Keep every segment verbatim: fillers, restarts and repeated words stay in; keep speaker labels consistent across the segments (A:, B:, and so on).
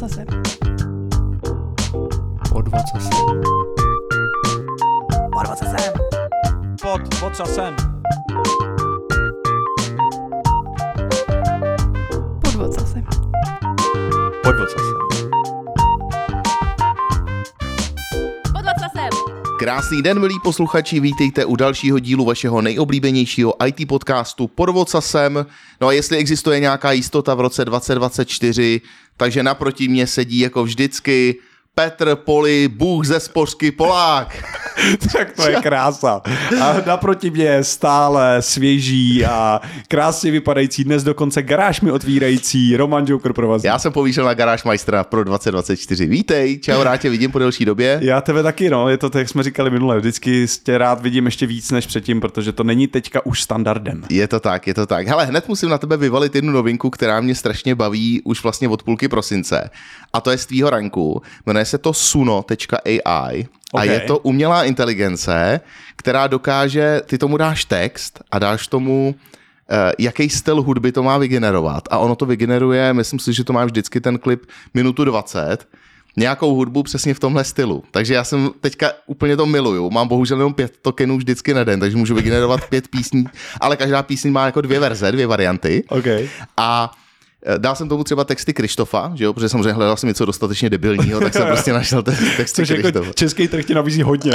A: ocasem.
B: Pod ocasem.
A: Pod ocasem.
C: Pod ocasem.
A: Pod ocasem.
B: Pod ocasem.
A: Pod ocasem.
B: Krásný den, milí posluchači, vítejte u dalšího dílu vašeho nejoblíbenějšího í té podcastu Pod ocasem. No a jestli existuje nějaká jistota v roce dvacet dvacet čtyři, takže naproti mě sedí jako vždycky Petr Poli, Bůh ze Spořky Polák.
C: Tak to je krása. A naproti mě je stále svěží a krásně vypadající, dnes dokonce garáž mi otvírající Roman Joker pro vás.
B: Já jsem povýšel na garáž majstra pro dvacet dvacet čtyři. Vítej, čau, rád tě vidím po delší době.
C: Já tebe taky, no, je to tak, jak jsme říkali minule, vždycky tě rád vidím ještě víc než předtím, protože to není teďka už standardem.
B: Je to tak, je to tak. Hele, hned musím na tebe vyvalit jednu novinku, která mě strašně baví už vlastně od půlky prosince. A to je z tvýho ranku. Jmenuje se to Suno tečka á í. A
C: Okay.
B: je to umělá inteligence, která dokáže, ty tomu dáš text a dáš tomu, uh, jaký styl hudby to má vygenerovat. A ono to vygeneruje, myslím si, že to má vždycky ten klip minutu dvacet, nějakou hudbu přesně v tomhle stylu. Takže já jsem teďka úplně to miluju. Mám bohužel jenom pět tokenů vždycky na den, takže můžu vygenerovat pět písní, ale každá písní má jako dvě verze, dvě varianty.
C: Okay.
B: A dal jsem tomu třeba texty Krištofa, že jo, protože samozřejmě hledal jsem něco dostatečně debilního, tak jsem prostě našel te- texty
C: Což
B: Krištofa.
C: jako český trh ti nabízí hodně.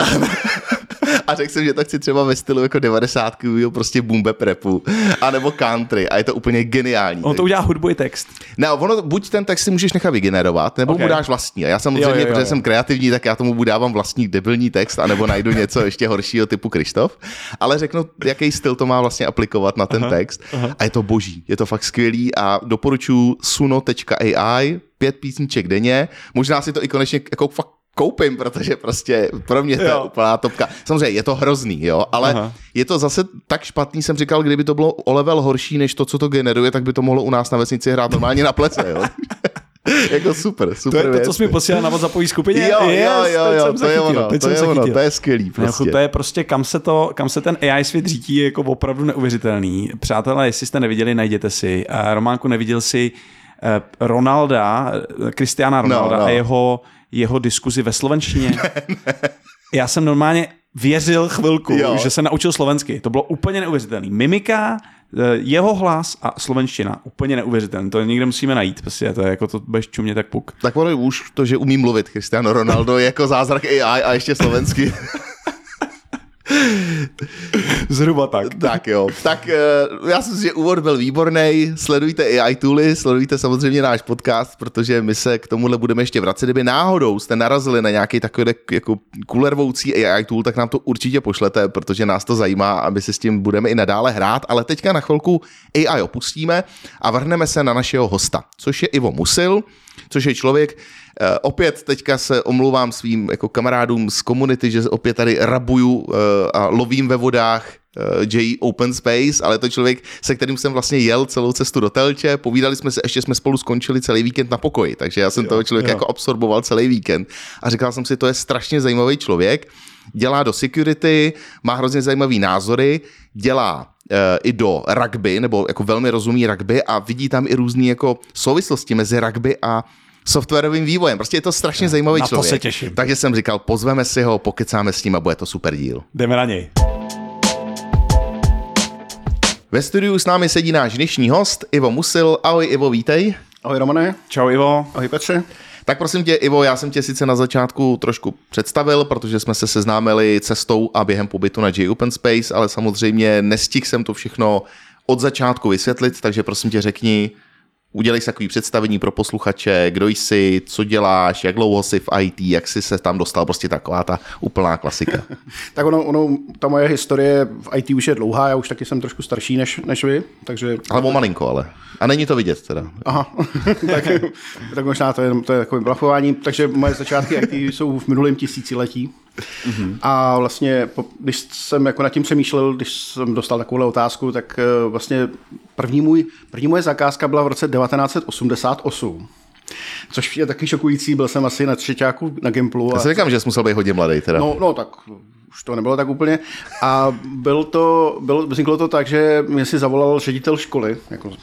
B: A řekl jsem, že to chci třeba ve stylu jako devadesátkovýho prostě boom bap rapu, anebo country a je to úplně geniální.
C: On to udělá hudbu i text.
B: Ne, ono, buď ten text si můžeš nechat vygenerovat, nebo
C: Okay.
B: mu dáš vlastní. A já samozřejmě,
C: Jo, jo, jo,
B: protože
C: jo.
B: jsem kreativní, tak já tomu budu dávám vlastní debilní text, anebo najdu něco ještě horšího typu Krištof. Ale řeknu, jaký styl to má vlastně aplikovat na ten
C: Aha,
B: text.
C: aha.
B: A je to boží, je to fakt skvělý a doporučuji Suno tečka á í, pět písniček denně. Možná si to i konečně jako fakt koupím, protože prostě pro mě to je
C: Jo.
B: úplná topka. Samozřejmě je to hrozný, jo, ale
C: Aha.
B: je to zase tak špatný, jsem říkal, kdyby to bylo o level horší než to, co to generuje, tak by to mohlo u nás na vesnici hrát normálně na plece, jo. Jako super,
C: To
B: super
C: je to,
B: věc.
C: co jsi mi posílal na WhatsAppový skupině?
B: Jo, jo,
C: Yes,
B: jo,
C: teď
B: jo,
C: jsem
B: to je
C: zachytil,
B: ono,
C: teď
B: to
C: jsem
B: je ono,
C: zachytil.
B: to je skvělý
C: Prostě.
B: prostě.
C: To je prostě, kam se, to, kam se ten á í svět řítí, je jako opravdu neuvěřitelný. Přátelé, jestli jste neviděli, najděte si. A Románku, neviděl si eh, Ronalda, Cristiana Ronalda
B: No, no.
C: a jeho, jeho diskuzi ve slovenštině? ne, ne. Já jsem normálně věřil chvilku,
B: Jo.
C: že se naučil slovensky. To bylo úplně neuvěřitelný. Mimika, eh, jeho hlas a slovenština. Úplně neuvěřitelný. To někde musíme najít. Prostě to je jako to budeš čumě tak puk.
B: Tak ono už to, že umí mluvit Cristiano Ronaldo, je jako zázrak á í a ještě slovensky.
C: Zhruba tak.
B: Tak jo, tak uh, já si myslím, že úvod byl výborný, sledujte á í tooly, sledujte samozřejmě náš podcast, protože my se k tomuhle budeme ještě vracet. Kdyby náhodou jste narazili na nějaký takový jako kulervoucí á í tool, tak nám to určitě pošlete, protože nás to zajímá a my se s tím budeme i nadále hrát, ale teďka na chvilku á í opustíme a vrhneme se na našeho hosta, což je Ivo Musil, což je člověk, Uh, opět teďka se omlouvám svým jako kamarádům z komunity, že opět tady rabuju uh, a lovím ve vodách uh, J Open Space, ale to člověk, se kterým jsem vlastně jel celou cestu do Telče, povídali jsme se, ještě jsme spolu skončili celý víkend na pokoji, takže já jsem jo, toho člověka jako absorboval celý víkend a říkal jsem si, to je strašně zajímavý člověk, dělá do security, má hrozně zajímavý názory, dělá uh, i do rugby, nebo jako velmi rozumí rugby a vidí tam i různý jako souvislosti mezi rugby a softwarovým vývojem. Prostě je to strašně zajímavý
C: na to
B: člověk.
C: se těším.
B: Takže jsem říkal, pozveme si ho, pokecáme s ním a bude to super díl.
C: Jdeme na něj.
B: Ve studiu s námi sedí náš dnešní host, Ivo Musil. Ahoj Ivo, vítej.
D: Ahoj Romane.
C: Čau Ivo.
D: Ahoj Petře.
B: Tak prosím tě, Ivo, já jsem tě sice na začátku trošku představil, protože jsme se seznámili cestou a během pobytu na J Open Space, ale samozřejmě nestihl jsem to všechno od začátku vysvětlit, takže prosím tě řekni, udělej si takový představení pro posluchače, kdo jsi, co děláš, jak dlouho jsi v í té, jak jsi se tam dostal, prostě taková ta úplná klasika.
D: Tak ono, ono, ta moje historie v í té už je dlouhá, já už taky jsem trošku starší než, než vy, takže...
B: Ale o malinko, ale. A není to vidět teda.
D: Aha, tak, tak možná to je, to je takové blafování, takže moje začátky í té jsou v minulém tisíciletí. Mm-hmm. A vlastně, když jsem jako nad tím přemýšlel, když jsem dostal takovou otázku, tak vlastně první, můj, první moje zakázka byla v roce devatenáct set osmdesát osm. Což je taky šokující, byl jsem asi na třetíku na Gimplu.
B: Já si říkám, že jsi musel být hodně mladý teda.
D: No, no tak už to nebylo tak úplně. A byl to, byl, vzniklo to tak, že mě si zavolal ředitel školy, jako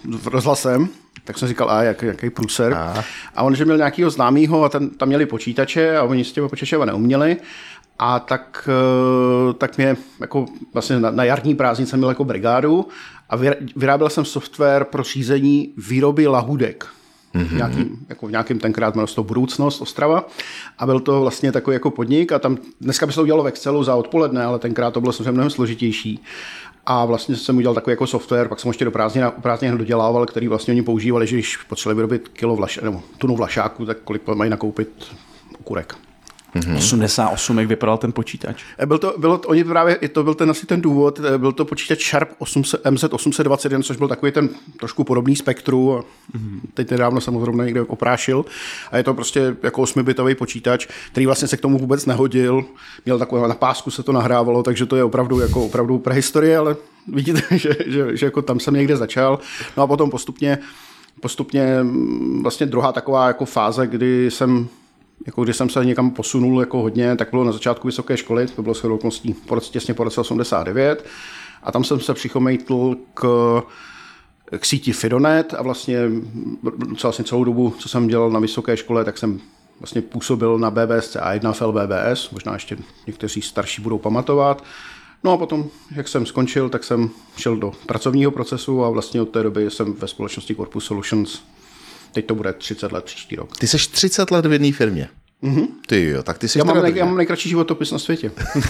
D: rozhlasem, tak jsem říkal, a jak, jaký průser.
B: A.
D: a on, že měl nějakýho známýho a ten, tam měli počítače a oni s těmi počítačema neuměli. A tak, tak mě jako vlastně na, na jarní prázdnice jsem měl jako brigádu a vyráběl jsem software pro řízení výroby lahůdek. Mm-hmm. Nějaký, jako v nějakém tenkrát měl to Budoucnost Ostrava a byl to vlastně takový jako podnik a tam dneska by se to udělalo v Excelu za odpoledne, ale tenkrát to bylo samozřejmě mnohem složitější. A vlastně jsem udělal takový jako software, pak jsem ještě do prázdnin, prázdnin dodělával, který vlastně oni používali, že když potřebovali vyrobit kilo vlaš, nebo tunu vlašáku, tak kolik mají nakoupit okurek.
C: Mm-hmm. osmdesát osm, jak vypadal ten počítač?
D: Byl to, bylo to, oni právě, to byl ten asi ten důvod, byl to počítač Sharp M Z osm set dvacet jedna, což byl takový ten trošku podobný spektru. A mm-hmm. Teď nedávno jsem ho zrovna někde oprášil. A je to prostě jako osmibitový počítač, který vlastně se k tomu vůbec nehodil. Měl takové, na pásku se to nahrávalo, takže to je opravdu jako opravdu prehistorie, ale vidíte, že, že, že jako tam jsem někde začal. No a potom postupně, postupně vlastně druhá taková jako fáze, kdy jsem Jako když jsem se někam posunul jako hodně, tak bylo na začátku vysoké školy, to bylo shodou okolností těsně po roce osmdesát devět a tam jsem se přichomejtl k, k síti Fidonet a vlastně vlastně celou dobu, co jsem dělal na vysoké škole, tak jsem vlastně působil na B B S C A jedna F L B B S, možná ještě někteří starší budou pamatovat. No a potom, jak jsem skončil, tak jsem šel do pracovního procesu a vlastně od té doby jsem ve společnosti Corpus Solutions. Teď to bude třicet let příští rok.
B: Ty seš třicet let v jedné firmě. Mm-hmm. Ty jo, tak ty seš
D: já mám, nej, já mám nejkratší životopis na světě.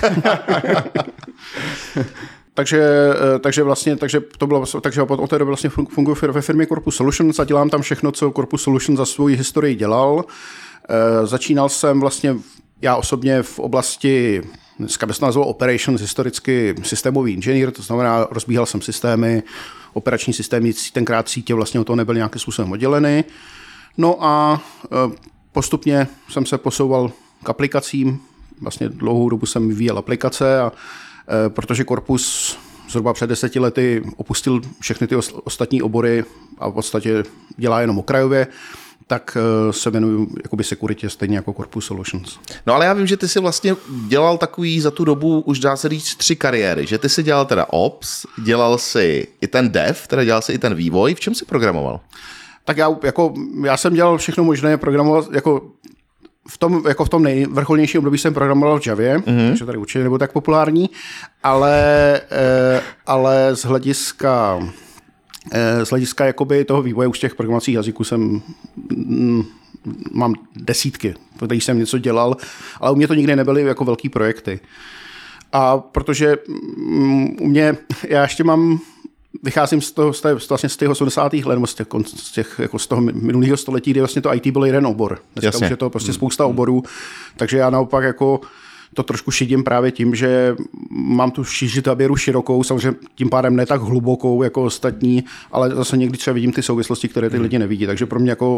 D: takže, takže vlastně, takže to bylo, takže od té doby vlastně funguji ve firmě Corpus Solutions a dělám tam všechno, co Corpus Solutions za svou historii dělal. E, začínal jsem vlastně já osobně v oblasti, dneska by se nazval Operations, historicky systémový inženýr, to znamená, rozbíhal jsem systémy, operační systémy, tenkrát sítě vlastně o toho nebyly nějakým způsobem odděleny. No a postupně jsem se posouval k aplikacím, vlastně dlouhou dobu jsem vyvíjel aplikace a protože Corpus zhruba před deseti lety opustil všechny ty ostatní obory a v podstatě dělá jenom okrajově, tak se jmenuji jakoby sekuritě stejně jako Corpus Solutions.
B: No ale já vím, že ty si vlastně dělal takový za tu dobu, už dá se říct, tři kariéry, že ty si dělal teda Ops, dělal si i ten Dev, teda dělal si i ten vývoj. V čem jsi programoval?
D: Tak já, jako, já jsem dělal všechno možné, programoval, jako v tom, jako v tom nejvrcholnějším období jsem programoval v Javě, mm-hmm. takže tady určitě nebyl tak populární, ale, ale z hlediska Z hlediska jakoby toho vývoje už těch programovacích jazyků jsem mm, mám desítky, protože jsem něco dělal, ale u mě to nikdy nebyly jako velký projekty. A protože mm, u mě, já ještě mám, vycházím z toho, z té, vlastně z těch osmdesátých let, nebo z těch, z těch jako z toho minulého století, kdy vlastně to í té byl jeden obor. Dneska Jasně. už je to prostě spousta oborů, takže já naopak jako to trošku šidím právě tím, že mám tu šižitaběru širokou, samozřejmě tím pádem ne tak hlubokou jako ostatní, ale zase někdy třeba vidím ty souvislosti, které ty lidi nevidí. Takže pro mě jako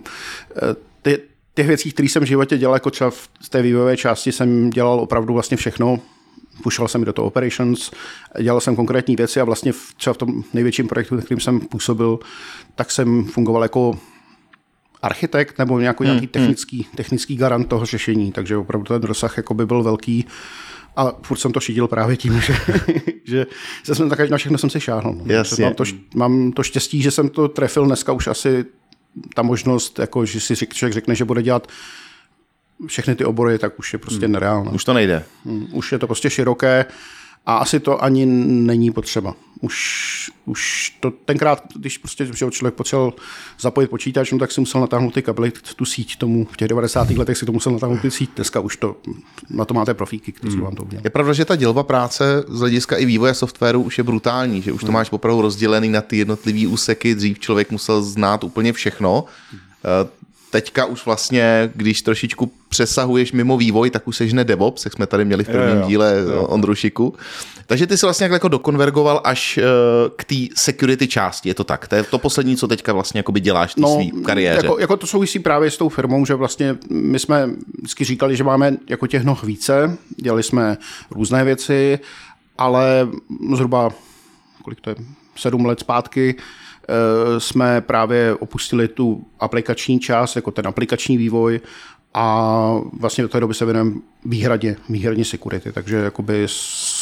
D: ty, těch věcí, které jsem v životě dělal, jako třeba v té vývojové části jsem dělal opravdu vlastně všechno. Pušoval jsem do toho operations, dělal jsem konkrétní věci a vlastně v, třeba v tom největším projektu, na kterým jsem působil, tak jsem fungoval jako architekt nebo nějaký, hmm, nějaký technický, hmm. technický garant toho řešení, takže opravdu ten rozsah jako by byl velký a furt jsem to šidil právě tím, že, že jsem tak, na všechno jsem si šáhnul. Mám to, mám to štěstí, že jsem to trefil dneska už asi ta možnost, jako, že si člověk řekne, že bude dělat všechny ty obory, tak už je prostě hmm. nereálné.
B: Už to nejde.
D: Hmm. Už je to prostě široké a asi to ani není potřeba. Už, už to tenkrát, když prostě člověk potřeboval zapojit počítač, no, tak si musel natáhnout ty kabely, tu síť tomu, v těch devadesátých letech si to musel natáhnout ty síť, dneska už to, na to máte profíky, kteří hmm. vám to udělají.
B: Je pravda, že ta dělba práce z hlediska i vývoje softwaru už je brutální, že už to hmm. máš opravdu rozdělený na ty jednotlivý úseky, dřív člověk musel znát úplně všechno. Hmm. Teďka už vlastně, když trošičku přesahuješ mimo vývoj, tak už seš ne DevOps, jak jsme tady měli v prvním jo, jo. díle jo. Ondru Šiku. Takže ty jsi vlastně jako dokonvergoval až k té security části, je to tak? To je to poslední, co teďka vlastně děláš v té
D: no,
B: svý kariéře.
D: Jako, jako to souvisí právě s tou firmou, že vlastně my jsme vždycky říkali, že máme jako těch noh více, dělali jsme různé věci, ale zhruba, kolik to je, sedm let zpátky, jsme právě opustili tu aplikační část, jako ten aplikační vývoj a vlastně do té doby se věnujeme výhradně, výhradně security, takže jakoby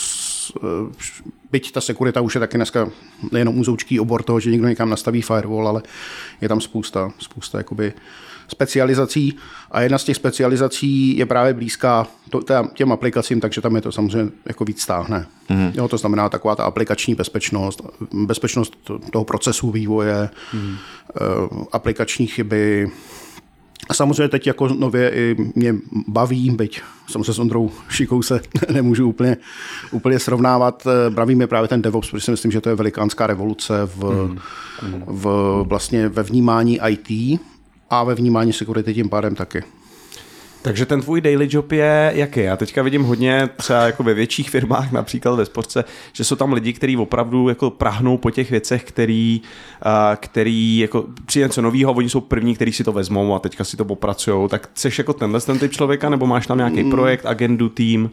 D: byť ta sekurita už je taky dneska nejenom úzoučký obor toho, že někdo někam nastaví firewall, ale je tam spousta, spousta jakoby specializací a jedna z těch specializací je právě blízká těm aplikacím, takže tam je to samozřejmě jako víc stáhne. Mm. Jo, to znamená taková ta aplikační bezpečnost, bezpečnost toho procesu vývoje, mm. aplikační chyby. A samozřejmě teď jako nově i mě baví, byť samozřejmě s Ondrou Šikou se nemůžu úplně, úplně srovnávat. Baví mě právě ten DevOps, protože si myslím, že to je velikánská revoluce v, mm. v vlastně ve vnímání í té a ve vnímání security tím pádem taky.
C: Takže ten tvůj daily job je jaký? Já teďka vidím hodně třeba jako ve větších firmách, například ve sportce, že jsou tam lidi, kteří opravdu jako prahnou po těch věcech, který, který jako přijde něco novýho, oni jsou první, kteří si to vezmou a teďka si to popracujou. Tak chceš jako tenhle ten typ člověka, nebo máš tam nějaký projekt, agendu, tým?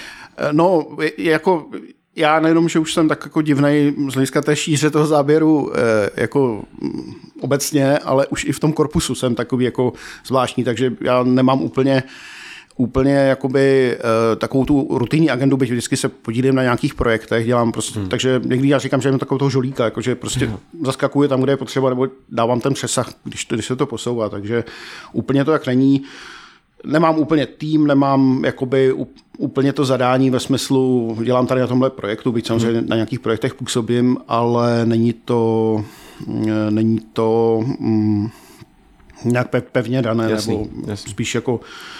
D: No, jako já nejenom, že už jsem tak jako divnej z hlediska té šíře toho záběru jako obecně, ale už i v tom korpusu jsem takový jako zvláštní, takže já nemám úplně úplně jakoby takovou tu rutinní agendu, byť vždycky se podílím na nějakých projektech, dělám prostě, hmm. takže někdy já říkám, že mám takovou toho žolíka, jakože prostě hmm. zaskakuju tam, kde je potřeba, nebo dávám ten přesah, když, to, když se to posouvá, takže úplně to tak není. Nemám úplně tým, nemám jakoby úplně to zadání ve smyslu, dělám tady na tomhle projektu, byť samozřejmě hmm. na nějakých projektech působím, ale není to, není to mm, nějak pevně dané, jasný, nebo jasný. Spíš jako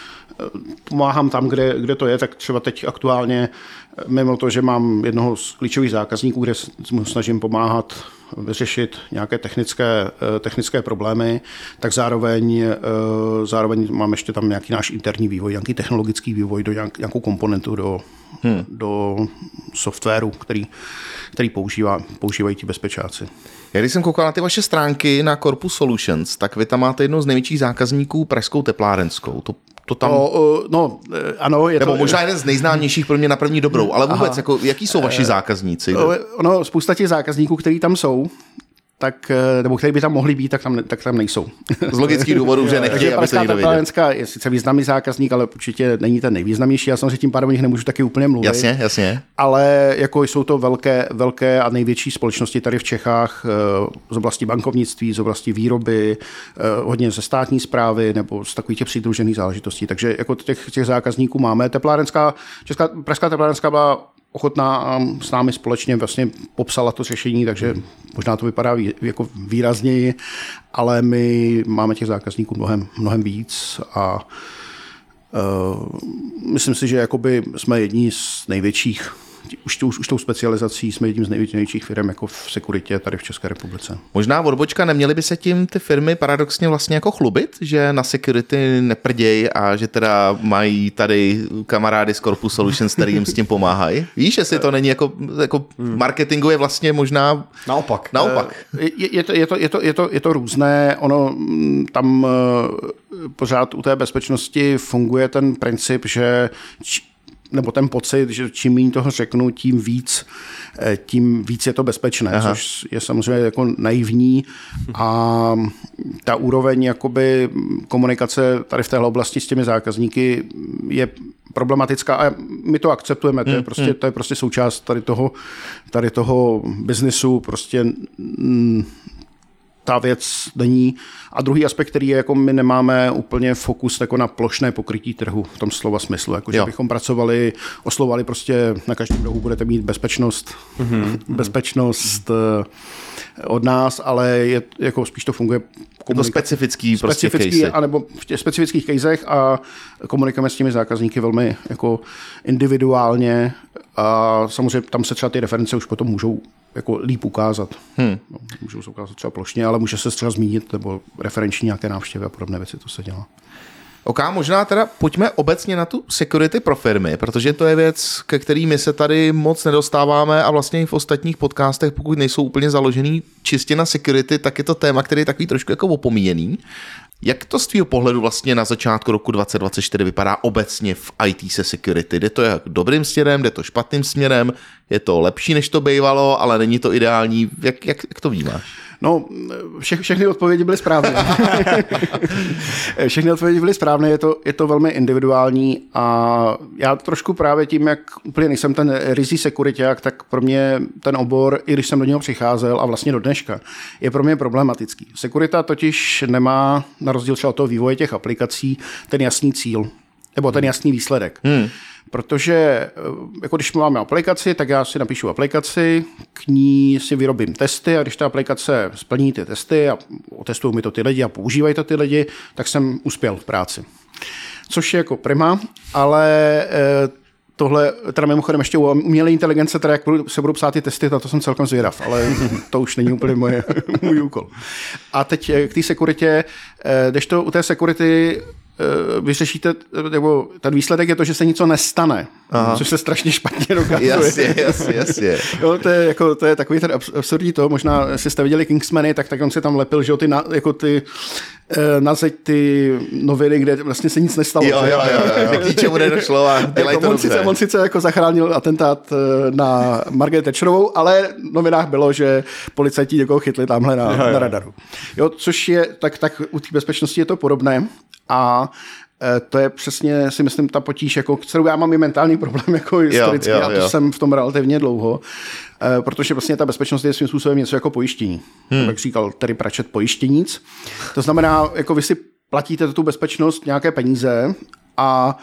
D: pomáhám tam, kde, kde to je, tak třeba teď aktuálně, mimo to, že mám jednoho z klíčových zákazníků, kde mu snažím pomáhat vyřešit nějaké technické, technické problémy, tak zároveň, zároveň mám ještě tam nějaký náš interní vývoj, nějaký technologický vývoj do nějak, nějakou komponentu do, hmm. do softwaru, který, který používá, používají ti bezpečáci.
B: Já když jsem koukal na ty vaše stránky na Corpus Solutions, tak vy tam máte jednou z největších zákazníků pražskou teplárenskou. To To tam...
D: no, no, ano, je
B: Nebo
D: to...
B: možná jeden z nejznámějších pro mě na první dobrou, ale vůbec, jako, jaký jsou vaši zákazníci?
D: No, spousta těch zákazníků, kteří tam jsou, tak, nebo kteří by tam mohli být, tak tam, tak tam nejsou.
B: Z logických důvodů, že nechtějí, aby to někdo věděl.
D: Je sice významný zákazník, ale určitě není ten nejvýznamnější. Já samozřejmě tím pádem o nich nemůžu taky úplně mluvit.
B: Jasně, jasně.
D: Ale jako jsou to velké, velké a největší společnosti tady v Čechách z oblasti bankovnictví, z oblasti výroby, hodně ze státní správy nebo z takových těch přidružených záležitostí. Takže jako těch, těch zákazníků máme. Teplárenská, Česká, pražská teplárenská byla ochotná a s námi společně vlastně popsala to řešení, takže možná to vypadá vý, jako výrazněji, ale my máme těch zákazníků mnohem, mnohem víc a uh, myslím si, že jakoby jsme jedni z největších, už, už, už tou specializací jsme jedním z největších firm jako v sekuritě tady v České republice.
B: Možná odbočka, neměly by se tím ty firmy paradoxně vlastně jako chlubit, že na security neprděj a že teda mají tady kamarády z Corpus Solutions, který jim s tím pomáhají? Víš, jestli to není jako, jako marketingově vlastně možná
C: naopak.
B: naopak.
D: Je, je, to, je, to, je, to, je, to, je to různé, ono tam pořád u té bezpečnosti funguje ten princip, že nebo ten pocit, že čím méně toho řeknu, tím víc, tím víc je to bezpečné, Aha. což je samozřejmě jako naivní a ta úroveň jakoby komunikace tady v téhle oblasti s těmi zákazníky je problematická a my to akceptujeme, to je prostě, to je prostě součást tady toho, tady toho biznisu, prostě mm, ta věc není. A druhý aspekt, který je, jako my nemáme úplně fokus jako na plošné pokrytí trhu v tom slova smyslu, jako že bychom pracovali, oslovali prostě na každém rohu budete mít bezpečnost, mm-hmm. bezpečnost mm-hmm. od nás, ale je, jako spíš to funguje
B: jako specifický, prostě
D: specifický prostě anebo v těch specifických casech a komunikujeme s těmi zákazníky velmi jako individuálně a samozřejmě tam se třeba ty reference už potom můžou jako líp ukázat. Hmm. No, můžou se ukázat třeba plošně, ale může se třeba zmínit nebo referenční nějaké návštěvy a podobné věci, to se dělá.
B: Ok, možná teda pojďme obecně na tu security pro firmy, protože to je věc, ke který my se tady moc nedostáváme a vlastně i v ostatních podcastech, pokud nejsou úplně založený čistě na security, tak je to téma, který je takový trošku jako opomíjený. Jak to z tvýho pohledu vlastně na začátku roku dvacet dvacet čtyři vypadá obecně v í té se security? Jde to jak dobrým směrem, jde to špatným směrem, je to lepší, než to bývalo, ale není to ideální. Jak, jak, jak to vnímáš?
D: No, vše, všechny odpovědi byly správné. všechny odpovědi byly správné, je to, je to velmi individuální a já trošku právě tím, jak úplně nejsem ten rizí sekuriťák, tak pro mě ten obor, i když jsem do něho přicházel a vlastně do dneška, je pro mě problematický. Sekurita totiž nemá, na rozdíl třeba od toho vývoje těch aplikací, ten jasný cíl, nebo ten jasný výsledek. Hmm. Protože jako když máme aplikaci, tak já si napíšu aplikaci, k ní si vyrobím testy a když ta aplikace splní ty testy a otestují mi to ty lidi a používají to ty lidi, tak jsem uspěl v práci. Což je jako prima, ale tohle, teda mimochodem ještě u umělé inteligence, teda jak se budou psát ty testy, to jsem celkem zvědav, ale to už není úplně moje, můj úkol. A teď k té sekuritě, když to u té security vyřešíte, nebo ten výsledek je to, že se něco nestane, aha, což se strašně špatně dokazuje. Jasně,
B: jasně, jasně.
D: Jo, to, je, jako, to je takový ten absurdní to, možná si jste viděli Kingsmany, tak, tak on si tam lepil, že jo, ty, na, jako ty na zeď ty noviny, kde vlastně se nic nestalo.
B: Jo, jo, jo, jo. K ničemu nedošlo a dělají to
D: on
B: dobře.
D: Sice, on sice jako zachránil atentát na Margaret Thatcherovou, ale v novinách bylo, že policajti někoho chytli tamhle na, jo, jo. na radaru. Jo, což je, tak, tak u té bezpečnosti je to podobné a to je přesně, si myslím, ta potíž, jako, kterou já mám i mentální problém jako historicky, jo, jo, jo. A to jsem v tom relativně dlouho, protože vlastně ta bezpečnost je svým způsobem něco jako pojištění. Hmm. Jak říkal Terry Pratchett, pojištěníc. To znamená, jako vy si platíte tu bezpečnost nějaké peníze a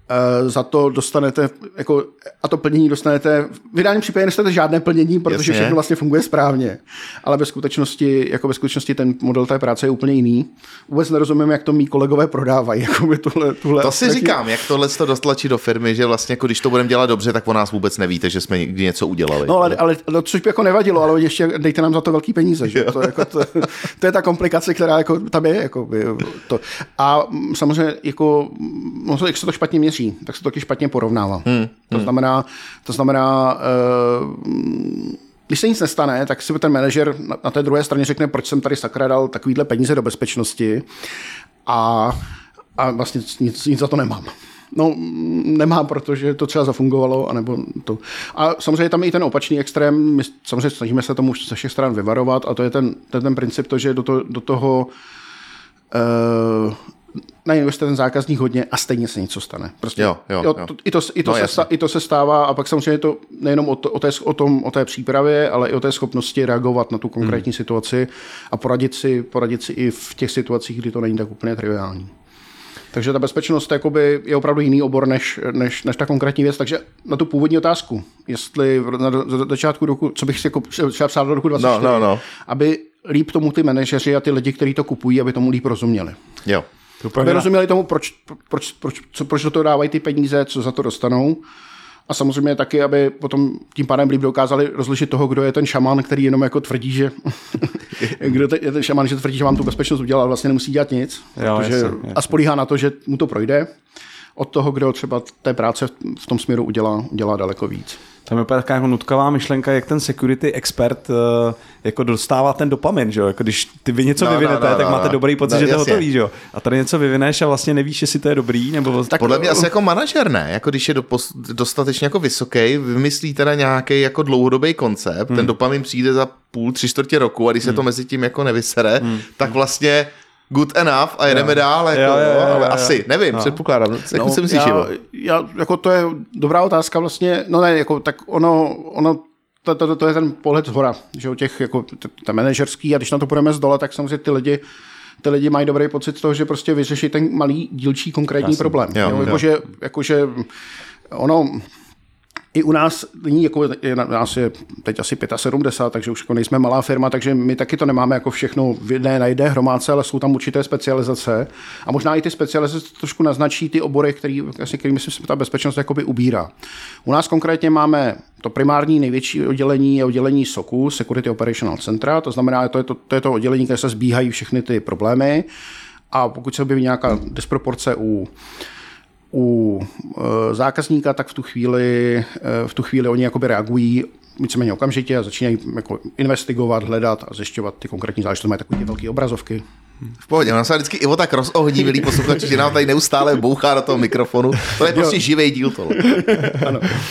D: za to dostanete, jako, a to plnění dostanete, v ideálním případě nedostanete žádné plnění, protože Jasně. všechno vlastně funguje správně. Ale ve skutečnosti, jako ve skutečnosti ten model té práce je úplně jiný. Vůbec nerozumím, jak to mý kolegové prodávají. Jako by tuhle, tuhle
B: to si taky... říkám, jak tohle to dostlačí do firmy, že vlastně, jako, když to budeme dělat dobře, tak o nás vůbec nevíte, že jsme někdy něco udělali.
D: No, ale, ale no, což by jako nevadilo, ale ještě dejte nám za to velký peníze. Že? To, jako, to, to, je ta komplikace, která jako, tam je. Jako, to. A samozřejmě, jako, no, jak se to špatně měří, tak se to taky špatně porovnává. Hmm, to hmm. znamená, to znamená uh, když se nic nestane, tak si ten manažer na, na té druhé straně řekne, proč jsem tady sakra dal takovýhle peníze do bezpečnosti a, a vlastně nic, nic za to nemám. No, nemám, protože to třeba zafungovalo, anebo to. A samozřejmě tam je i ten opačný extrém, my samozřejmě snažíme se tomu ze všech stran vyvarovat a to je ten, ten, ten princip, to, že do, to, do toho uh, nainvestuje ten zákazník hodně a stejně se něco stane. Prostě,
B: jo, jo,
D: jo,
B: jo.
D: To, i, to, i, to
B: no,
D: se sta, I to se stává a pak samozřejmě je to nejenom o, to, o, té, o, tom, o té přípravě, ale i o té schopnosti reagovat na tu konkrétní hmm. situaci a poradit si, poradit si i v těch situacích, kdy to není tak úplně triviální. Takže ta bezpečnost jakoby, je opravdu jiný obor než, než, než ta konkrétní věc. Takže na tu původní otázku, jestli na začátku roku, co bych si jako třeba psal do roku dvacet čtyři, no, no, no. aby líp tomu ty manažeři a ty lidi, kteří to kupují, aby tomu líp rozuměli.
B: Jo.
D: Aby rozuměli tomu, proč, proč, proč, co, proč do toho dávají ty peníze, co za to dostanou. A samozřejmě taky, aby potom tím pádem líp dokázali rozlišit toho, kdo je ten šaman, který jenom jako tvrdí, že kdo je ten šaman, že tvrdí, že vám tu bezpečnost udělá, ale vlastně nemusí dělat nic, jo, protože, jasný, jasný. A spolíhá na to, že mu to projde. Od toho, kdo třeba té práce v tom směru udělá, udělá daleko víc.
C: Tam je taková jako nutkavá myšlenka, jak ten security expert uh, jako dostává ten dopamin, že jo? Jako když ty vy něco no, vyvinete, no, no, tak no, máte no. dobrý pocit, no, že to hotový, že jo? A tady něco vyvineš a vlastně nevíš, jestli to je dobrý, nebo...
B: Tak podle mě asi jako manažer, ne? Jako když je dostatečně jako vysoký, vymyslí teda nějaký jako dlouhodobý koncept, hmm. ten dopamin přijde za půl, tři čtvrtě roku a když se hmm. to mezi tím jako nevysere, hmm. tak vlastně good enough a jedeme jo. dál, jako, jo, jo, jo, ale jo, asi, nevím, no. předpokládám. Jak no, si myslíš,
D: já, já, jako to je dobrá otázka vlastně, no ne, jako tak ono, ono to, to, to je ten pohled zhora, že u těch, jako ten manažerský a když na to půjdeme z dole, tak samozřejmě ty lidi ty lidi mají dobrý pocit z toho, že prostě vyřeší ten malý dílčí konkrétní Jasný. problém. Jo, jo, jakože, jakože ono i u nás nyní, jako je, nás je teď asi sedmdesát pět, takže už jako nejsme malá firma, takže my taky to nemáme jako všechno v jedné na jedné hromádce, ale jsou tam určité specializace. A možná i ty specializace trošku naznačí ty obory, který, kterými se ta bezpečnost jakoby ubírá. U nás konkrétně máme to primární největší oddělení, je oddělení S O C U, Security Operational Centra, to znamená, to je to, to, je to oddělení, kde se zbíhají všechny ty problémy a pokud se objeví nějaká disproporce u u e, zákazníka, tak v tu chvíli, e, v tu chvíli oni jakoby reagují víceméně okamžitě a začínají jako investigovat, hledat a zjišťovat ty konkrétní záležitosti. Mají takové velké obrazovky.
B: V pohodě, on se vždycky Ivo tak rozohní, milí posluchači, že nám tady neustále bouchá do toho mikrofonu. To je prostě živej díl tohle.
D: Ano.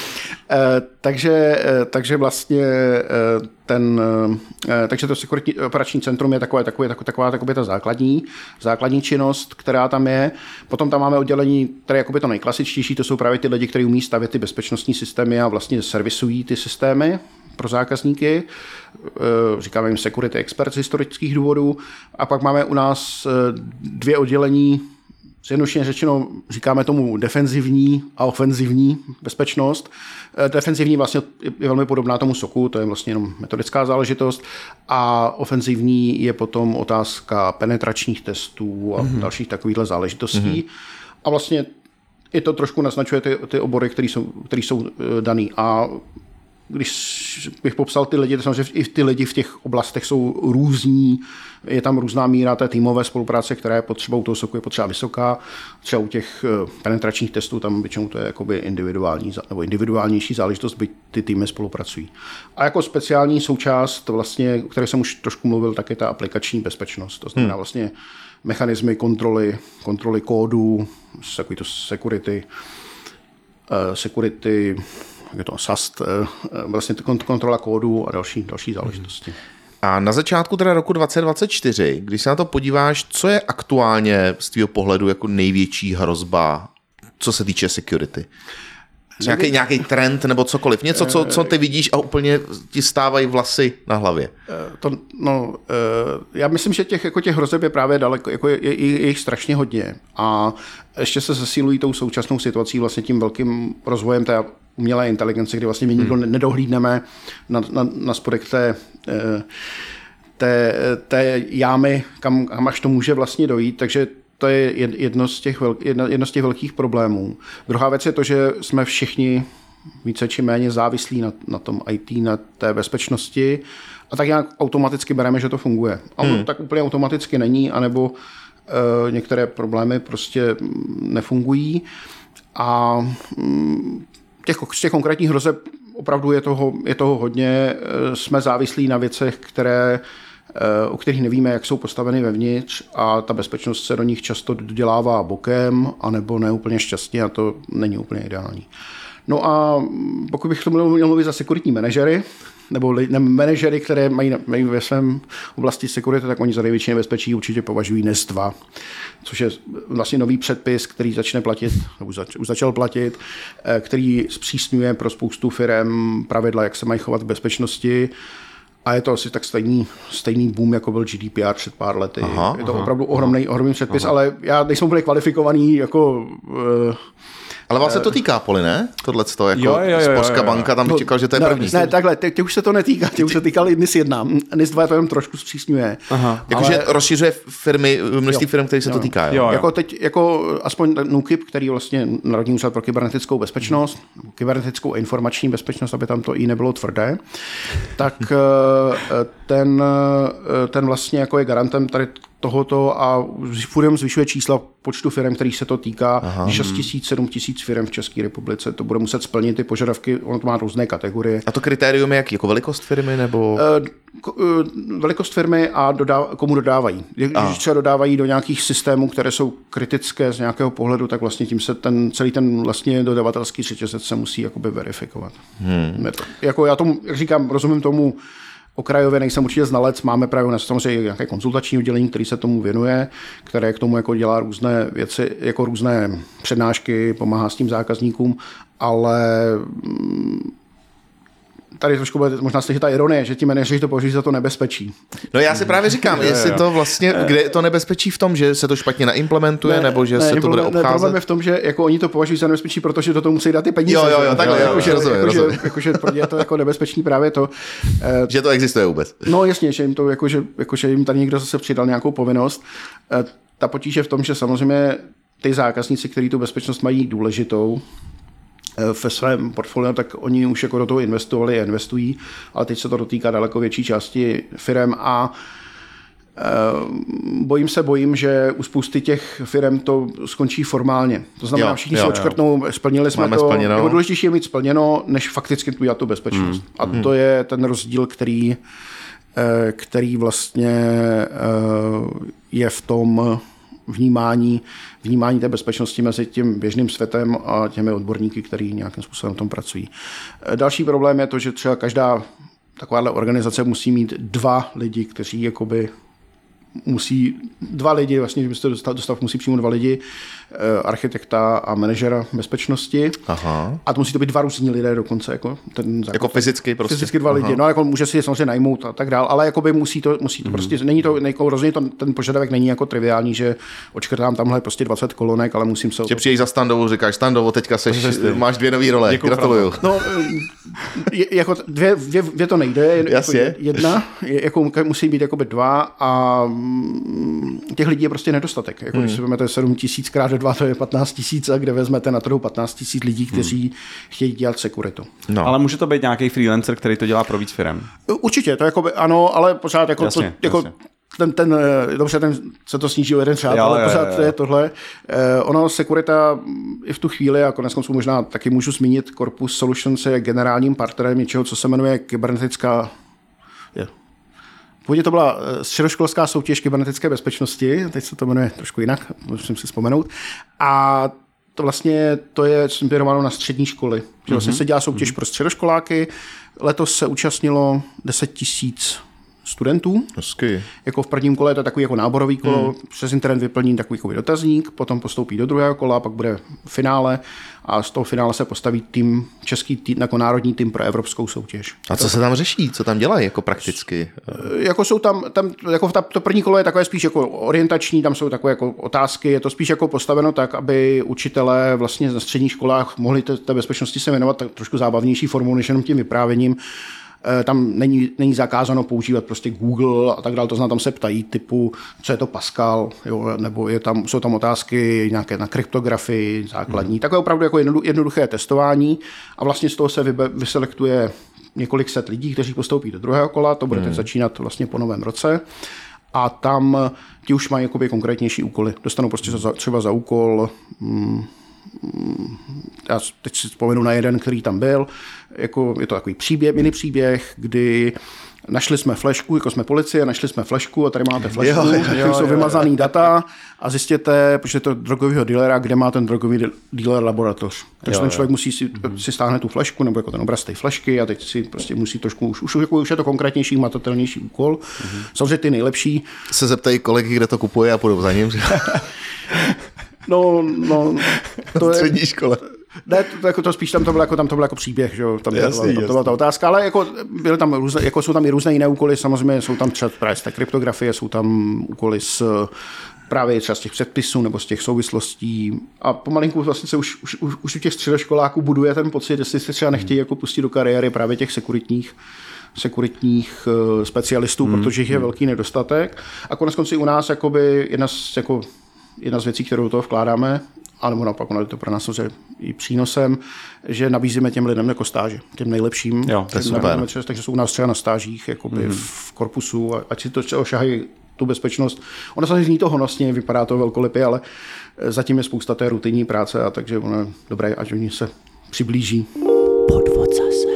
D: takže, takže vlastně ten, takže to security operační centrum je takové, takové, taková, taková ta základní, základní činnost, která tam je. Potom tam máme oddělení, které je jakoby to nejklasičtější, to jsou právě ty lidi, kteří umí stavět ty bezpečnostní systémy a vlastně servisují ty systémy pro zákazníky. Říkáme jim security expert z historických důvodů. A pak máme u nás dvě oddělení, zjednodušeně řečeno, říkáme tomu defenzivní a ofenzivní bezpečnost. Defenzivní vlastně je velmi podobná tomu soku, to je vlastně jenom metodická záležitost. A ofenzivní je potom otázka penetračních testů a mm-hmm. dalších takovýchhle záležitostí. Mm-hmm. A vlastně i to trošku naznačuje ty, ty obory, které jsou, které jsou daný. A když bych popsal ty lidi, to samozřejmě i ty lidi v těch oblastech jsou různí, je tam různá míra té týmové spolupráce, která je potřebou toho soku je potřeba vysoká. Třeba u těch penetračních testů tam většinou to je jakoby individuální nebo individuálnější záležitost, byť ty týmy spolupracují. A jako speciální součást, vlastně, o které jsem už trošku mluvil, tak je ta aplikační bezpečnost. To znamená vlastně mechanismy kontroly, kontroly kódů, takový to security, uh, security je to S A S T, vlastně kontrola kódu a další, další záležitosti.
B: A na začátku teda roku dvacet dvacet čtyři, když se na to podíváš, co je aktuálně z tvého pohledu jako největší hrozba, co se týče security? Nějaký, nějaký trend nebo cokoliv, něco, co, co ty vidíš a úplně ti stávají vlasy na hlavě.
D: To, no, já myslím, že těch, jako těch hrozeb je právě daleko, jako je, je, je jich strašně hodně a ještě se zesílují tou současnou situací, vlastně tím velkým rozvojem té umělé inteligence, kdy vlastně my nikdo hmm. nedohlídneme na, na, na spodek té, té, té jámy, kam, kam až to může vlastně dojít, takže to je jedno z těch, velk, jedno, jedno z těch velkých problémů. Druhá věc je to, že jsme všichni více či méně závislí na, na tom í té, na té bezpečnosti a tak nějak automaticky bereme, že to funguje. A ono hmm. tak úplně automaticky není, anebo e, některé problémy prostě nefungují a mm, těch, z těch konkrétních hrozeb opravdu je toho, je toho hodně. Jsme závislí na věcech, které o kterých nevíme, jak jsou postaveny vevnitř a ta bezpečnost se do nich často dodělává bokem, anebo neúplně šťastně a to není úplně ideální. No a pokud bych to měl mluvit za sekuritní manažery, nebo ne, manažery, které mají, mají ve svém oblasti security, tak oni za největší nebezpečí určitě považují N I S dva, což je vlastně nový předpis, který začne platit, nebo zač, už začal platit, který zpřísňuje pro spoustu firem pravidla, jak se mají chovat v bezpečnosti. A je to asi tak stejný, stejný boom, jako byl G D P R před pár lety. Aha, je to aha, opravdu ohromný, ohromný předpis, aha. Ale já nejsem úplně kvalifikovaný jako... Uh,
B: ale vás se to týká, Poli, ne? Tohleto, jako
C: jo, jo, jo,
B: Spořka banka, tam bych no, čekal, že to je
D: ne,
B: první.
D: Ne, takhle, tě, tě už se to netýká, tě už se týkal N I S jedna. N I S dva je to jenom trošku zpřísňuje.
B: Jakože ale... rozšiřuje firmy, množství jo, firm, který se jo, to týká. Jo?
C: Jo, jo.
D: Jako teď, jako aspoň NÚKIB, který vlastně Národní úřad pro kybernetickou bezpečnost, hmm. kybernetickou a informační bezpečnost, aby tam to i nebylo tvrdé, tak ten, ten vlastně jako je garantem tady tohoto a furt zvyšuje čísla počtu firm, kterých se to týká. šest tisíc, sedm tisíc firm v České republice. To bude muset splnit ty požadavky, ono to má různé kategorie.
B: A to kritérium je jak? Jako velikost firmy nebo?
D: Velikost firmy a dodáv- komu dodávají. Když třeba dodávají do nějakých systémů, které jsou kritické z nějakého pohledu, tak vlastně tím se ten celý ten vlastně dodavatelský řetězec se musí jakoby verifikovat. Hmm. Jako já tomu, jak říkám, rozumím tomu okrajově, nejsem určitě znalec, máme právě na samozřejmě nějaké konzultační oddělení, který se tomu věnuje, které k tomu jako dělá různé věci, jako různé přednášky, pomáhá s tím zákazníkům, ale tady trošku bude možná slyšet ta ironie, že ti manažeři to považují za to nebezpečí.
B: No já si právě říkám, jestli to vlastně, kde je to nebezpečí v tom, že se to špatně naimplementuje, ne, nebo že ne, se to bude obcházet? Ne, problém
D: je v tom, že jako oni to považují za nebezpečí, protože do toho musí dát ty peníze.
B: Jo, jo, jo, takhle, jakože
D: jako, jako, jako, pro ně je to jako nebezpečný právě to.
B: Že to existuje vůbec.
D: No jasně, že jim to, jako, že, jako, že jim tady někdo zase přidal nějakou povinnost. Ta potíž je v tom, že samozřejmě ty zákazníci, kteří tu bezpečnost mají důležitou, ve svém portfoliu, tak oni už jako do toho investovali a investují, ale teď se to dotýká daleko větší části firem a bojím se, bojím, že u spousty těch firem to skončí formálně. To znamená, jo, všichni jo, se odškrtnou, splnili jsme
B: Máme
D: to.
B: Splněno.
D: Jako důležitější je mít splněno, než fakticky tu dělat tu bezpečnost. Hmm. A hmm. to je ten rozdíl, který, který vlastně je v tom, vnímání, vnímání té bezpečnosti mezi tím běžným světem a těmi odborníky, kteří nějakým způsobem v tom pracují. Další problém je to, že třeba každá takováhle organizace musí mít dva lidi, kteří jakoby musí, dva lidi, vlastně, že byste dostal, dostal musí přímo dva lidi, architekta a manažera bezpečnosti.
B: Aha.
D: A to musí to být dva různí lidé dokonce. Jako, ten zákon,
B: jako fyzicky prostě.
D: Fyzicky dva lidi. No jako může si je samozřejmě najmout a tak dál, ale jakoby musí to, musí to mm. prostě, není to, nejko, rozhodně to, ten požadavek není jako triviální, že odškrtám tamhle prostě dvacet kolonek, ale musím se...
B: Tě přijdeš za Standovou, říkáš Standovo, teďka seš, máš dvě nový role, děkuju, gratuluju.
D: No, je, jako dvě, dvě, dvě to nejde,
B: Jasně.
D: Jako jedna, je, jako musí být jakoby dva a těch lidí je prostě nedostatek. Jako, hmm. Když si vezmete sedm tisíc krát dva, to je patnáct tisíc, a kde vezmete na trhu patnáct tisíc lidí, kteří hmm. chtějí dělat sekuritu.
C: No. Ale může to být nějaký freelancer, který to dělá pro víc firem?
D: Určitě, to jakoby, ano, ale pořád jako,
C: jasně,
D: to, jako ten, ten, dobře, ten se to snížil jeden řád, ale pořád jo, jo. je tohle. Eh, ono, sekurita i v tu chvíli, a konec konců možná taky můžu zmínit, Corpus Solutions je generálním partnerem něčeho, co se jmenuje kybernetická... Je. Původně to byla středoškolská soutěž kybernetické bezpečnosti, teď se to jmenuje trošku jinak, musím si vzpomenout. A to vlastně to je směrováno na střední školy. Že vlastně se dělá soutěž mm-hmm. pro středoškoláky. Letos se účastnilo deset tisíc studentů.
B: Hezky.
D: Jako v prvním kole je to takový jako náborový kolo, hmm. přes internet vyplní takový jako dotazník, potom postoupí do druhého kola, pak bude finále a z toho finále se postaví tým, český tým, jako národní tým pro evropskou soutěž.
B: A co se tam řeší? Co tam dělají jako prakticky?
D: Jako jsou tam, tam jako ta, to první kolo je takové spíš jako orientační, tam jsou takové jako otázky, je to spíš jako postaveno tak, aby učitelé vlastně na středních školách mohli té, té bezpečnosti se věnovat tak trošku zábavnější formou, než jenom tím vyprávěním. Tam není, není zakázáno používat prostě Google a tak dále, to znamená, tam se ptají typu, co je to Pascal, jo, nebo je tam, jsou tam otázky nějaké na kryptografii základní. Hmm. Takové opravdu jako jednoduché testování a vlastně z toho se vybe, vyselektuje několik set lidí, kteří postoupí do druhého kola, to bude hmm. teď začínat vlastně po novém roce. A tam ti už mají jakoby konkrétnější úkoly. Dostanou prostě za, třeba za úkol... Hmm, já teď si vzpomenu na jeden, který tam byl, jako je to takový příběh, mini příběh, kdy našli jsme flešku, jako jsme policie, našli jsme flešku a tady máte flešku, kde jsou vymazaný data a zjistěte, protože to drogového dealera, kde má ten drogový dealer laboratoř. Takže jo, ten člověk jo. musí si, si stáhnout tu flešku, nebo jako ten obraz té flešky a teď si prostě musí trošku, už, už, už je to konkrétnější, hmatatelnější úkol. Mm-hmm. Samozřejmě ty nejlepší.
B: Se zeptají kolegy, kde to kupuje a půjdou za ním.
D: No, no, to
B: je... střední škole.
D: Ne, to, jako to spíš tam to bylo jako, tam to byl jako příběh, že jo, tam, jasný, byla, tam to byla ta otázka, ale jako, byly tam různé, jako jsou tam i různé jiné úkoly, samozřejmě jsou tam třeba právě z té kryptografie, jsou tam úkoly z právě třeba z těch předpisů nebo z těch souvislostí a pomalinku vlastně se už, už, už, už u těch středoškoláků buduje ten pocit, jestli se třeba nechtějí jako pustit do kariéry právě těch sekuritních sekuritních uh, specialistů, hmm. protože jich je hmm. velký nedostatek. A konec konců u nás jakoby jedna z, jako, jedna z věcí, kterou do toho vkládáme, anebo naopak ono je to pro nás i přínosem, že nabízíme těm lidem jako stáže, těm nejlepším.
B: Jo, to je super.
D: Čas, takže jsou u nás třeba na stážích jakoby hmm. v korpusu, ať si to ošahají tu bezpečnost. Ono se zní to honosně, vypadá to velkolepě, ale zatím je spousta té rutinní práce, a takže ono je dobré, ať oni se přiblíží.
A: Podvod zase.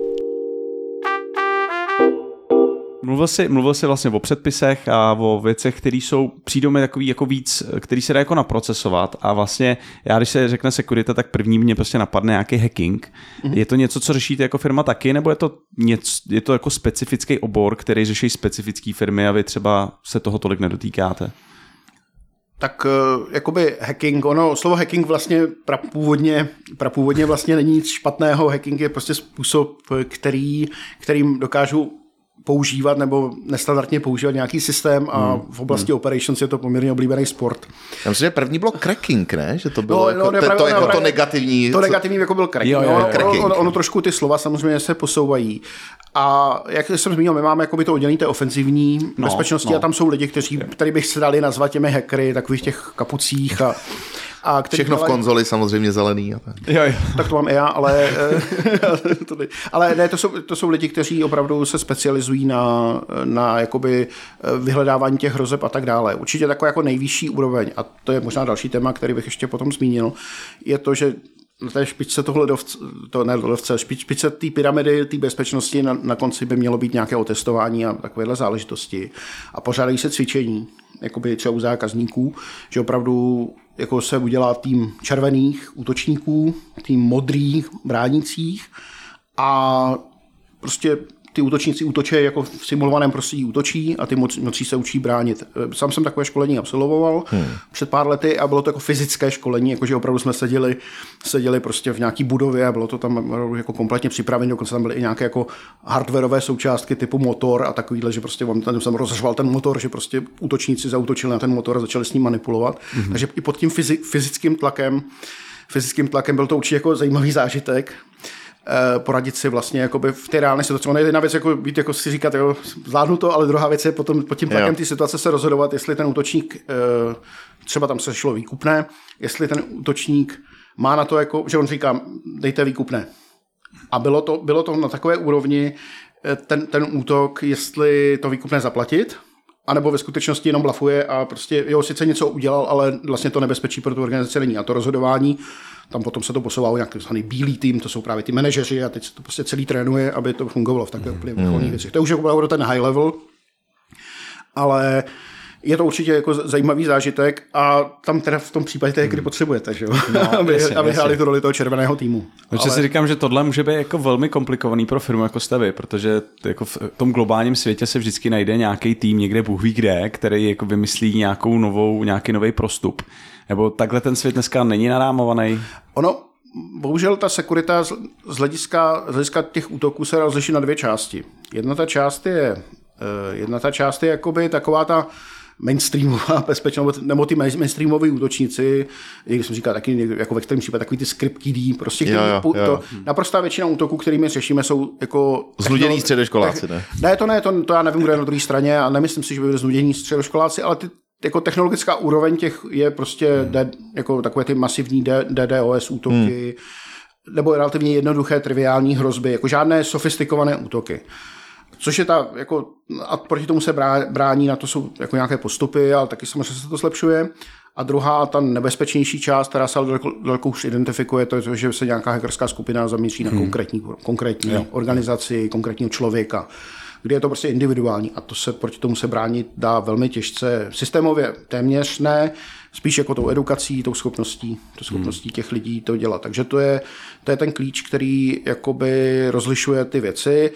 C: Mluvil jsi, mluvil jsi vlastně o předpisech a o věcech, které jsou, přijdou mi takový jako víc, který se dá jako naprocesovat a vlastně já, když se řekne sekurita, tak první mě prostě napadne nějaký hacking. Mm-hmm. Je to něco, co řešíte jako firma taky, nebo je to, něco, je to jako specifický obor, který řeší specifické firmy a vy třeba se toho tolik nedotýkáte?
D: Tak jakoby hacking, ono, slovo hacking vlastně prapůvodně, prapůvodně vlastně není nic špatného. Hacking je prostě způsob, který, kterým dokážu používat nebo nestandardně používat nějaký systém a hmm. v oblasti hmm. operations je to poměrně oblíbený sport.
B: Já myslím, že první bylo cracking, ne? Že to bylo
D: no,
B: jako,
D: no,
B: to, to, to, jako to negativní.
D: To negativní jako byl cracking. Jo, jo, jo, no, cracking. Ono, ono trošku ty slova samozřejmě se posouvají. A jak jsem zmínil, my máme jakoby to oddělení té ofenzivní no, bezpečnosti no. a tam jsou lidi, kteří, který bych se dali nazvat těmi hackery, takových těch kapucích a A
B: všechno dělají... v konzoli samozřejmě zelený. A tak.
D: Jo, jo. Tak to mám i já, ale, ale ne, to jsou, to jsou lidi, kteří opravdu se specializují na, na jakoby vyhledávání těch hrozeb a tak dále. Určitě takový jako nejvyšší úroveň, a to je možná další téma, který bych ještě potom zmínil, je to, že na té špičce toho ledovce, to ne ledovce, špič, špičce té pyramidy, té bezpečnosti na, na konci by mělo být nějaké otestování a takovéhle záležitosti. A pořádají se cvičení. jakoby třeba u zákazníků, že opravdu jako se udělá tým červených útočníků, tým modrých bránících a prostě ty útočníci útočí jako v simulovaném prostředí útočí a ty mocní se učí bránit. Sám jsem takové školení absolvoval hmm. před pár lety a bylo to jako fyzické školení, jakože opravdu jsme seděli, seděli prostě v nějaký budově a bylo to tam jako kompletně připravené, dokonce tam byly i nějaké jako hardwareové součástky typu motor a takovýhle, že prostě tam jsem rozřval ten motor, že prostě útočníci zaútočili na ten motor a začali s ním manipulovat. Hmm. Takže i pod tím fyzickým tlakem, fyzickým tlakem byl to určitě jako zajímavý zážitek. Poradit si vlastně jakoby v té reálné situaci. Ona je jedna věc, jako být, jako si říkat, jo, zvládnu to, ale druhá věc je potom pod tím tlakem té situace se rozhodovat, jestli ten útočník, třeba tam se šlo výkupné, jestli ten útočník má na to, jako, že on říká, dejte výkupné. A bylo to, bylo to na takové úrovni ten, ten útok, jestli to výkupné zaplatit, anebo ve skutečnosti jenom blafuje a prostě jo, sice něco udělal, ale vlastně to nebezpečí pro tu organizaci není. A to rozhodování, tam potom se to posouvá nějaký bílý tým, to jsou právě ty manažeři a teď se to prostě celý trénuje, aby to fungovalo v takové úplně vrcholných věcech. To už je opravdu ten high level, ale je to určitě jako zajímavý zážitek a tam teda v tom případě to je, kdy potřebujete, že jo? No, aby, jasně, aby hráli tu roli toho červeného týmu.
C: Protože ale... si říkám, že tohle může být jako velmi komplikovaný pro firmu jako jste vy, protože jako v tom globálním světě se vždycky najde nějaký tým někde Bůh ví kde, který jako vymyslí nějakou novou, nějaký nový prostup. Nebo takhle ten svět dneska není narámovaný? Ono,
D: bohužel ta sekurita z hlediska, z hlediska těch útoků se rozliší na dvě části. Jedna ta část je, jedna ta část je jakoby taková ta mainstreamová bezpečnost, nebo ty mainstreamoví útočníci, jak jsem říkal, taky jako ve kterém případě takový ty script kiddí, prostě který, jo, jo, jo. To, naprostá většina útoků, kterými řešíme, jsou jako...
B: Znudění středoškoláci, ne?
D: Ne, to ne, to, to já nevím, kdo je na druhé straně a nemyslím si, že by byli znudění středoškoláci, ale ty jako technologická úroveň těch je prostě hmm. D, jako takové ty masivní D, DDoS útoky, hmm. nebo relativně jednoduché, triviální hrozby, jako žádné sofistikované útoky. Což je ta, jako, a proti tomu se brání, na to jsou jako nějaké postupy, ale taky samozřejmě se to zlepšuje. A druhá, ta nebezpečnější část, která se daleko, daleko už identifikuje, to je to, že se nějaká hackerská skupina zaměří na hmm. konkrétní, konkrétní jo. organizaci, konkrétního člověka, kde je to prostě individuální a to se proti tomu se bránit dá velmi těžce. Systémově téměř ne, spíš jako tou edukací, tou schopností, tou schopností těch lidí to dělat. Takže to je, to je ten klíč, který jakoby rozlišuje ty věci.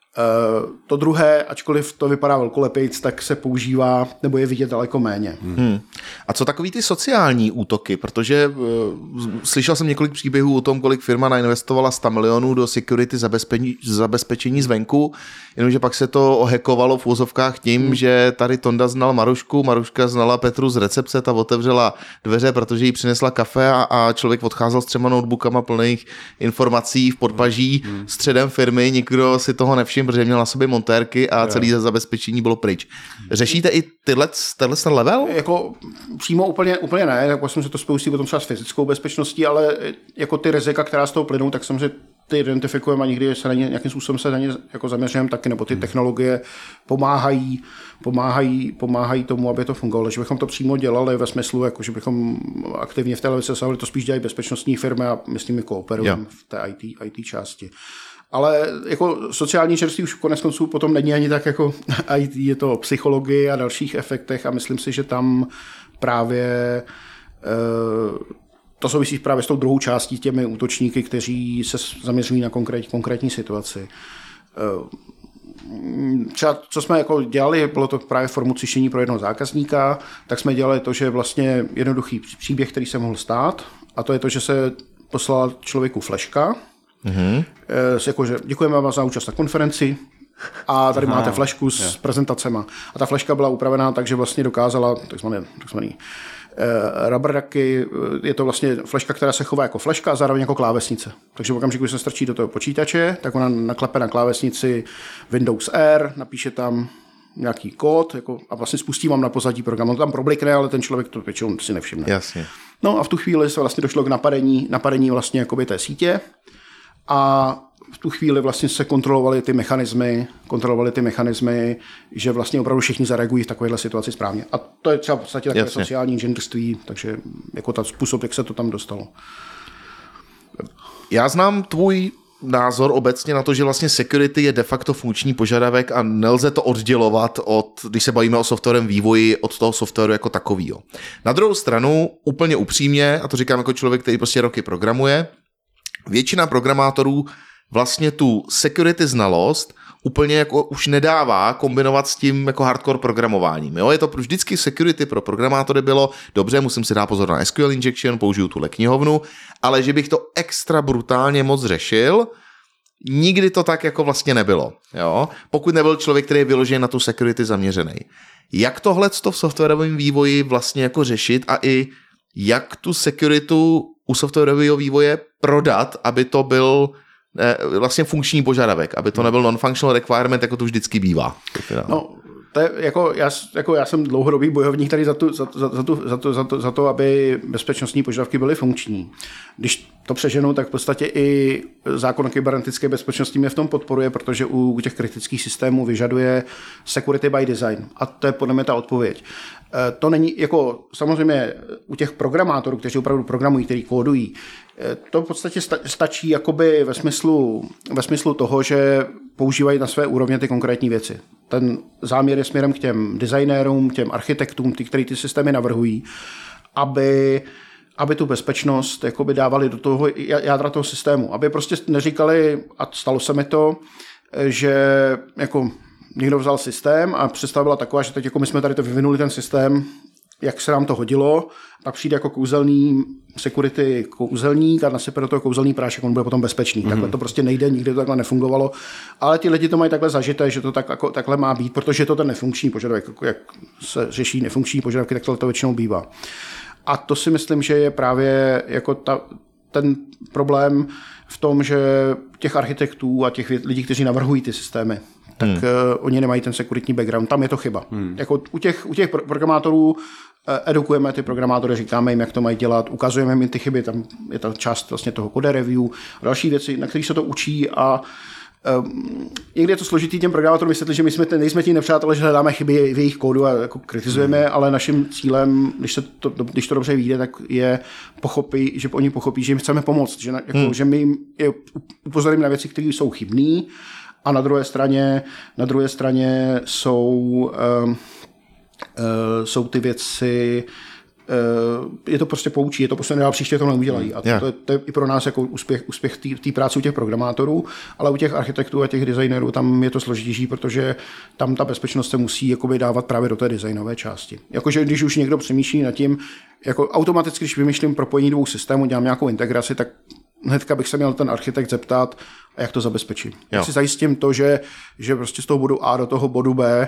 D: Uh, to druhé, ačkoliv to vypadá velkolepějc, tak se používá, nebo je vidět daleko méně.
B: Hmm. A co takový ty sociální útoky? Protože uh, slyšel jsem několik příběhů o tom, kolik firma nainvestovala sto milionů do security zabezpečení, zabezpečení zvenku, jenomže pak se to ohekovalo v úzovkách tím, hmm. že tady Tonda znal Marušku, Maruška znala Petru z recepce, ta otevřela dveře, protože jí přinesla kafe a, a člověk odcházel s třema notebookama plných informací v podpaží hmm. středem firmy, nikdo si toho nevšiml, protože měl na sobě montérky a celý zabezpečení bylo pryč. Řešíte i tyhle, tenhle ten level?
D: Jako přímo úplně, úplně ne, tak jsem se to spoustí potom třeba s fyzickou bezpečností, ale jako ty rizika, která z toho plynou, tak samozřejmě ty identifikujeme a nikdy se na ně, nějakým způsobem se na ně jako zaměřujeme taky, nebo ty technologie pomáhají, pomáhají, pomáhají tomu, aby to fungovalo. Že bychom to přímo dělali ve smyslu, jako, že bychom aktivně v té levice sahovali, to spíš dělají bezpečnostní firmy a my s nimi kooperujeme v té í té, í té části. Ale jako sociální čerství už konec konců potom není ani tak jako í té, je to o psychologii a dalších efektech a myslím si, že tam právě e, to souvisí právě s tou druhou částí těmi útočníky, kteří se zaměřují na konkrét, konkrétní situaci. E, třeba co jsme jako dělali, bylo to právě formu cvičení pro jednoho zákazníka, tak jsme dělali to, že vlastně jednoduchý příběh, který se mohl stát, a to je to, že se poslala člověku fleška, mm-hmm. jako, že děkujeme vám za účast na konferenci a tady Aha, máte flešku s je. prezentacema. A ta fleška byla upravená tak, že vlastně dokázala takzvaný, takzvaný uh, rubber ducky, je to vlastně fleška, která se chová jako fleška a zároveň jako klávesnice. Takže v okamžiku, když se strčí do toho počítače, tak ona naklepe na klávesnici Windows R, napíše tam nějaký kód jako, a vlastně spustí vám na pozadí program. On tam problikne, ale ten člověk to většinou si nevšimne.
B: Jasně.
D: No a v tu chvíli se vlastně došlo k napadení, napadení vlastně jakoby té sítě a v tu chvíli vlastně se kontrolovaly ty mechanismy, kontrolovaly ty mechanismy, že vlastně opravdu všichni zareagují v takovéhle situaci správně. A to je třeba v podstatě takové Jasně. sociální inženýrství, takže jako ta způsob, jak se to tam dostalo.
B: Já znám tvůj názor obecně na to, že vlastně security je de facto funkční požadavek a nelze to oddělovat od, když se bavíme o softwarovém vývoji, od toho softwaru jako takového. Na druhou stranu, úplně upřímně, a to říkám jako člověk, který prostě roky programuje, většina programátorů vlastně tu security znalost úplně jako už nedává kombinovat s tím jako hardcore programováním. Jo? Je to vždycky security pro programátory bylo, dobře, musím si dát pozor na S Q L injection, použiju tuhle knihovnu, ale že bych to extra brutálně moc řešil, nikdy to tak jako vlastně nebylo. Jo? Pokud nebyl člověk, který je vyložen na tu security zaměřený. Jak tohleto v softwarovém vývoji vlastně jako řešit a i jak tu security u softwarového vývoje prodat, aby to byl vlastně funkční požadavek, aby to nebyl non-functional requirement, jako to vždycky bývá.
D: No, to je, jako, já, jako já jsem dlouhodobý bojovník tady za, tu, za, za, za, tu, za, to, za, to, za to, aby bezpečnostní požadavky byly funkční. Když to přeženu, tak v podstatě i zákon o kybernetické bezpečnosti mě v tom podporuje, protože u, u těch kritických systémů vyžaduje security by design. A to je podle mě ta odpověď. To není, jako samozřejmě u těch programátorů, kteří opravdu programují, kteří kódují, to v podstatě stačí jakoby ve smyslu, ve smyslu toho, že používají na své úrovně ty konkrétní věci. Ten záměr je směrem k těm designérům, těm architektům, ty, kteří ty systémy navrhují, aby, aby tu bezpečnost jakoby dávali do toho jádra toho systému. Aby prostě neříkali, a stalo se mi to, že jako někdo vzal systém a představa byla taková, že teď jako my jsme tady to vyvinuli ten systém, jak se nám to hodilo, pak přijde jako kouzelný security kouzelník a nasype do toho kouzelný prášek, on bude potom bezpečný. Mm-hmm. Takhle to prostě nejde, nikdy to takhle nefungovalo, ale ti lidi to mají takhle zažité, že to tak, jako, takhle má být, protože je to ten nefunkční požadavek, jako jak se řeší nefunkční požadavky, tak to většinou bývá. A to si myslím, že je právě jako ta, ten problém v tom, že těch architektů a těch lidí, kteří navrhují ty systémy, tak hmm. uh, oni nemají ten sekuritní background. Tam je to chyba. Hmm. Jako u těch, u těch programátorů uh, edukujeme ty programátory, říkáme jim, jak to mají dělat, ukazujeme jim ty chyby, tam je ta část vlastně toho code review, další věci, na kterých se to učí a um, někdy je to složitý těm programátorům vysvětlit, že my jsme, nejsme tím nepřátelé, že hledáme chyby v jejich kódu a jako kritizujeme, hmm. ale naším cílem, když, se to, když to dobře vyjde, tak je pochopí, že oni pochopí, že jim chceme pomoct, že, na, jako, hmm. že my jim je upozoríme na věci, které jsou chybné. A na druhé straně, na druhé straně jsou, uh, uh, jsou ty věci, uh, je to prostě poučí, je to prostě nedá, příště to neudělají. A yeah. to, to je i pro nás jako úspěch, úspěch té práce u těch programátorů, ale u těch architektů a těch designérů tam je to složitější, protože tam ta bezpečnost se musí jakoby dávat právě do té designové části. Jakože když už někdo přemýšlí nad tím, jako automaticky, když vymýšlím propojení dvou systémů, dělám nějakou integraci, tak hnedka bych se měl ten architekt zeptat, a jak to zabezpečím. Jak si zajistím to, že, že prostě z toho bodu A do toho bodu B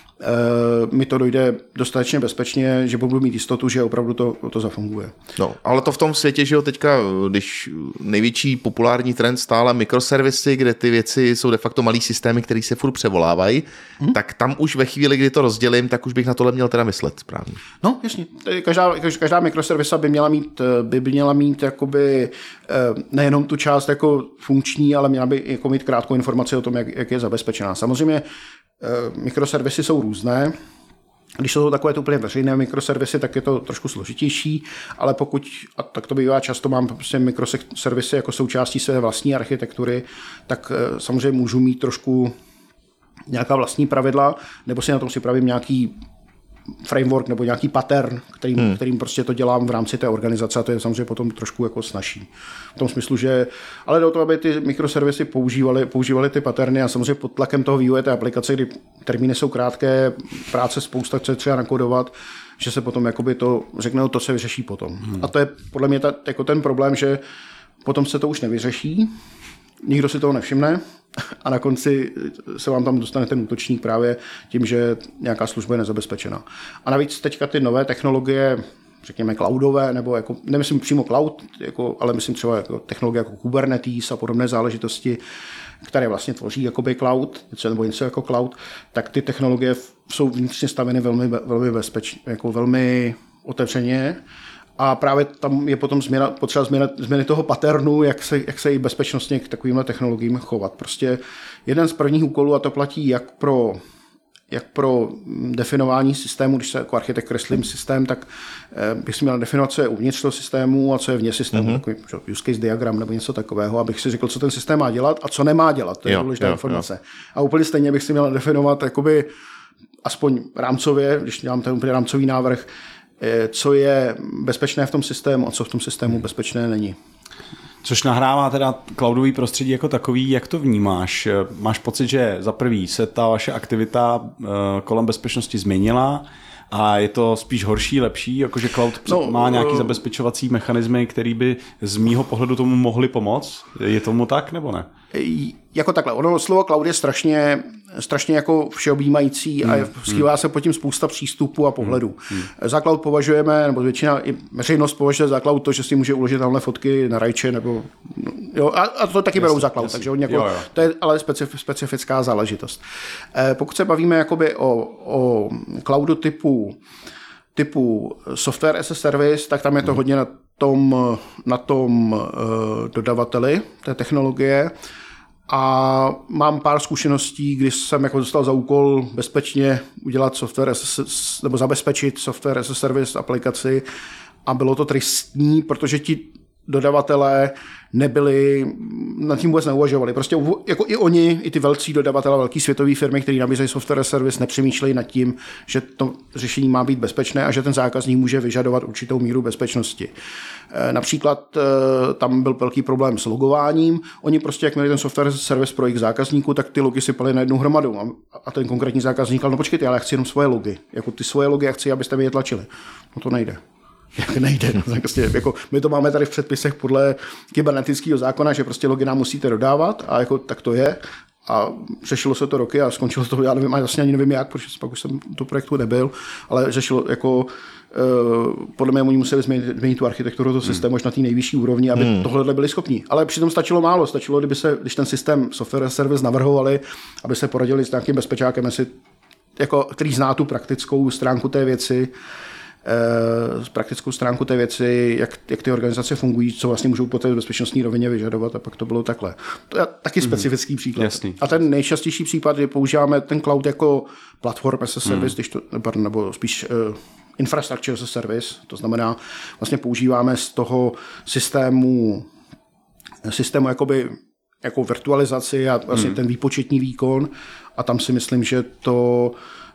D: e, mi to dojde dostatečně bezpečně, že budu mít jistotu, že opravdu to, to zafunguje.
B: No, ale to v tom světě, že jo, teďka, když největší populární trend stále mikroservisy, kde ty věci jsou de facto malý systémy, které se furt převolávají, hmm. tak tam už ve chvíli, kdy to rozdělím, tak už bych na tohle měl teda myslet správně.
D: No, jasně. Každá, každá mikroservisa by měla mít, by měla mít jakoby nejenom tu část jako funkční, ale měla by jako mít krátkou informaci o tom, jak, jak je zabezpečená. Samozřejmě mikroservisy jsou různé. Když jsou to takové to úplně veřejné mikroservisy, tak je to trošku složitější, ale pokud, a tak to bývá často, mám prostě mikroservisy jako součástí své vlastní architektury, tak samozřejmě můžu mít trošku nějaká vlastní pravidla, nebo si na tom připravím nějaký framework nebo nějaký pattern, kterým, hmm. kterým prostě to dělám v rámci té organizace a to je samozřejmě potom trošku jako snažší. V tom smyslu, že ale do toho, aby ty mikroservisy používaly, používaly ty patterny a samozřejmě pod tlakem toho vývoje té aplikace, kdy termíny jsou krátké, práce spousta, co je třeba nakodovat, že se potom jakoby to řekne, to se vyřeší potom. Hmm. A to je podle mě ta, jako ten problém, že potom se to už nevyřeší, nikdo si toho nevšimne a na konci se vám tam dostane ten útočník právě tím, že nějaká služba je nezabezpečená. A navíc teďka ty nové technologie, řekněme cloudové, nebo jako, nemyslím přímo cloud, jako, ale myslím třeba jako technologie jako Kubernetes a podobné záležitosti, které vlastně tvoří jakoby cloud, nebo něco jako cloud, tak ty technologie jsou vnitřně staveny velmi, velmi bezpečně, jako velmi otevřeně. A právě tam je potom změna, potřeba změna, změny toho paternu, jak se, jak se i bezpečnostně k takovým technologiím chovat. Prostě jeden z prvních úkolů, a to platí jak pro jak pro definování systému, když se jako architekt kreslím systém, tak bych si měl definovat, co je uvnitř toho systému a co je vně systému, mm-hmm. takový use case diagram nebo něco takového, abych si řekl, co ten systém má dělat a co nemá dělat. To je jo, důležitá jo, informace. Jo. A úplně stejně bych si měl definovat jakoby aspoň rámcově, když dělám ten úplně rámcový návrh, co je bezpečné v tom systému a co v tom systému bezpečné není.
C: Což nahrává teda cloudový prostředí jako takový, jak to vnímáš? Máš pocit, že za prvý se ta vaše aktivita kolem bezpečnosti změnila a je to spíš horší, lepší, jakože cloud no, má nějaký zabezpečovací mechanismy, který by z mýho pohledu tomu mohly pomoct? Je tomu tak, nebo ne?
D: Jako takhle, ono slovo cloud je strašně, strašně jako všeobjímající hmm. a skrývá hmm. se pod tím spousta přístupů a pohledů. Hmm. Za cloud považujeme, nebo většina i veřejnost považuje za cloud to, že si může uložit tamhle fotky na rajče, nebo jo, a, a to taky jasný, berou za cloud, jasný. Takže jako, jo, jo. To je ale specif, specifická záležitost. Eh, pokud se bavíme jakoby o, o cloudu typu typu software as a service, tak tam je to hodně na tom, na tom uh, dodavateli té technologie. A mám pár zkušeností, kdy jsem jako dostal za úkol bezpečně udělat software as a, nebo zabezpečit software as a service aplikaci a bylo to tristní, protože ti dodavatelé nebyli, nad tím vůbec neuvažovali. Prostě jako i oni, i ty velcí dodavatelé, velký světové firmy, který nabízejí software service, nepřemýšlejí nad tím, že to řešení má být bezpečné a že ten zákazník může vyžadovat určitou míru bezpečnosti. Například tam byl velký problém s logováním. Oni prostě, jak měli ten software service pro jejich zákazníků, tak ty logy sypali na jednu hromadu. A ten konkrétní zákazník říkal, no počkejte, ale já chci jenom svoje logy. Jako ty svoje logy, já chci, abyste mi je tlačili. No to nejde. Jak nejde. Prostě, jako, my to máme tady v předpisech podle kybernetického zákona, že prostě logy nám musíte dodávat a jako, tak to je. A řešilo se to roky a skončilo to, já nevím, vlastně ani nevím jak, protože pak už jsem do projektu nebyl, ale řešilo jako podle mě oni museli změnit, změnit tu architekturu toho systému až na té nejvyšší úrovni, aby hmm. tohle byli schopní. Ale přitom stačilo málo, stačilo, kdyby se, když ten systém software service navrhovali, aby se poradili s nějakým bezpečákem, jestli, jako, který zná tu praktickou stránku té věci, z praktickou stránku té věci, jak, jak ty organizace fungují, co vlastně můžou po té bezpečnostní rovině vyžadovat a pak to bylo takhle. To je taky specifický mm, příklad. Jasný. A ten nejčastější případ je, používáme ten cloud jako platform as a service, mm. když to, nebo spíš uh, infrastructure as a service, to znamená, vlastně používáme z toho systému systému jakoby jako virtualizaci a vlastně mm. ten výpočetní výkon a tam si myslím, že to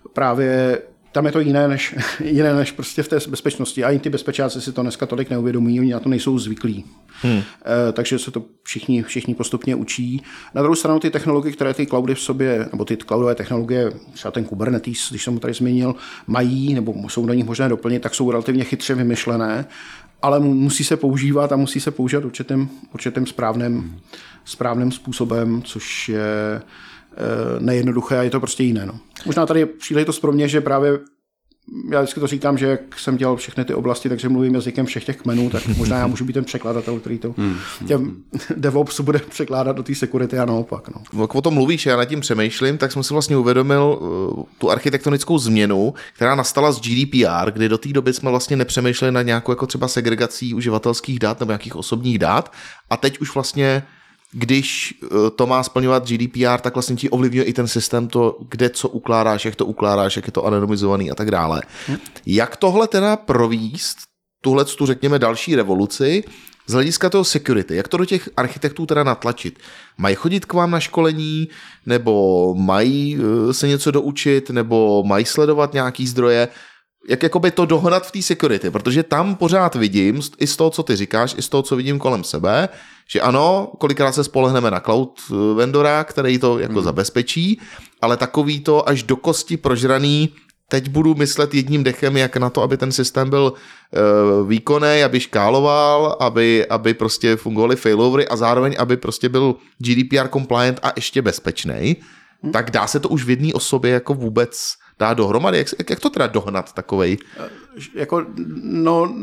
D: právě tam je to jiné než, jiné než prostě v té bezpečnosti. A i ty bezpečáci si to dneska tolik neuvědomují, oni na to nejsou zvyklí. Hmm. E, takže se to všichni, všichni postupně učí. Na druhou stranu ty technologie, které ty cloudy v sobě, nebo ty cloudové technologie, třeba ten Kubernetes, když jsem ho tady zmínil, mají, nebo jsou do nich možné doplnit, tak jsou relativně chytře vymyšlené, ale musí se používat a musí se používat určitým, určitým správným, hmm. správným způsobem, což je nejednoduché a je to prostě jiné. No. Možná tady je příležitost pro mě, že právě já vždycky to říkám, že jak jsem dělal všechny ty oblasti, takže mluvím jazykem všech těch kmenů, tak možná já můžu být ten překladatel, který to těm DevOps bude překládat do té security a naopak. No.
B: Jak o tom mluvíš, já nad tím přemýšlím, tak jsem si vlastně uvědomil uh, tu architektonickou změnu, která nastala z G D P R, kdy do té doby jsme vlastně nepřemýšleli nad nějakou jako třeba segregací uživatelských dat nebo nějakých osobních dat a teď už vlastně když to má splňovat G D P R, tak vlastně ti ovlivňuje i ten systém, to, kde co ukládáš, jak to ukládáš, jak je to anonymizovaný a tak dále. Hmm. Jak tohle teda províst, tuhle tu řekněme další revoluci, z hlediska toho security, jak to do těch architektů teda natlačit? Mají chodit k vám na školení, nebo mají se něco doučit, nebo mají sledovat nějaký zdroje? Jak jakoby to dohnat v té security, protože tam pořád vidím, i z toho, co ty říkáš, i z toho, co vidím kolem sebe, že ano, kolikrát se spolehneme na cloud vendora, který to jako hmm. zabezpečí, ale takový to až do kosti prožraný, teď budu myslet jedním dechem, jak na to, aby ten systém byl uh, výkonný, aby škáloval, aby, aby prostě fungovaly failovery a zároveň, aby prostě byl G D P R compliant a ještě bezpečný, hmm. tak dá se to už v jedné osobě jako vůbec dá dohromady? Jak, jak to teda dohnat takovej?
D: Jako, no,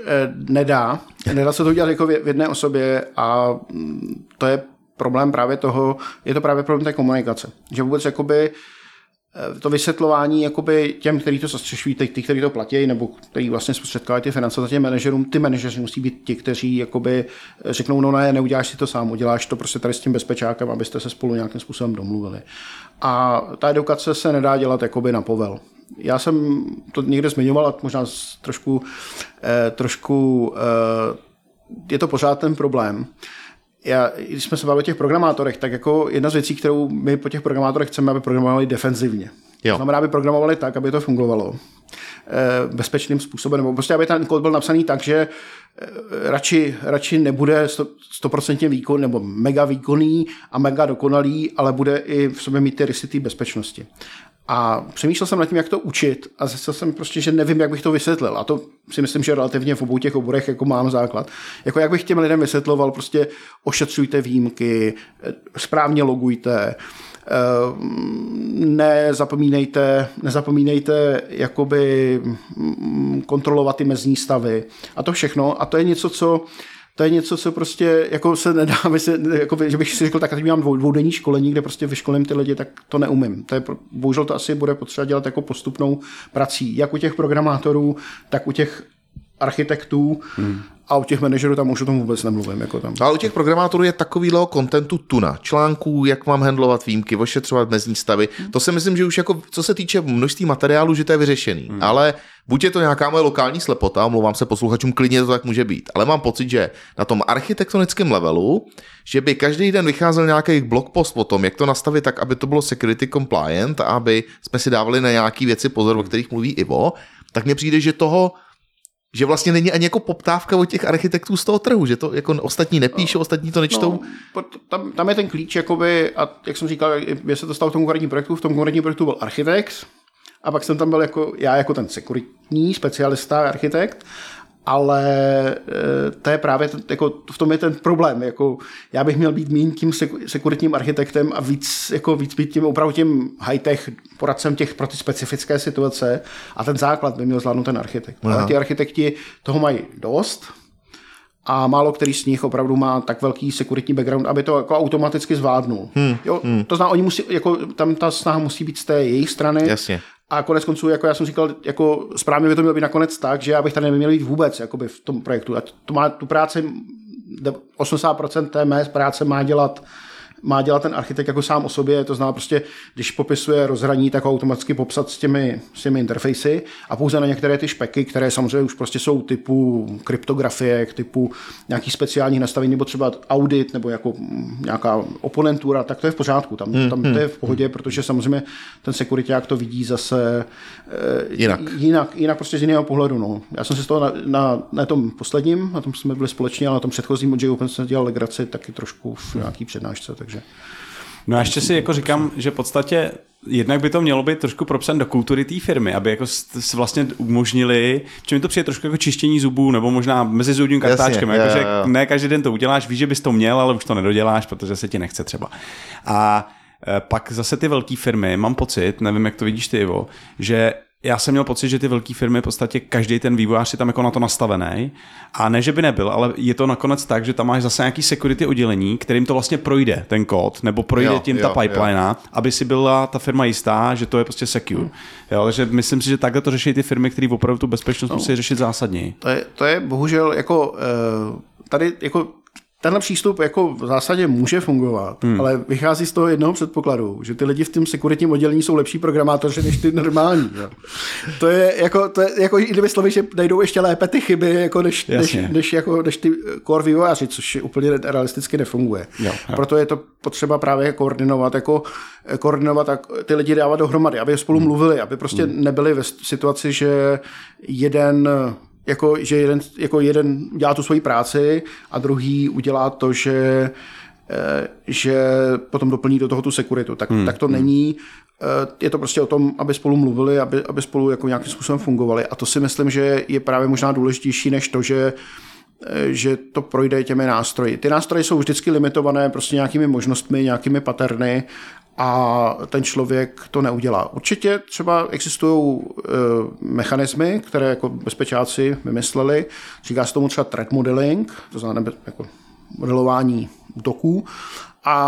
D: nedá. Nedá se to udělat jako v jedné osobě a to je problém právě toho, je to právě problém té komunikace. Že vůbec jakoby to vysvětlování jakoby těm, kteří to zastřešují, ty, ty, kteří to platí, nebo kteří vlastně zprostředkovají ty finance za těm manažerům, ty manažeři musí být ti, kteří jakoby řeknou, no ne, neuděláš si to sám, uděláš to prostě tady s tím bezpečákem, abyste se spolu nějakým způsobem domluvili. A ta edukace se nedá dělat jakoby na povel. Já jsem to někde zmiňoval, možná trošku, eh, trošku eh, je to pořád ten problém. Já, když jsme se bavili o těch programátorech, tak jako jedna z věcí, kterou my po těch programátorech chceme, aby programovali defenzivně. Jo. To znamená, aby programovali tak, aby to fungovalo e, bezpečným způsobem, nebo prostě, aby ten kód byl napsaný tak, že e, radši, radši nebude sto procent výkon, nebo mega výkonný a mega dokonalý, ale bude i v sobě mít ty rysy té bezpečnosti. A přemýšlel jsem nad tím, jak to učit a zjistil jsem prostě, že nevím, jak bych to vysvětlil. A to si myslím, že relativně v obou těch oborech jako mám základ. Jako jak bych těm lidem vysvětloval, prostě ošetřujte výjimky, správně logujte, nezapomínejte, nezapomínejte jakoby kontrolovat ty mezní stavy a to všechno. A to je něco, co To je něco, co prostě jako se nedá, jako, že bych si řekl, tak teď mám dvou, dvoudenní školení, kde prostě vyškolím ty lidi, tak to neumím. To je, bohužel to asi bude potřeba dělat jako postupnou prací, jak u těch programátorů, tak u těch architektů hmm. a u těch manažerů tam už o tom vůbec nemluvím. Jako tam.
B: Ale u těch programátorů je takovýhle kontentu tuna. Článků, jak mám handlovat výjimky, ošetřovat mezní stavy. Hmm. To si myslím, že už jako, co se týče množství materiálu, že to je vyřešený. Hmm. Ale buď je to nějaká moje lokální slepota, omlouvám se posluchačům, klidně to tak může být. Ale mám pocit, že na tom architektonickém levelu, že by každý den vycházel nějaký blogpost o tom, jak to nastavit tak, aby to bylo security compliant, aby jsme si dávali na nějaké věci pozor, o kterých mluví Ivo, tak mně přijde, že toho že vlastně není ani jako poptávka od těch architektů z toho trhu, že to jako ostatní nepíšou, no, ostatní to nečtou.
D: No, tam, tam je ten klíč, jakoby, a jak jsem říkal, že se to stalo v tom konkrétním projektu, v tom konkrétním projektu byl architekt, a pak jsem tam byl jako, já jako ten sekuritní specialista, architekt, ale to je právě, jako, v tom je ten problém, jako, já bych měl být méně tím sekuritním architektem a víc, jako, víc být tím opravdu tím high-tech poradcem těch pro ty specifické situace a ten základ by měl zvládnout ten architekt. Aha. Ale ty architekti toho mají dost a málo který z nich opravdu má tak velký sekuritní background, aby to jako automaticky zvládnul. Hmm. Jo, hmm. To znamená, oni musí, jako, tam ta snaha musí být z té jejich strany.
B: Jasně.
D: A konec konců, jako já jsem říkal, jako správně by to mělo být nakonec tak, že já bych tady neměl být vůbec jakoby v tom projektu. A to má, tu práci, osmdesát procent té mé práce má dělat má dělat ten architekt jako sám o sobě, to znamená prostě, když popisuje rozhraní, tak ho automaticky popsat s těmi, s těmi interfejsy a pouze na některé ty špeky, které samozřejmě už prostě jsou typu kryptografie, typu nějaký speciální nastavení, nebo třeba audit, nebo jako nějaká oponentura, tak to je v pořádku, tam, hmm, tam to je v pohodě, protože samozřejmě ten sekuriťák to vidí zase
B: jinak.
D: jinak, jinak prostě z jiného pohledu. No. Já jsem si z toho na, na, na tom posledním, na tom jsme byli společně, ale na tom předchozím od J-Open jsem dělal legraci taky trošku v nějaký přednášce, takže.
C: No a ještě si jako říkám, že v podstatě jednak by to mělo být trošku propsan do kultury té firmy, aby jako si vlastně umožnili, že mi to přijde trošku jako čištění zubů, nebo možná mezi zubním kartáčkem, jakože ne každý den to uděláš, víš, že bys to měl, ale už to nedoděláš, protože se ti nechce třeba. A pak zase ty velké firmy, mám pocit, nevím, jak to vidíš ty, Ivo, že já jsem měl pocit, že ty velké firmy v podstatě každý ten vývojář je tam jako na to nastavený. A ne, že by nebyl, ale je to nakonec tak, že tam máš zase nějaký security oddělení, kterým to vlastně projde ten kód, nebo projde jo, tím jo, ta pipeline, jo. Aby si byla ta firma jistá, že to je prostě secure. Hmm. Jo, takže myslím si, že takhle to řeší ty firmy, které opravdu tu bezpečnost no, musí řešit zásadně.
D: To je, to je bohužel jako tady jako tenhle přístup jako v zásadě může fungovat, hmm. ale vychází z toho jednoho předpokladu, že ty lidi v tom sekuritním oddělení jsou lepší programátoři než ty normální. Jo. To je jako, to je jako jinými slovy, že najdou ještě lépe ty chyby, jako než, než, než, jako, než ty core vývojáři, což úplně realisticky nefunguje. Jo, jo. Proto je to potřeba právě koordinovat, jako koordinovat a ty lidi dávat dohromady, aby spolu hmm. mluvili, aby prostě hmm. nebyli ve situaci, že jeden Jako, že jeden, jako jeden dělá tu svoji práci a druhý udělá to, že, že potom doplní do toho tu sekuritu. Tak, hmm. tak to hmm. není. Je to prostě o tom, aby spolu mluvili, aby, aby spolu jako nějakým způsobem fungovali. A to si myslím, že je právě možná důležitější než to, že že to projde těmi nástroji. Ty nástroje jsou vždycky limitované prostě nějakými možnostmi, nějakými paterny a ten člověk to neudělá. Určitě třeba existují e, mechanismy, které jako bezpečáci vymysleli. Říká se tomu třeba threat modeling, to znamená jako modelování útoků. A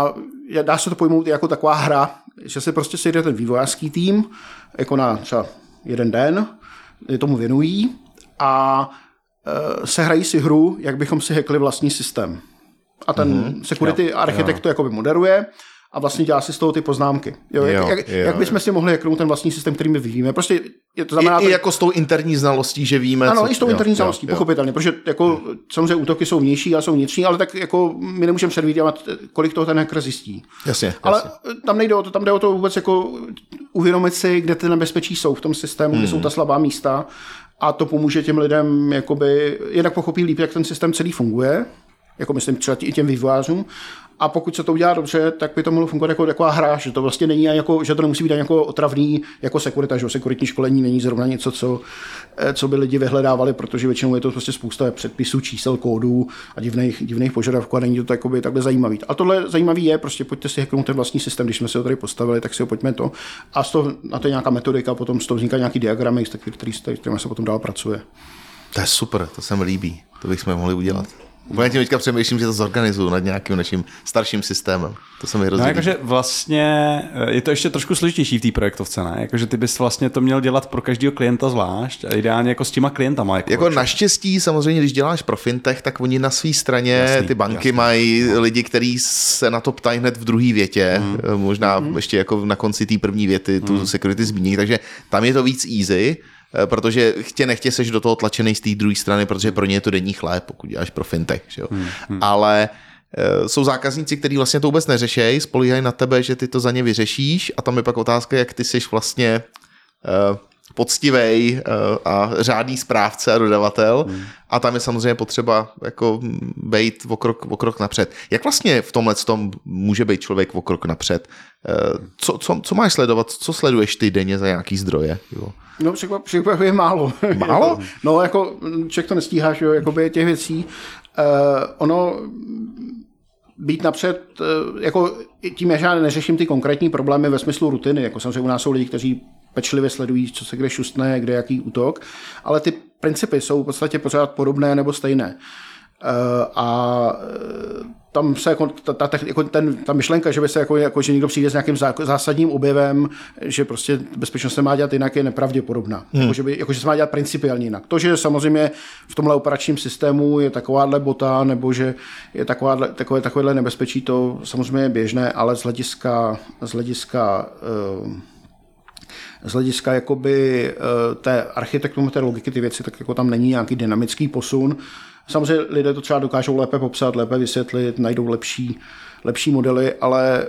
D: dá se to pojmout jako taková hra, že se prostě sejde ten vývojářský tým, jako na třeba jeden den, tomu věnují a e, sehrají si hru, jak bychom si hackli vlastní systém. A ten mm-hmm. security jo, architekt jo. to jakoby moderuje a vlastně dělá si z toho ty poznámky. Jo, jak, jo, jak, jo, jak bychom jo. si mohli hacknout ten vlastní systém, který my vyvíjíme. Prostě je to znamená,
B: I, i jako s tou interní znalostí, že víme.
D: Ano,
B: co...
D: i s tou
B: jo,
D: interní znalostí,
B: jo,
D: pochopitelně, protože jako samozřejmě útoky jsou vnější a jsou vnitřní, ale tak jako my nemůžeme předvídat, kolik toho ten hacker zjistí.
B: Jasně,
D: ale
B: jasně.
D: tam nejde o to, tam jde o to vůbec jako uvědomit si, kde ty nebezpečí jsou v tom systému, hmm. kde jsou ta slabá místa a to pomůže těm lidem jakoby jednak pochopí líp, jak ten systém celý funguje, jako myslím třeba i těm vývojářům. A pokud se to udělá dobře, tak by to mohlo fungovat jako taková hra, že to vlastně není jako, že to nemusí být jako otravný jako sekurita, že sekuritní školení není zrovna něco, co, co by lidi vyhledávali, protože většinou je to prostě spousta předpisů, čísel, kódů a divných, divných požadavků a není to takoby, takhle zajímavý. A tohle zajímavý je, prostě pojďte si hacknout ten vlastní systém, když jsme si ho tady postavili, tak si ho pojďme to. A z toho, na to je nějaká metodika, potom z toho vznikají nějaký diagramy, který, kterými se potom dál pracuje.
B: To je super, to se mi líbí, to bychom mohli udělat. Úplně tím teďka přemýšlím, že to zorganizuju nad nějakým naším starším systémem. To se mi hrozí.
C: No jakože vlastně je to ještě trošku složitější v té projektovce, ne? Jakože ty bys vlastně to měl dělat pro každého klienta zvlášť a ideálně jako s těma klientama. Jako,
B: jako naštěstí samozřejmě, když děláš pro fintech, tak oni na své straně, jasný, ty banky jasný. Mají lidi, kteří se na to ptají hned v druhé větě, mm. možná mm. ještě jako na konci té první věty tu mm. security zmíní, takže tam je to víc easy. Protože chtě nechtě seš do toho tlačený z té druhé strany, protože pro ně je to denní chléb, pokud děláš pro fintech. Že jo? Hmm, hmm. Ale e, jsou zákazníci, kteří vlastně to vůbec neřešejí, spolíhají na tebe, že ty to za ně vyřešíš a tam je pak otázka, jak ty seš vlastně e, poctivej e, a řádný správce a dodavatel hmm. a tam je samozřejmě potřeba jako bejt o krok, o krok napřed. Jak vlastně v tomhle tom může být člověk o krok napřed? E, co, co, co máš sledovat? Co sleduješ ty denně za nějaký zdroje? Jo?
D: No, překvapivě málo.
B: Málo?
D: No, jako člověk to nestíhá, že jo, jakoby těch věcí. Uh, ono být napřed, uh, jako tím, že já neřeším ty konkrétní problémy ve smyslu rutiny, jako samozřejmě u nás jsou lidi, kteří pečlivě sledují, co se kde šustne, kde jaký útok, ale ty principy jsou v podstatě pořád podobné nebo stejné. Uh, a tam se jako, ta, ta, jako ten, ta myšlenka, že by se jako, jako, že někdo přijde s nějakým zásadním objevem, že prostě bezpečnost se má dělat jinak, je nepravděpodobná. Hmm. Jako, že, by, jako, že se má dělat principiálně jinak. To, že samozřejmě v tomhle operačním systému je takováhle bota, nebo že je takováhle, takové, takovéhle nebezpečí, to samozřejmě je běžné, ale z hlediska, z hlediska uh, z hlediska jakoby, uh, té architektury, té logiky, ty věci, tak jako tam není nějaký dynamický posun. Samozřejmě lidé to třeba dokážou lépe popsat, lépe vysvětlit, najdou lepší, lepší modely, ale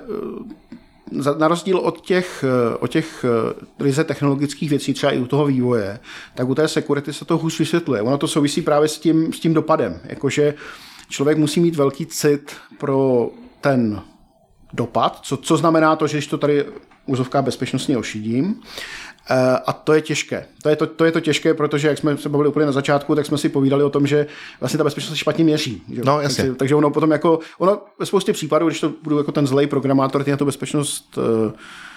D: na rozdíl od těch, od těch ryze technologických věcí, třeba i u toho vývoje, tak u té security se to hůř vysvětluje. Ono to souvisí právě s tím, s tím dopadem. Jakože člověk musí mít velký cit pro ten dopad, co, co znamená to, že když to tady úzovká bezpečnostně ošidím, a to je těžké. To je to, to je to těžké, protože jak jsme se bavili úplně na začátku, tak jsme si povídali o tom, že vlastně ta bezpečnost špatně měří. Že?
B: No, jasně.
D: Takže, takže ono potom jako, ono ve spoustě případů, když to budu jako ten zlej programátor, ty na tu bezpečnost uh,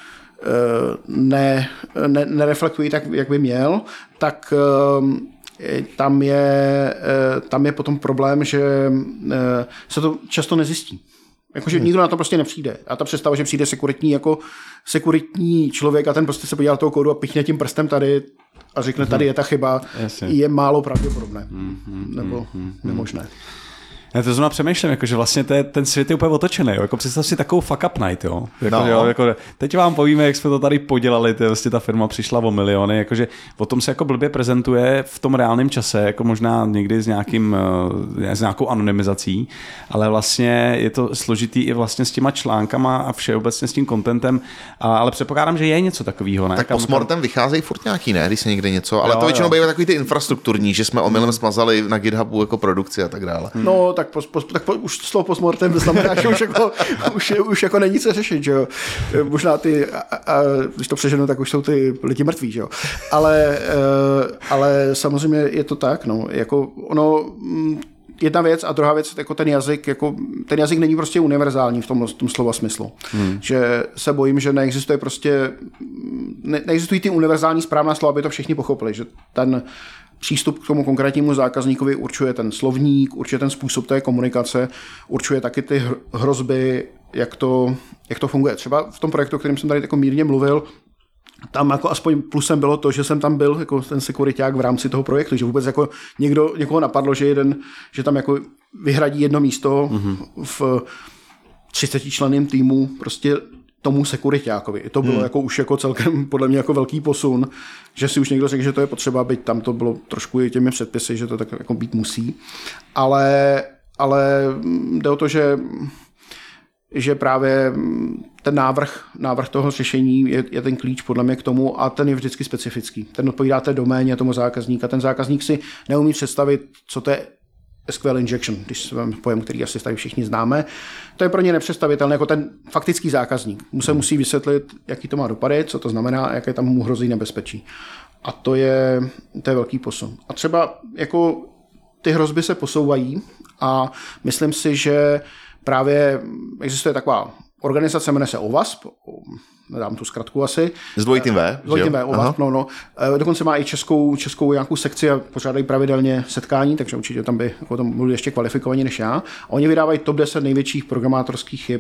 D: ne, ne, nereflektují tak, jak by měl, tak uh, tam je, uh, tam je potom problém, že uh, se to často nezjistí. Jakože hmm. nikdo na to prostě nepřijde. A ta představa, že přijde sekuritní jako sekuritní člověk a ten prostě se podívá do toho kódu a pichne tím prstem tady a řekne, tady je ta chyba, Jasně. je málo pravděpodobné. Hmm, hmm, nebo hmm, nemožné.
C: Já to zrovna přemýšlím, jako, že vlastně to je, ten svět je úplně otočený. Jo? Jako představ si takovou fuck up night. Jo? Jako, no. jo, jako, teď vám povíme, jak jsme to tady podělali, to, vlastně ta firma přišla o miliony. Jakože o tom se jako blbě prezentuje v tom reálném čase, jako možná někdy s, nějakým, s nějakou anonymizací, ale vlastně je to složitý i vlastně s těma článkama a všeobecně s tím contentem, a, ale předpokládám, že je něco takového. Ne?
B: Tak postmortem vycházejí furt nějaký, ne, když se někde něco, ale jo, to většinou bývá takový ty infrastrukturní, že jsme omylem smazali na GitHubu jako produkci a tak dále.
D: No, tak, pos, pos, tak po, už slovo postmortem znamená, že už jako, už, už jako není co řešit, že jo. Možná ty, a, a, když to přeženu, tak už jsou ty lidi mrtví, že jo. Ale, ale samozřejmě je to tak, no, jako ono, jedna věc a druhá věc, jako ten jazyk, jako ten jazyk není prostě univerzální v tom, v tom slova smyslu. Hmm. Že se bojím, že neexistuje prostě, ne, neexistují ty univerzální správná slova, aby to všichni pochopili, že ten přístup k tomu konkrétnímu zákazníkovi určuje ten slovník, určuje ten způsob té komunikace, určuje taky ty hrozby, jak to, jak to funguje. Třeba v tom projektu, o kterém jsem tady jako mírně mluvil, tam jako aspoň plusem bylo to, že jsem tam byl jako ten sekuriťák v rámci toho projektu, že vůbec jako někdo, někoho napadlo, že jeden, že tam jako vyhradí jedno místo mm-hmm. v třicetičlenném týmu prostě tomu sekuriťákovi. To bylo hmm. jako už jako celkem podle mě jako velký posun, že si už někdo řekl, že to je potřeba, byť tam to bylo trošku i těmi předpisy, že to tak jako být musí. Ale, ale jde o to, že že právě ten návrh, návrh toho řešení je, je ten klíč podle mě k tomu a ten je vždycky specifický. Ten odpovídá té doméně tomu zákazníka. Ten zákazník si neumí představit, co to je S Q L injection, když se vám pojem, který asi tady všichni známe. To je pro ně nepředstavitelné jako ten faktický zákazník. Mu se musí vysvětlit, jaký to má dopady, co to znamená a jaké tam mu hrozí nebezpečí. A to je, to je velký posun. A třeba jako ty hrozby se posouvají a myslím si, že právě existuje taková organizace, jmenuje se O W A S P, nedám tu zkratku asi.
B: S dvojitým V.
D: S dvojitým V, O W A S P, no, no. Dokonce má i českou, českou nějakou sekci a pořádají pravidelně setkání, takže určitě tam by jako tam byli ještě kvalifikovaní než já. A oni vydávají top deset největších programátorských chyb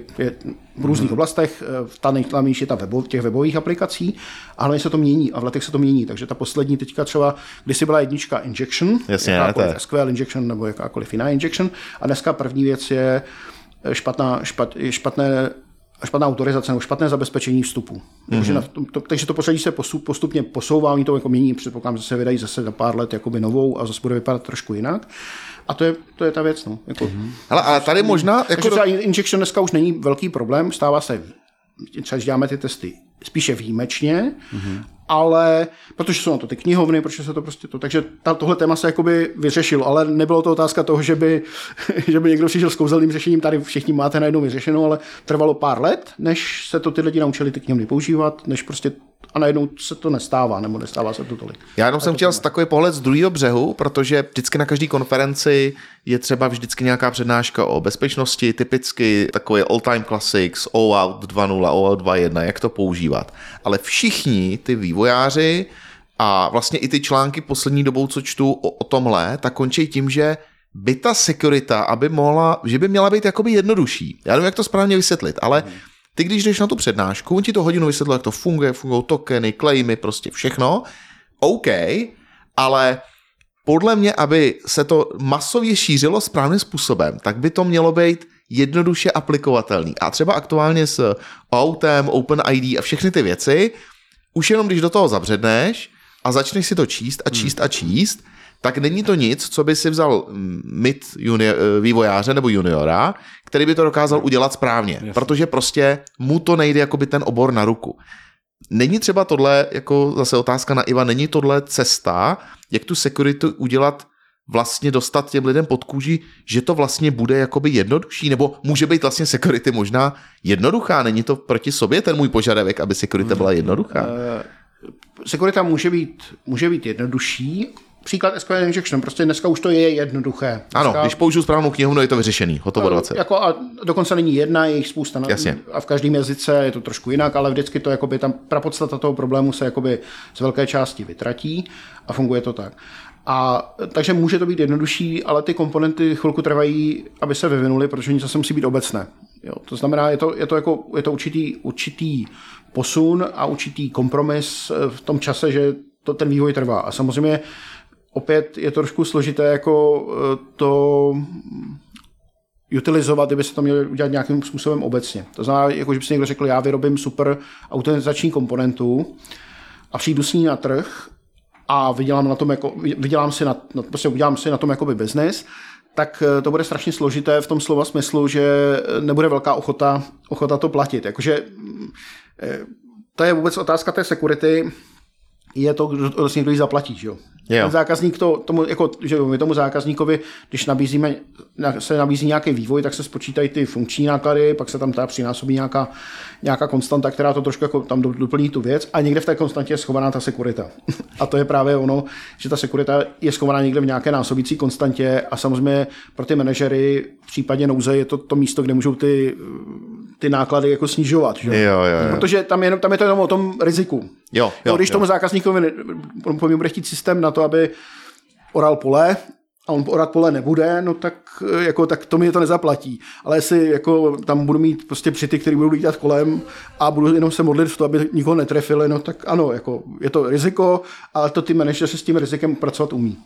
D: v různých hmm. oblastech, ta nejhlavnější je ta webo, těch webových aplikací, a hlavně se to mění a v letech se to mění. Takže ta poslední teďka třeba, kdysi byla jednička injection,
B: jasně,
D: jakákoliv S Q L injection nebo jakákoliv jiná injection, a dneska první věc je špatná, špat, špatné špatná autorizace nebo špatné zabezpečení vstupu. Mm-hmm. Takže, na to, takže to pořadí se postupně posouvá, oni to jako mění, předpokládám, že se vydají zase za pár let jakoby novou a zase bude vypadat trošku jinak. A to je, to je ta věc. No. Jako, mm-hmm.
B: Ale, ale tady možná...
D: Takže
B: jako
D: třeba injection dneska už není velký problém, stává se, třeba když děláme ty testy spíše výjimečně, mm-hmm. ale protože jsou na to ty knihovny, protože se to prostě to, takže ta, tohle téma se jakoby vyřešilo, ale nebylo to otázka toho, že by, že by někdo přišel s kouzelným řešením, tady všichni máte najednou vyřešeno, ale trvalo pár let, než se to ty lidi naučili ty knihovny používat, než prostě a najednou se to nestává, nebo nestává se to tolik.
B: Já jenom jsem chtěl z takový pohled z druhého břehu, protože vždycky na každé konferenci je třeba vždycky nějaká přednáška o bezpečnosti, typicky takový all-time classics, O Auth dva nula, O Auth dva jedna, jak to používat. Ale všichni ty vývojáři a vlastně i ty články poslední dobou, co čtu o, o tomhle, tak končí tím, že by ta sekurita, aby mohla, že by měla být jakoby jednodušší. Já nevím, jak to správně vysvětlit, ale hmm. ty, když jdeš na tu přednášku, on ti to hodinu vysvětlí, jak to funguje, fungují tokeny, claimy, prostě všechno. OK, ale podle mě, aby se to masově šířilo správným způsobem, tak by to mělo být jednoduše aplikovatelný. A třeba aktuálně s Autem, OpenID a všechny ty věci, už jenom když do toho zabředneš a začneš si to číst a číst a číst, tak není to nic, co by si vzal mid junior, vývojáře nebo juniora, který by to dokázal udělat správně, jasně. Protože prostě mu to nejde jakoby ten obor na ruku. Není třeba tohle, jako zase otázka na Iva, není tohle cesta, jak tu security udělat, vlastně dostat těm lidem pod kůži, že to vlastně bude jakoby jednodušší, nebo může být vlastně security možná jednoduchá, není to proti sobě ten můj požadavek, aby security byla jednoduchá? Uh,
D: security může být, může být jednodušší. Příklad S Q L injection, prostě dneska už to je jednoduché. Dneska,
B: ano, když použiju správnou knihovnu, je to vyřešený, hotovo dvacet.
D: Jako a dokonce není jedna, je jich spousta. Jasně. A v každém jazyce je to trošku jinak, ale vždycky to jakoby tam prapodstata toho problému se jakoby z velké části vytratí a funguje to tak. A takže může to být jednodušší, ale ty komponenty chvilku trvají, aby se vyvinuly, protože nic zase musí být obecné. Jo, to znamená, je to, je to, jako, je to určitý, určitý posun a určitý kompromis v tom čase, že to, ten vývoj trvá. A samozřejmě opět je to trošku složité jako to utilizovat, kdyby se to mělo udělat nějakým způsobem obecně. To znamená, jako že by si někdo řekl, já vyrobím super automatizační komponentu a přijdu s ní na trh a vydělám na tom jako, vydělám si na, prostě udělám si na tom jakoby business, tak to bude strašně složité v tom slova smyslu, že nebude velká ochota, ochota to platit. Jakože to je vůbec otázka té security, je to, kdo vlastně kdo ji zaplatí, že jo? Ten zákazník to, tomu, jako, že my tomu zákazníkovi, když nabízíme, se nabízí nějaký vývoj, tak se spočítají ty funkční náklady, pak se tam teda přinásobí nějaká, nějaká konstanta, která to trošku jako tam doplní tu věc a někde v té konstantě je schovaná ta sekurita. A to je právě ono, že ta sekurita je schovaná někde v nějaké násobící konstantě a samozřejmě pro ty manažery v případě nouze je to to místo, kde můžou ty, ty náklady jako snižovat. Že?
B: Jo, jo, jo.
D: Protože tam je, tam je to jenom o tom riziku.
B: Jo, jo,
D: no, když
B: jo.
D: tomu zákazníkovi po mě bude chtít systém na to, aby oral pole a on orat pole nebude, no tak, jako, tak to mi to nezaplatí. Ale jestli jako, tam budu mít prostě přity, který budou lítat kolem a budu jenom se modlit v to, aby nikoho netrefili, no tak ano, jako, je to riziko, ale to ty manažeři s tím rizikem pracovat umí.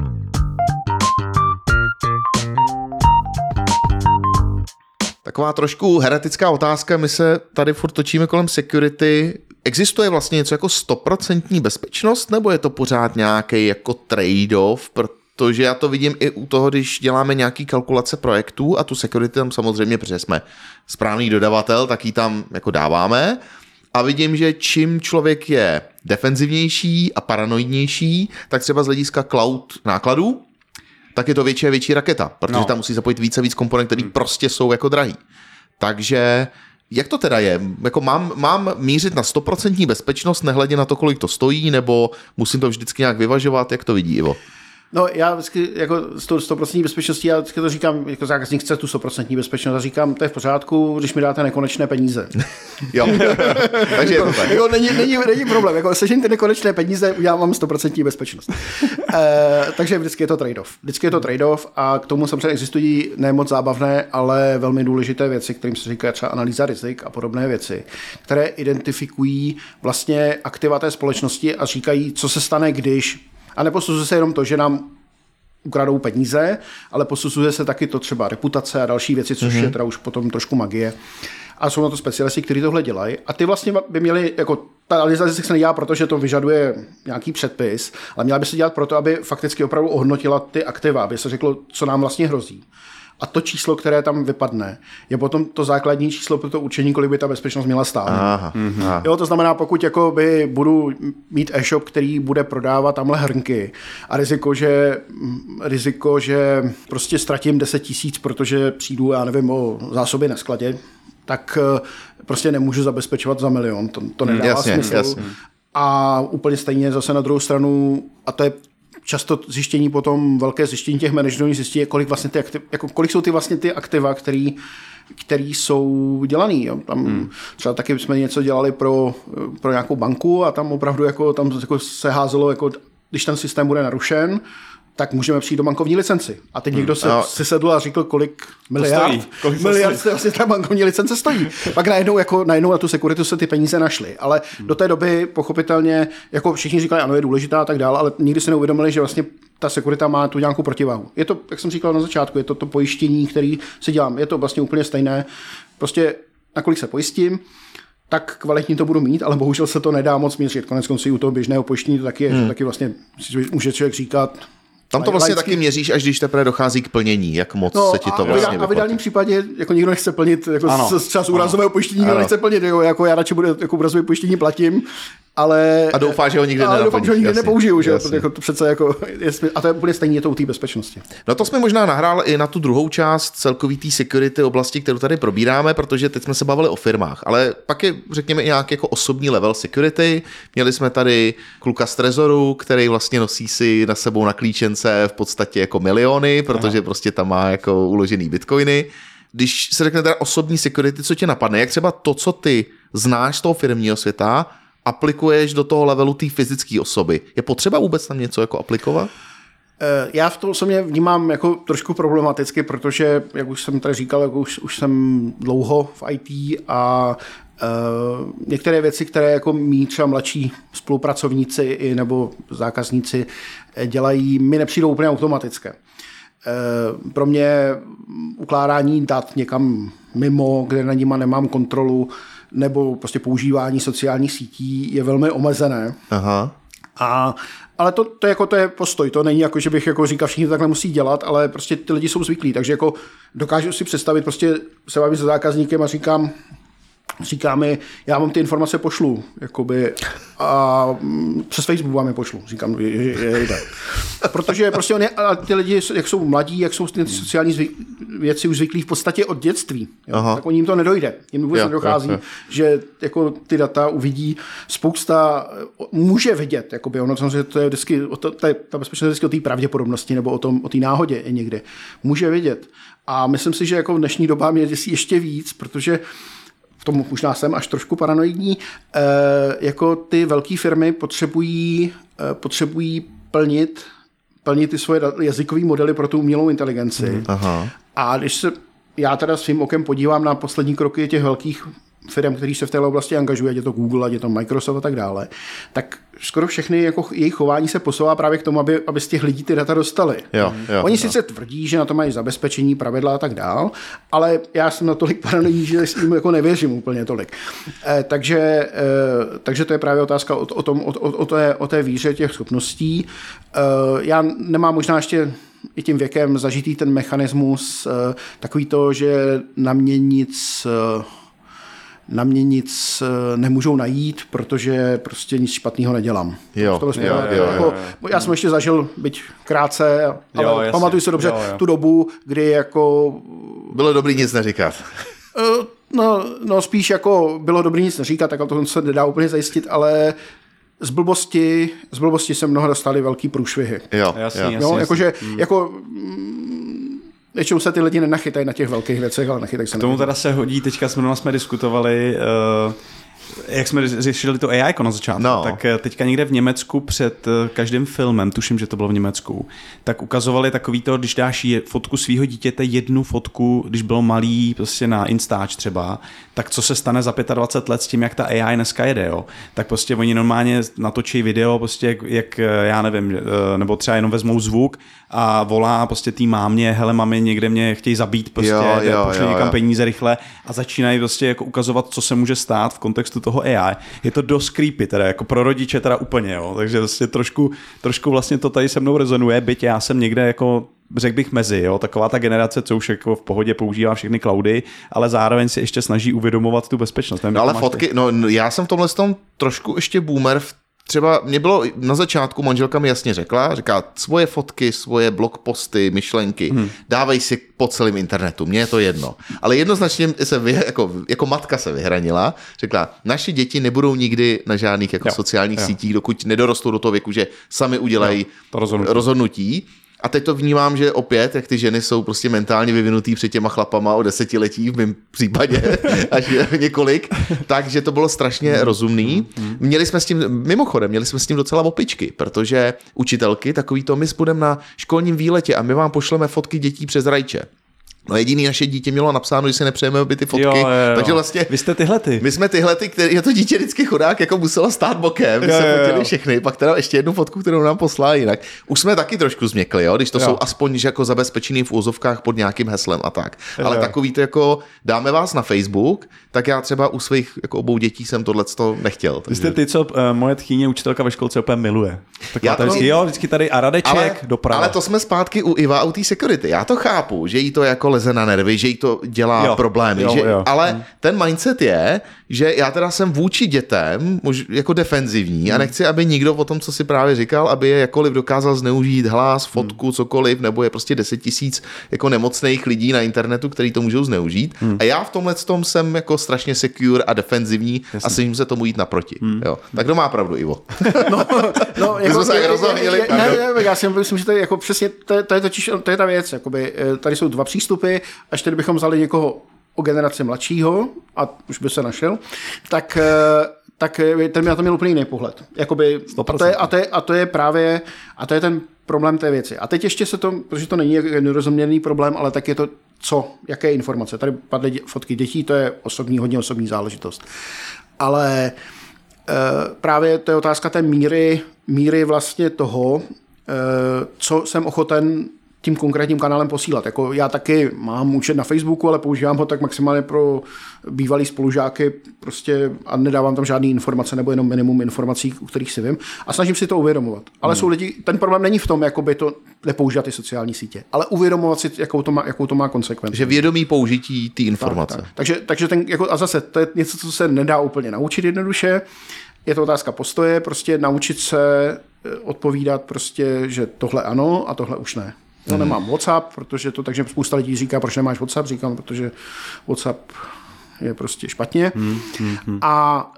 B: Taková trošku heretická otázka, my se tady furt točíme kolem security. Existuje vlastně něco jako stoprocentní bezpečnost, nebo je to pořád nějaký jako trade-off, protože já to vidím i u toho, když děláme nějaký kalkulace projektů a tu security tam samozřejmě, protože jsme správný dodavatel, tak ji tam jako dáváme a vidím, že čím člověk je defenzivnější a paranoidnější, tak třeba z hlediska cloud nákladů, tak je to větší a větší raketa, protože no. tam musí zapojit více a víc komponent, které hmm. prostě jsou jako drahý. Takže jak to teda je? Jako mám, mám mířit na stoprocentní bezpečnost, nehledě na to, kolik to stojí, nebo musím to vždycky nějak vyvažovat? Jak to vidí Ivo?
D: No já vždycky jako s tou sto procent bezpečností, já vždycky to říkám, jako zákazník chce tu sto procent bezpečnost a říkám, to je v pořádku, když mi dáte nekonečné peníze.
B: Jo, takže je to tak.
D: Jako, není, není, není problém, jako sežeňte nekonečné peníze, já mám sto procent bezpečnost. e, takže vždycky je to trade-off. Vždycky je to trade-off a k tomu samozřejmě existují ne moc zábavné, ale velmi důležité věci, kterým se říká třeba analýza rizik a podobné věci, které identifikují vlastně aktiva té společnosti a říkají, co se stane, když. A neposuzuje se jenom to, že nám ukradou peníze, ale posuzuje se taky to třeba reputace a další věci, což mm-hmm. je teda už potom trošku magie. A jsou na to specialisti, kteří tohle dělají. A ty vlastně by měli, jako ta analýza se nedělá, protože to vyžaduje nějaký předpis, ale měla by se dělat proto, aby fakticky opravdu ohodnotila ty aktiva, aby se řeklo, co nám vlastně hrozí. A to číslo, které tam vypadne, je potom to základní číslo pro to určení, kolik by ta bezpečnost měla stát. Aha, mm-hmm. Jo, to znamená, pokud jakoby budu mít e-shop, který bude prodávat tamhle hrnky a riziko, že, riziko, že prostě ztratím deset tisíc, protože přijdu, já nevím, o zásoby na skladě, tak prostě nemůžu zabezpečovat za milion. To, to nedává
B: jasně,
D: smysl.
B: Jasně.
D: A úplně stejně zase na druhou stranu, a to je často zjištění potom, velké zjištění těch manažerů zjistí, kolik, vlastně ty aktiv, jako kolik jsou ty vlastně ty aktiva, který, který jsou dělaný. Jo. Tam hmm. třeba taky jsme něco dělali pro, pro nějakou banku a tam opravdu jako, tam jako se házelo, jako, když ten systém bude narušen, tak můžeme přijít do bankovní licenci. A teď někdo se,
B: no.
D: si sedl a řekl, kolik miliard,
C: kolik
D: miliard se vlastně ta bankovní licence stojí. Pak najednou, jako, najednou na tu sekuritu se ty peníze našly. Ale hmm. do té doby pochopitelně, jako všichni říkali, ano, je důležitá a tak dále, ale nikdy si neuvědomili, že vlastně ta sekurita má tu nějakou protiváhu. Je to, jak jsem říkal na začátku, je to to pojištění, který si dělám. Je to vlastně úplně stejné. Prostě nakolik se pojistím, tak kvalitní to budu mít, ale bohužel se to nedá moc měřit. Konec konců u toho běžného pojištění to taky je, hmm. že taky vlastně může člověk říkat.
B: Tam to vlastně taky měříš, až když teprve dochází k plnění, jak moc no, se ti to vlastně vyplatí.
D: A v ideálním případě jako nikdo nechce plnit, jako z času úrazového pojištění nikdo nechce plnit, jako, jako já radši bude, jako úrazové pojištění platím, ale...
B: A doufá, že ho nikdy nenaplníš.
D: doufám, že ho nikdy nepoužiju, že jako to přece jako, a to je úplně stejně to u té bezpečnosti.
B: No to jsme možná nahrál i na tu druhou část celkový té security oblasti, kterou tady probíráme, protože teď jsme se bavili o firmách, ale pak je, řekněme, i nějaký jako osobní level security. Měli jsme tady kluka z Trezoru, který vlastně nosí si na sebou na klíčence v podstatě jako miliony, protože Aha. prostě tam má jako uložený bitcoiny. Když se řekne teda osobní security, co tě napadne, jak třeba to, co ty znáš z toho firmního světa, aplikuješ do toho levelu té fyzické osoby. Je potřeba vůbec tam něco jako aplikovat?
D: Já v tom osobně vnímám jako trošku problematicky, protože, jak už jsem tady říkal, jako už, už jsem dlouho v í té a uh, některé věci, které jako mý třeba mladší spolupracovníci i nebo zákazníci dělají, mi nepřijdou úplně automatické. Uh, pro mě ukládání dat někam mimo, kde na nima nemám kontrolu, nebo prostě používání sociálních sítí je velmi omezené. Aha. A, ale to, to, jako, to je postoj, to není jako, že bych jako říkal, všichni to takhle musí dělat, ale prostě ty lidi jsou zvyklí, takže jako dokážu si představit, prostě se bavím se zákazníkem a říkám, říká mi, já vám ty informace pošlu, jakoby, a přes Facebook vám je pošlu. Říkám, je, je, je, je. Protože prostě on je, a ty lidi, jak jsou mladí, jak jsou ty sociální zvyk, věci už zvyklí v podstatě od dětství, jo, tak o ním to nedojde. Jim vůbec nedochází, že jako ty data uvidí spousta, může vidět, jakoby, ono samozřejmě to je vždycky, to, to je, ta bezpečnost je vždycky o té pravděpodobnosti nebo o tom, o té náhodě někdy. Může vidět. A myslím si, že jako v dnešní době mě děsí ještě víc, protože v tom možná jsem až trošku paranoidní, e, jako ty velké firmy potřebují, e, potřebují plnit plnit ty svoje jazykové modely pro tu umělou inteligenci. Mm.
B: Aha.
D: A když se já teda svým okem podívám na poslední kroky těch velkých firm, kteří se v této oblasti angažují, ať je to Google, ať je to Microsoft a tak dále, tak skoro všechny jako jejich chování se posouvá právě k tomu, aby, aby z těch lidí ty data dostali.
B: Jo, jo,
D: Oni
B: jo.
D: sice tvrdí, že na to mají zabezpečení, pravidla a tak dál, ale já jsem natolik paranoidní, že s tím jako nevěřím úplně tolik. Eh, takže, eh, takže to je právě otázka o, o, tom, o, o, té, o té víře těch schopností. Eh, já nemám možná ještě i tím věkem zažitý ten mechanismus, eh, takový to, že na mě nic... Eh, na mě nic nemůžou najít, protože prostě nic špatného nedělám.
B: Jo,
D: jo,
B: jo, jo,
D: jako,
B: jo.
D: Já jsem ještě zažil, byť krátce, ale
C: Jo, jasně.
D: pamatuju si dobře
C: Jo, jo.
D: tu dobu, kdy jako...
B: Bylo dobrý nic neříkat.
D: No, no spíš jako bylo dobrý nic neříkat, tak to se nedá úplně zajistit, ale z blbosti, z blbosti se mnoho dostali velký průšvihy.
B: Jo,
C: Jasný,
B: jo.
C: jasný.
D: Jo, jakože, hmm. jako... Většinou se ty lidi nenachytají na těch velkých věcech, ale nachytají se
C: K tomu
D: na
C: teda se hodí, teďka jsme, jsme diskutovali, uh, jak jsme řešili to A I na začátku,
B: No.
C: tak teďka někde v Německu před každým filmem, tuším, že to bylo v Německu, tak ukazovali takový to, když dáš fotku svého dítěte, jednu fotku, když bylo malý, prostě na Instač třeba, tak co se stane za dvacet pět let s tím, jak ta A I dneska jede, jo? Tak prostě oni normálně natočí video, prostě jak, jak já nevím, nebo třeba jenom vezmou zvuk a volá prostě tý mámě, hele mami, někde mě chtějí zabít, prostě
B: Jo, jo,
C: pošli
B: jo,
C: někam
B: jo.
C: peníze rychle a začínají prostě jako ukazovat, co se může stát v kontextu toho A I. Je to dost creepy, teda jako pro rodiče teda úplně, jo. Takže vlastně trošku, trošku vlastně to tady se mnou rezonuje, byť já jsem někde jako řekl bych mezi, jo, taková ta generace, co už jako v pohodě používá všechny cloudy, ale zároveň si ještě snaží uvědomovat tu bezpečnost. Nevím,
B: No ale
C: jak to máš
B: fotky,
C: ty.
B: no já jsem v tomhle tom trošku ještě boomer v třeba mě bylo na začátku, manželka mi jasně řekla, říká, svoje fotky, svoje blogposty, myšlenky, hmm. dávej si po celém internetu, mně je to jedno. Ale jednoznačně se vy, jako, jako matka se vyhranila, řekla, naši děti nebudou nikdy na žádných jako
C: Jo,
B: sociálních
C: jo.
B: sítích, dokud nedorostou do toho věku, že sami udělají
C: to rozhodnutí.
B: rozhodnutí. A teď to vnímám, že opět, jak ty ženy jsou prostě mentálně vyvinutý před těma chlapama o desetiletí, v mém případě, až několik, takže to bylo strašně rozumný. Měli jsme s tím, mimochodem, měli jsme s tím docela opičky, protože učitelky takový to, my budeme na školním výletě a my vám pošleme fotky dětí přes rajče. No jediný naše dítě mělo napsáno, že si nepřejeme, aby ty fotky,
C: Jo, jo, jo.
B: takže vlastně...
C: Vy jste tyhle ty.
B: My jsme tyhle, ty, který je to dítě vždycky chudák, jako muselo stát bokem, my
C: Jo,
B: se
C: jo, jo.
B: fotili všechny, pak teda ještě jednu fotku, kterou nám poslala jinak. Už jsme taky trošku změkli, jo, když to
C: Jo.
B: jsou aspoň že jako zabezpečený v úzovkách pod nějakým heslem a tak.
C: Jo,
B: Ale
C: jo.
B: takový to jako dáme vás na Facebook, tak já třeba u svých jako obou dětí jsem tohleto nechtěl.
C: Vy
B: Takže...
C: jste ty, co uh, moje tchýně učitelka ve školce úplně miluje. Tak
B: Já
C: já
B: to-
C: vždycky, jo, vždycky tady a Radeček
B: ale,
C: doprava.
B: ale to jsme zpátky u Iva a u té security. Já to chápu, že jí to jako leze na nervy, že jí to dělá
C: Jo,
B: problémy.
C: jo,
B: že,
C: jo.
B: ale
C: Hmm.
B: ten mindset je, že já teda jsem vůči dětem muž, jako defenzivní
C: Hmm.
B: a nechci, aby nikdo o tom, co si právě říkal, aby je jakkoliv dokázal zneužít hlas, fotku,
C: Hmm.
B: cokoliv, nebo je prostě deset tisíc jako nemocných lidí na internetu, který to můžou zneužít.
C: Hmm.
B: A já v tomhle tom jsem jako strašně secure a defenzivní
C: Jasně.
B: a snažím se tomu jít naproti. Jo. Tak kdo má pravdu, Ivo?
D: No, no,
B: My jsme se tak
D: je-
B: rozohnili,
D: je-
B: pardon.
D: ne, ne, já si myslím, že to je jako přesně, to je, to je totiž, to je ta věc, jakoby, eh, tady jsou dva přístupy, až tedy bychom vzali někoho o generaci mladšího, a už by se našel, tak, eh, tak eh, ten by na to měl úplně jiný pohled. Jakoby, a, to je, a, to je, a to je právě, a to je ten problém té věci. A teď ještě se to, protože to není nerozuměrný problém, ale tak je to co, jaké informace. Tady padly dě- fotky dětí, to je osobní, hodně osobní záležitost. Ale eh, právě to je otázka té míry, míry vlastně toho, eh, co jsem ochoten tím konkrétním kanálem posílat. Jako já taky mám účet na Facebooku, ale používám ho tak maximálně pro bývalý spolužáky prostě a nedávám tam žádné informace nebo jenom minimum informací, u kterých si vím a snažím si to uvědomovat. Ale hmm. jsou lidi, ten problém není v tom, jakoby to nepoužívat ty sociální sítě, ale uvědomovat si, jakou to má, jakou to má konsekvenci.
B: Že vědomí použití té informace.
D: Tak, tak. Takže, takže ten, jako, a zase, to je něco, co se nedá úplně naučit jednoduše. Je to otázka postoje, prostě naučit se odpovídat prostě, že tohle ano a tohle už ne. Já
B: Hmm.
D: nemám WhatsApp, protože to, takže spousta lidí říká, proč nemáš WhatsApp, říkám, protože WhatsApp je prostě špatně. Hmm, hmm, hmm. A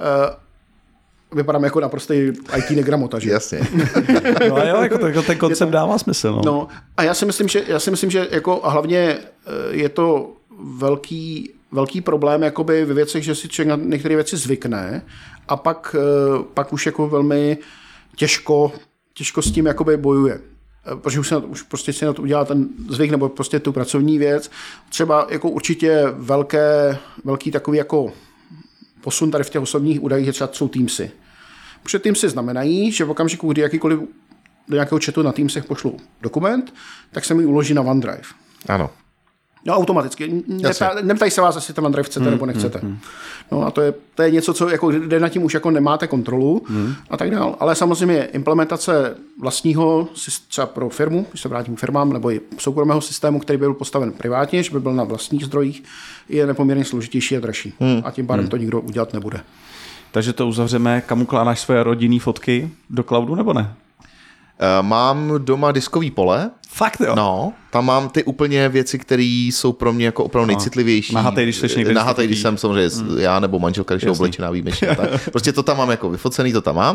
D: uh, vypadám jako naprostý í té negramotaž.
B: Jasně.
C: No a jo, jako ten, ten koncept dává smysl. No.
D: No a já si myslím, že, já si myslím, že jako a hlavně je to velký, velký problém jakoby ve věcech, že si člověk na některé věci zvykne a pak, pak už jako velmi těžko, těžko s tím jakoby bojuje. protože už, se na to, už prostě si na to udělá ten zvyk nebo prostě tu pracovní věc. Třeba jako určitě velké, velký takový jako posun tady v těch osobních údajích je třeba jsou Teamsy. Protože Teamsy znamenají, že v okamžiku, kdy jakýkoliv do nějakého chatu na Teamsech pošlu dokument, tak se mi uloží na OneDrive.
B: Ano.
D: No automaticky. Neptají se vás, jestli ten OneDrive chcete hmm, nebo nechcete. Hmm, hmm. No a to je, to je něco, co jako, kde nad tím už jako nemáte kontrolu hmm. a tak dále. Ale samozřejmě implementace vlastního, třeba pro firmu, když se vrátím k firmám, nebo i soukromého systému, který by byl postaven privátně, že by byl na vlastních zdrojích, je nepoměrně složitější a dražší. Hmm. A tím pádem hmm. to nikdo udělat nebude.
C: Takže to uzavřeme. Kam ukládáš svoje rodinné fotky? Do cloudu nebo ne?
B: Uh, mám doma diskový pole.
C: Fakt jo?
B: No, tam mám ty úplně věci, které jsou pro mě jako opravdu nejcitlivější.
C: Nahatej, když jsi někde.
B: Nahatej, když jsem samozřejmě hmm. já nebo manželka, když je oblečená výjimečně. Prostě to tam mám jako vyfocený, to tam mám.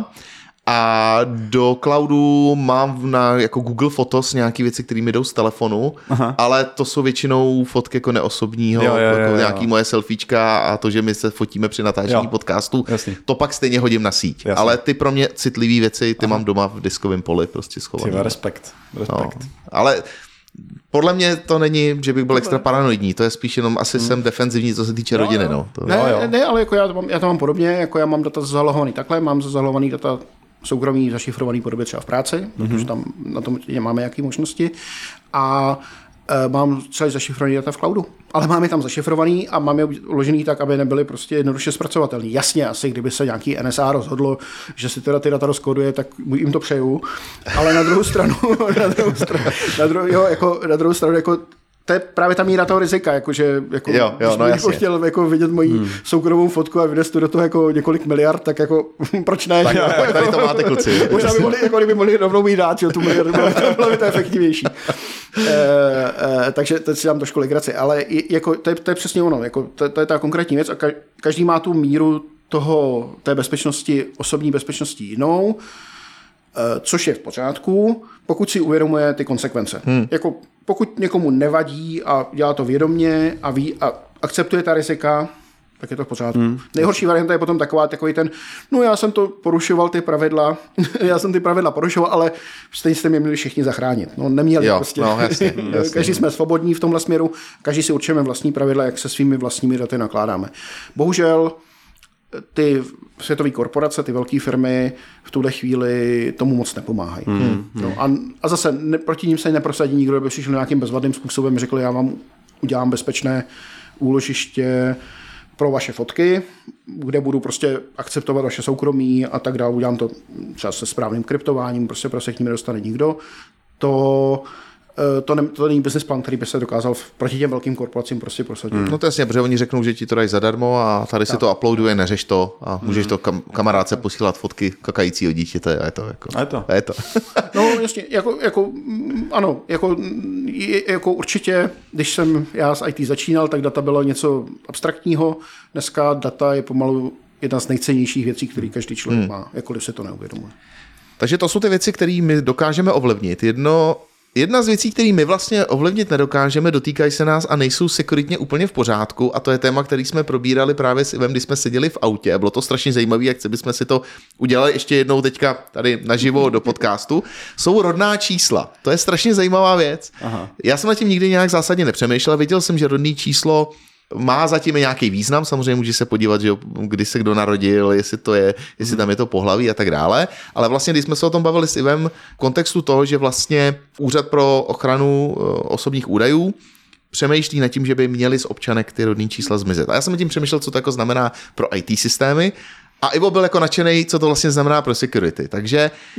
B: A do cloudu mám na jako Google Fotos nějaké věci, které mi jdou z telefonu, aha. ale to jsou většinou fotky jako neosobního, jo, jo, jo, jako jo. nějaký moje selfiečka a to, že my se fotíme při natáčení podcastu, jasně. to pak stejně hodím na síť. Jasně. Ale ty pro mě citlivé věci, ty aha. mám doma v diskovém poli prostě schované.
C: Tyva, respekt. respekt.
B: No. Ale podle mě to není, že bych byl extra paranoidní, to je spíš jenom asi hmm. jsem defenzivní, co se týče no, rodiny. No. To...
D: Ne, no, ne, ale jako já to, mám, já to mám podobně, jako já mám data zalohovaný takhle, mám zalohovaný data soukromí zašifrovaný podobě třeba v práci, mm-hmm. protože tam na tom máme nějaké možnosti a e, mám třeba zašifrovaný data v cloudu, ale mám je tam zašifrovaný a mám je uložený tak, aby nebyly prostě jednoduše zpracovatelný. Jasně, asi kdyby se nějaký N S A rozhodlo, že si teda ty data rozkoduje, tak jim to přeju, ale na druhou stranu, na druhou stranu, na druhou, jo, jako, na druhou stranu, jako to je právě ta míra toho rizika, jakože jako,
B: jo, jo, no
D: jako chtěl jako vidět moji hmm. soukromou fotku a vynestu do toho jako několik miliard, tak jako proč ne?
B: Tak, tak tady to máte, kluci.
D: Možná by mohli, jako, by mohli rovnou mít dát, že tu miliardu, bylo by to efektivnější. e, e, takže teď si dám trošku legraci, ale jako, to, je, to je přesně ono, jako, to, to je ta konkrétní věc a každý má tu míru toho, té bezpečnosti, osobní bezpečnosti jinou, e, což je v pořádku, pokud si uvědomuje ty konsekvence. Hmm. Jako pokud někomu nevadí a dělá to vědomně a ví a akceptuje ta rizika, tak je to v pořádku. Hmm. Nejhorší varianta je potom taková, takový ten, no já jsem to porušoval ty pravidla, já jsem ty pravidla porušoval, ale stejně jste mě měli všichni zachránit. No neměli
B: jo,
D: prostě.
B: No, jasně, jasně.
D: Každý jsme svobodní v tomhle směru, každý si určujeme vlastní pravidla, jak se svými vlastními daty nakládáme. Bohužel ty světové korporace, ty velké firmy v tuhle chvíli tomu moc nepomáhají. Hmm. No, a, a zase ne, proti ním se neprosadí nikdo, aby přišel nějakým bezvadným způsobem, řekl, já vám udělám bezpečné úložiště pro vaše fotky, kde budu prostě akceptovat vaše soukromí a tak dále. Udělám to třeba se správným kryptováním, prostě pro se k ním nedostane nikdo. To To, ne, to není business plan, který by se dokázal v, proti těm velkým korporacím prostě prosadit. Hmm.
B: No to jasně, protože oni řeknou, že ti to dají zadarmo a tady tak. si to uploaduje, neřeš to a můžeš hmm. to kam, kamarádce posílat fotky kakajícího dítěte a je to. Jako,
C: a je to.
B: A je to.
D: No jasně, jako, jako ano, jako, jako určitě, když jsem já s í té začínal, tak data bylo něco abstraktního, dneska data je pomalu jedna z nejcennějších věcí, které každý člověk hmm. má, jakkoliv se to neuvědomuje.
B: Takže to jsou ty věci, které my dokážeme ovlivnit. Jedno Jedna z věcí, které my vlastně ovlivnit nedokážeme, dotýkají se nás a nejsou sekuritně úplně v pořádku a to je téma, který jsme probírali právě s Ivem, když jsme seděli v autě a bylo to strašně zajímavé, jak bychom si to udělali ještě jednou teďka tady naživo do podcastu, jsou rodná čísla. To je strašně zajímavá věc. Aha. Já jsem na tím nikdy nějak zásadně nepřemýšlel, viděl jsem, že rodné číslo má zatím nějaký význam, samozřejmě může se podívat, že kdy se kdo narodil, jestli to je, jestli tam je to pohlaví a tak dále, ale vlastně když jsme se o tom bavili s Ivem v kontextu toho, že vlastně Úřad pro ochranu osobních údajů přemýšlí nad tím, že by měli z občanek ty rodný čísla zmizet. A já jsem tím přemýšlel, co to jako znamená pro í té systémy. A Ivo byl jako nadšenej, co to vlastně znamená pro security, takže... Uh...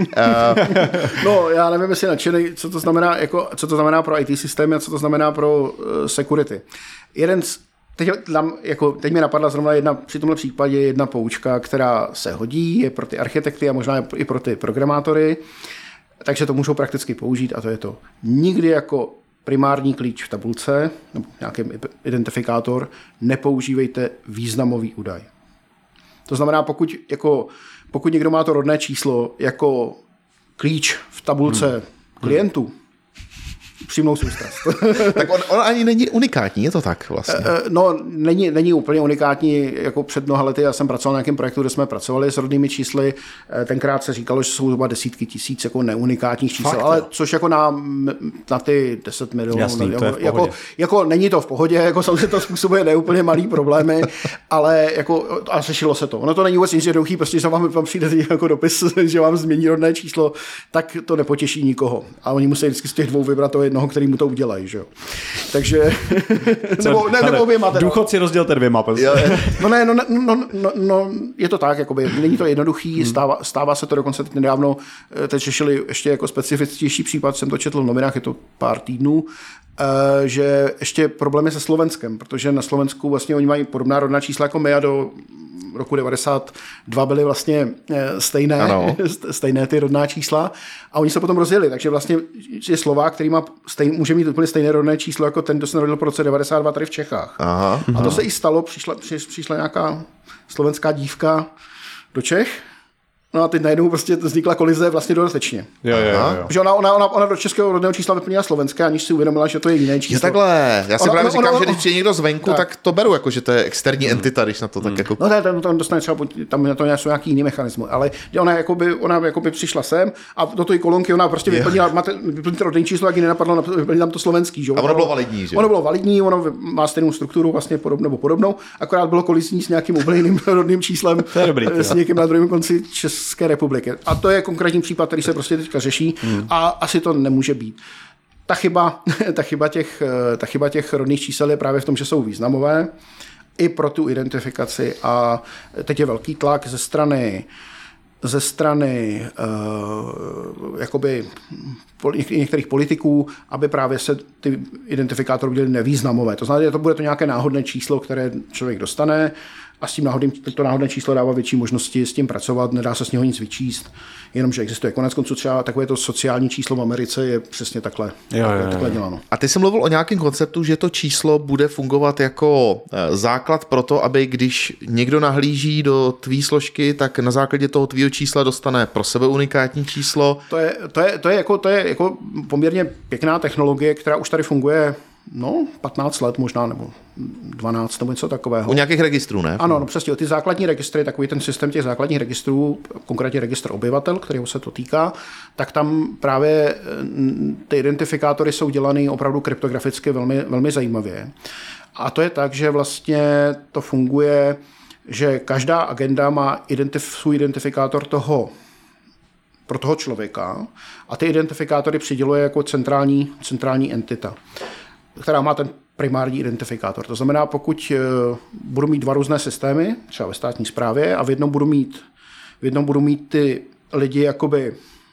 D: No, já nevím, jestli nadšenej, co to znamená, jako, co to znamená pro í té systémy a co to znamená pro uh, security. Jeden z Teď, tam, jako, teď mi napadla zrovna jedna, při tomhle případě jedna poučka, která se hodí, je pro ty architekty a možná i pro ty programátory, takže to můžou prakticky použít a to je to. Nikdy jako primární klíč v tabulce nebo nějaký identifikátor nepoužívejte významový údaj. To znamená, pokud, jako, pokud někdo má to rodné číslo jako klíč v tabulce hmm. klientů, přímou soustrast.
B: Tak on, on ani není unikátní, je to tak vlastně?
D: No, není, není úplně unikátní, jako před mnoha lety, já jsem pracoval na nějakém projektu, kde jsme pracovali s rodnými čísly, tenkrát se říkalo, že jsou zhruba desítky tisíc jako neunikátních čísel, fakt, ale což jako na, na ty deset milionů,
C: jasný,
D: jako,
C: to je v
D: jako, jako není to v pohodě, jako samozřejmě to způsobuje neúplně malý problémy, ale jako, a řešilo se to. Ono to není vůbec nic jednoduchý, prostě, že vám, vám přijde jako dopis, že vám změní rodné číslo, tak to nepotěší nikoho. A oni musí vždycky z těch dvou vybrat toho jednoho, který mu to udělají, že jo. Takže, nebo, ne, nebo oběma teda.
C: Důchodci rozdělte dvěma.
D: No ne, no, no, no, no, je to tak, jakoby, není to jednoduchý, stává, stává se to dokonce teď nedávno, teď řešili ještě jako specifičtější případ, jsem to četl v novinách, je to pár týdnů, že ještě problémy se Slovenskem, protože na Slovensku vlastně oni mají podobná rodná čísla jako my a do roku devadesát dva byly vlastně stejné, stejné ty rodná čísla a oni se potom rozjeli, takže vlastně je Slovák, který má stejn, může mít úplně stejné rodné číslo jako ten, kdo se narodil po roce devadesát dva tady v Čechách. Aha, a to se i stalo, přišla, přišla nějaká slovenská dívka do Čech. No a teď najednou prostě vznikla kolize vlastně dodatečně.
C: Jo, jo, jo.
D: Protože ona, ona, ona, ona do českého rodného čísla vyplnila slovenské, aniž si uvědomila, že to je jiné číslo.
B: Je takhle. Já si
D: ona,
B: právě
D: ona,
B: říkám,
D: ona,
B: že když přijde někdo zvenku, tak. tak to beru, jako, že to je externí entita, když na to tak
D: hmm.
B: jako...
D: No tam, tam dostane třeba, tam na to jsou nějaký jiný mechanismy, ale ona jakoby, ona jakoby přišla sem a do té kolonky ona prostě vyplnila, vyplnila rodné číslo, jak ji nenapadlo, vyplnila tam to slovenský. Že?
B: A ono bylo validní, že?
D: Ono bylo validní, ono má stejnou strukturu, vlastně podobnou, nebo podobnou, akorát bylo kolizní s nějakým úplně jiným rodným číslem, s někým na druhém konci České republiky. A to je konkrétní případ, který se prostě teďka řeší hmm. a asi to nemůže být. Ta chyba, ta, chyba těch, ta chyba těch rodných čísel je právě v tom, že jsou významové i pro tu identifikaci a teď je velký tlak ze strany ze strany uh, jakoby některých politiků, aby právě se ty identifikátory udělali nevýznamové. To znamená, že to bude to nějaké náhodné číslo, které člověk dostane a s tím náhodným, to náhodné číslo dává větší možnosti s tím pracovat, nedá se z něho nic vyčíst, jenomže existuje. Konec konců třeba takové to sociální číslo v Americe je přesně takhle, jo, jo, jo. takhle děláno.
B: A ty jsi mluvil o nějakém konceptu, že to číslo bude fungovat jako základ pro to, aby když někdo nahlíží do tvý složky, tak na základě toho tvýho čísla dostane pro sebe unikátní číslo.
D: To je, to je, to je, jako, to je jako poměrně pěkná technologie, která už tady funguje no, patnáct let možná, nebo dvanáct, nebo něco takového.
B: U nějakých registrů, ne?
D: Ano, no přesně. Ty základní registry, takový ten systém těch základních registrů, konkrétně registr obyvatel, kterého se to týká, tak tam právě ty identifikátory jsou dělané opravdu kryptograficky velmi, velmi zajímavě. A to je tak, že vlastně to funguje, že každá agenda má identif- svůj identifikátor toho pro toho člověka a ty identifikátory přiděluje jako centrální, centrální entita, která má ten primární identifikátor. To znamená, pokud budu mít dva různé systémy, třeba ve státní správě, a v jednom budu mít, v jednom budu mít ty lidi jakoby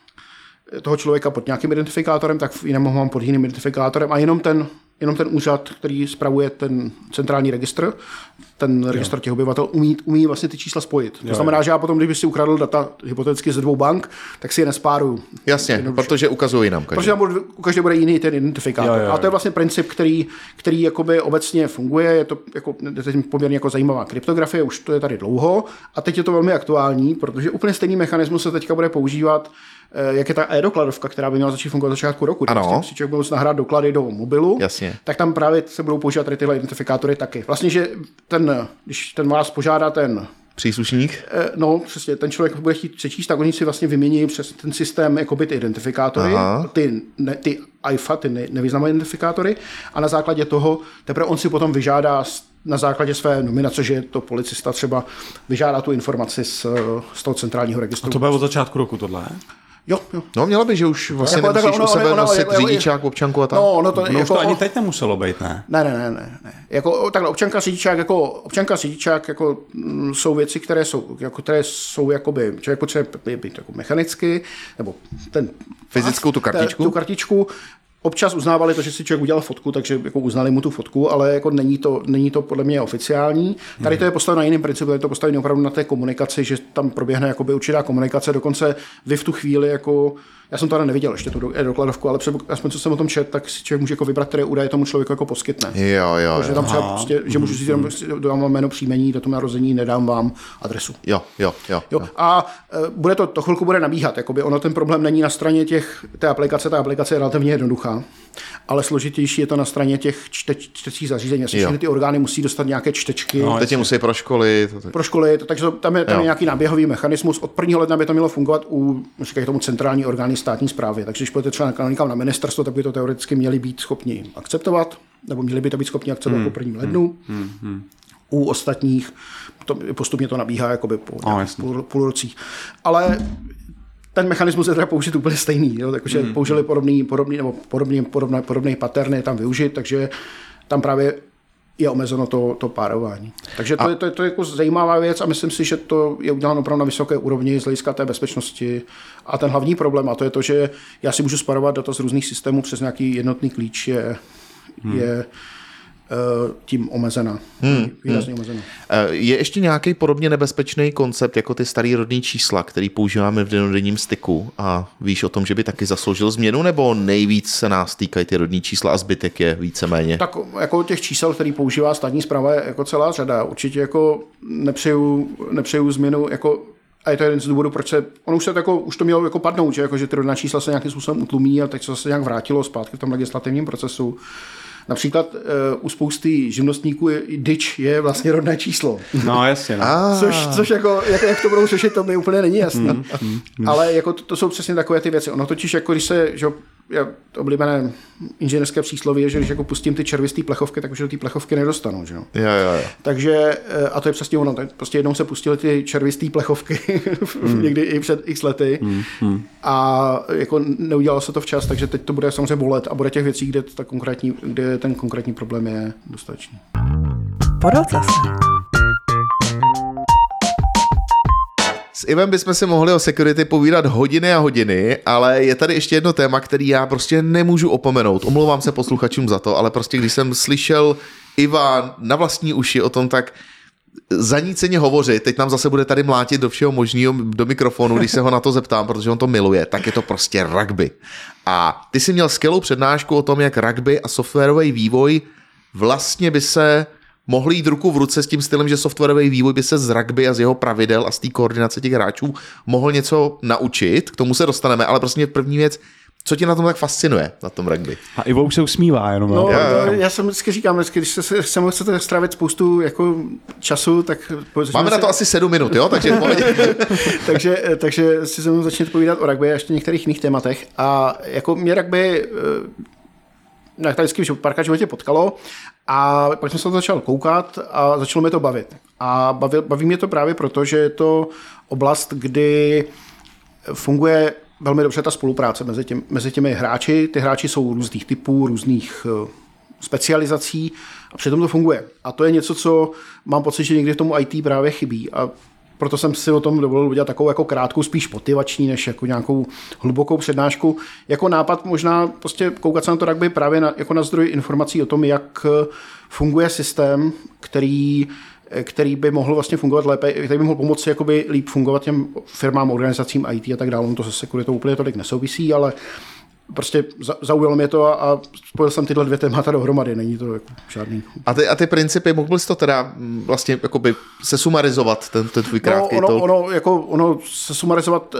D: toho člověka pod nějakým identifikátorem, tak v jiném mám pod jiným identifikátorem a jenom ten, jenom ten úřad, který spravuje ten centrální registr, ten registr těch obyvatel, umí, umí vlastně ty čísla spojit. To jo, znamená, jo. že já potom, když bych si ukradl data hypoteticky ze dvou bank, tak si je nespáruju.
B: Jasně, jenom, protože ukazují nám každý.
D: Protože nám bude, u každé bude jiný ten identifikátor. Jo, jo, jo. A to je vlastně princip, který, který jakoby obecně funguje. Je to jako, poměrně jako zajímavá kryptografie, už to je tady dlouho. A teď je to velmi aktuální, protože úplně stejný mechanismus se teďka bude používat, jak je ta e-dokladovka, která by měla začít fungovat na začátku roku. Ano. Si člověk bude nahrát doklady do mobilu,
B: jasně. Tak
D: tam právě se budou používat tady tyhle identifikátory taky. Vlastně, že ten, když ten vás požádá ten
B: příslušník?
D: No, přesně, ten člověk bude chtít přečíst, tak oni si vlastně vymění přes ten systém jakoby ty identifikátory, aha. ty, ne, ty á í ef á, ty ne, nevýznamné identifikátory a na základě toho teprve on si potom vyžádá na základě své nominace, že je to policista třeba, vyžádá tu informaci z, z toho centrálního registru.
C: A to bude od začátku roku tohle, ne?
D: Jo, jo.
B: No, mělo by, že už vlastně jako nemusíš ono, u sebe ono, nosit ono, řidičák, občanku a tak.
D: No, ono to,
C: no,
D: jako,
C: už to ani teď nemuselo být, ne?
D: Ne, ne, ne, ne. ne. Jako, takhle, občanka, řidičák, jako, občanka, řidičák, jako, m, jsou věci, které jsou, jako, které jsou, jakoby, člověk potřebuje být jako mechanicky, nebo ten...
B: Fyzickou tu kartičku.
D: Tu kartičku. Občas uznávali to, že si člověk udělal fotku, takže jako uznali mu tu fotku, ale jako není to, není to podle mě oficiální. Tady to je postaveno na jiném principu, je to postaveno opravdu na té komunikaci, že tam proběhne jakoby určitá komunikace, dokonce vy v tu chvíli jako, já jsem to ale neviděl ještě tu dokladovku, ale třeba, aspoň co jsem o tom čet, tak si člověk může jako vybrat, které údaje tomu člověku jako poskytne.
B: Jo, jo.
D: Takže tam třeba prostě, že můžu říct, dám vám jméno, příjmení, datum narození, nedám vám adresu.
B: Jo, jo, jo.
D: jo. A bude to, to chvilku bude nabíhat, jakoby ono ten problém není na straně těch, té aplikace, ta aplikace je relativně jednoduchá. ale složitější je to na straně těch čte, čtecích zařízení. Všechny ty orgány musí dostat nějaké čtečky.
B: No, teď je musí pro školy. To
D: pro školy, to, takže tam je, tam je nějaký náběhový mechanismus. Od prvního ledna by to mělo fungovat u, říkají tomu, centrální orgány státní správy. Takže když půjdete třeba někam na ministerstvo, tak by to teoreticky měli být schopni akceptovat, nebo měli by to být schopni akceptovat hmm. po prvním lednu. Hmm. Hmm. U ostatních to, postupně to nabíhá jakoby po oh, půl, půl rocích. Ale ten mechanismus je teda použít úplně stejný, jo? Takže mm. použili podobný, podobný, nebo podobný, podobné, podobné paterny tam využít, takže tam právě je omezeno to, to párování. Takže to, a... je, to, je, to je jako zajímavá věc a myslím si, že to je uděláno opravdu na vysoké úrovni z hlediska té bezpečnosti. A ten hlavní problém, a to je to, že já si můžu sparovat data z různých systémů přes nějaký jednotný klíč, je, mm. je tím omezená. Hmm, výrazně hmm. omezená.
B: Je ještě nějaký podobně nebezpečný koncept jako ty starý rodný čísla, který používáme v dennodenním styku a víš o tom, že by taky zasloužil změnu, nebo nejvíc se nás týkají ty rodný čísla a zbytek je víceméně?
D: Tak jako těch čísel, který používá státní správa, je jako celá řada. Určitě jako nepřeju, nepřeju změnu jako a je to jeden z důvodů, proč se, ono už se to, jako, už to mělo jako padnout, že, jako, že ty rodná čísla se nějakým způsobem utlumí a teď se zase nějak vrátilo zpátky v tom legislativním procesu. Například uh, u spousty živnostníků je, dyč je vlastně rodné číslo.
C: No jasně. No.
D: Což, což jako, jak, jak to budou řešit, to mi úplně není jasné. Mm, mm, mm. Ale jako to, to jsou přesně takové ty věci. Ono totiž, jako když se, že je oblíbené inženýrské přísloví je, že když jako pustím ty červistý plechovky, tak už do té plechovky nedostanu. Že?
B: Jo, jo, jo.
D: Takže, a to je přesně ono, prostě jednou se pustily ty červistý plechovky mm. někdy i před x lety mm. Mm. a jako neudělalo se to včas, takže teď to bude samozřejmě bolet a bude těch věcí, kde, ta konkrétní, kde ten konkrétní problém je dostatečný.
A: Podotaz.
B: S Ivem bychom si mohli o security povídat hodiny a hodiny, ale je tady ještě jedno téma, který já prostě nemůžu opomenout. Omlouvám se posluchačům za to, ale prostě když jsem slyšel Iva na vlastní uši o tom, tak zaníceně hovořit, teď nám zase bude tady mlátit do všeho možného do mikrofonu, když se ho na to zeptám, protože on to miluje, tak je to prostě rugby. A ty jsi měl skvělou přednášku o tom, jak rugby a softwarový vývoj vlastně by se mohli jít ruku v ruce s tím stylem, že softwarový vývoj by se z rugby a z jeho pravidel a z té koordinace těch hráčů mohl něco naučit, k tomu se dostaneme, ale prostě první věc, co tě na tom tak fascinuje, na tom rugby?
C: A Ivo už se usmívá jenom.
D: No, já, já jsem vždycky říkám, vždycky, když se chceme chcete strávit spoustu jako času, tak...
B: Máme
D: se...
B: na to asi sedm minut, jo? Takže,
D: takže, takže si se mnou začněte povídat o rugby a ještě některých jiných tématech. A jako mě rugby na tady vždycky párkrát v životě potkalo a pak jsem se to začal koukat a začalo mě to bavit. A baví, baví mě to právě proto, že je to oblast, kdy funguje velmi dobře ta spolupráce mezi, těm, mezi těmi hráči. Ty hráči jsou různých typů, různých uh, specializací a přitom to funguje. A to je něco, co mám pocit, že někdy v tomu í té právě chybí. A proto jsem si o tom dovolil udělat takovou jako krátkou, spíš motivační, než jako nějakou hlubokou přednášku. Jako nápad možná prostě koukat se na to rugby právě na, jako na zdroj informací o tom, jak funguje systém, který který by mohl vlastně fungovat lépe, který by mohl pomoci jakoby líp fungovat těm firmám, organizacím í té a tak dále. On to se sekuritou úplně tolik nesouvisí, ale prostě zaujalo mě to a, a spojil jsem tyhle dvě témata dohromady, není to jako žádný.
B: A ty, a ty principy, mohl jsi to teda vlastně jakoby se sumarizovat, ten, ten tvůj krátký
D: no, ono, ono, jako, ono se sumarizovat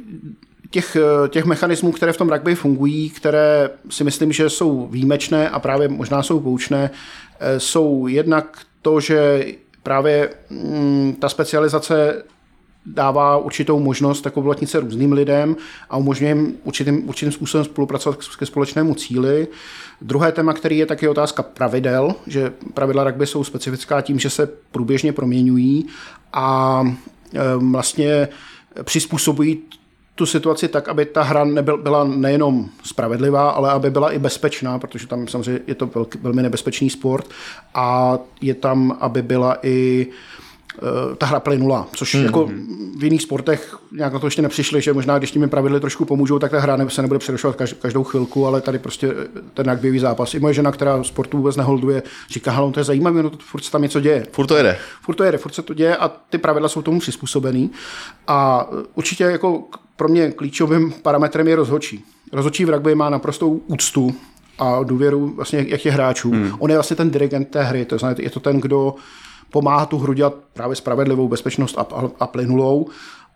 D: těch, těch mechanismů, které v tom rugby fungují, které si myslím, že jsou výjimečné a právě možná jsou poučné, jsou jednak to, že právě mm, ta specializace dává určitou možnost jako uplatnit se různým lidem a umožňuje jim určitým, určitým způsobem spolupracovat ke společnému cíli. Druhé téma, který je taky otázka pravidel, že pravidla rugby jsou specifická tím, že se průběžně proměňují a e, vlastně přizpůsobují tu situaci tak, aby ta hra nebyl, byla nejenom spravedlivá, ale aby byla i bezpečná, protože tam samozřejmě je to velký, velmi nebezpečný sport a je tam, aby byla i uh, ta hra plynula, což mm-hmm. jako v jiných sportech nějak na to ještě nepřišli, že možná když těmi pravidly trošku pomůžou, tak ta hra se nebude přerušovat každou chvilku, ale tady prostě ten rugbyový zápas. I moje žena, která sportu vůbec neholduje, říká, hele, to je zajímavé, no to furt se tam něco děje.
B: Furt to jede.
D: Furt to jede, furt se to děje a ty pravidla jsou tomu přizpůsobený. A určitě jako pro mě klíčovým parametrem je rozhodčí. Rozhodčí v rugby má naprostou úctu a důvěru vlastně jak je hráčů. Hmm. On je vlastně ten dirigent té hry, to znamená, je to ten, kdo pomáhá tu hru dělat právě spravedlivou, bezpečnost a, a, a plynulou.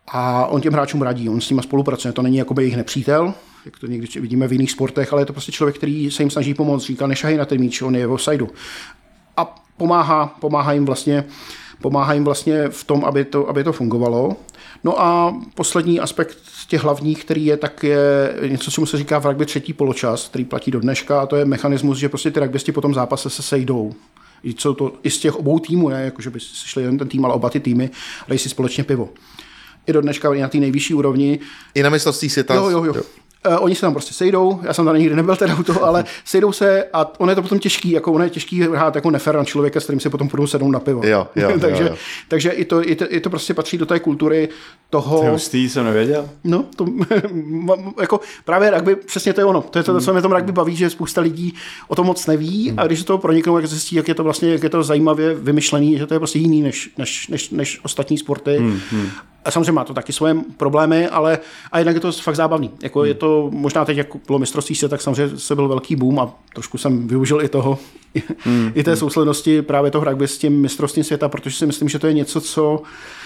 D: A on těm hráčům radí, on s nimi spolupracuje, to není jakoby jejich nepřítel, jak to někdy vidíme v jiných sportech, ale je to prostě člověk, který se jim snaží pomoct, říká, nešahej na ten míč, on je v offsideu. A pomáhá, pomáhá jim vlastně, pomáhá jim vlastně v tom, aby to, aby to fungovalo. No a poslední aspekt z těch hlavních, který je, tak je něco, co mu se říká v rugby třetí poločas, který platí do dneška, a to je mechanismus, že prostě ty rugbysti po tom zápase se sejdou. Jsou to i z těch obou týmů, ne, jako že by šli jen ten tým, ale oba ty týmy, dají si společně pivo. I do dneška i na té nejvyšší úrovni.
B: I na mistrovství světa.
D: Jo, jo, jo. jo. Uh, oni se tam prostě sejdou, já jsem tam nikdy nebyl teda u toho, ale sejdou se a ono je to potom těžký, jako ono je těžký hrát jako nefér na člověka, s kterým se potom budou sednout na pivo.
B: Jo, jo,
D: takže,
B: jo, jo.
D: takže i to, i, to, i to prostě patří do té kultury toho...
C: To je hustý, jsem nevěděl.
D: No, to, jako právě rugby, přesně to je ono. To je to, co mě tom rugby baví, že spousta lidí o tom moc neví a když se toho proniknou, jak zjistí, jak je to vlastně, jak je to zajímavě vymyšlený, že to je prostě jiný než, než, než, než ostatní sporty. Hmm, hmm. A samozřejmě má to taky svoje problémy, ale a jednak je to fakt zábavný. Jako hmm. je to možná teď, jak bylo mistrovství světa, tak samozřejmě se byl velký boom a trošku jsem využil i toho, hmm. i té souslednosti právě toho rugby s tím mistrovstvím světa, protože si myslím, že to je něco, co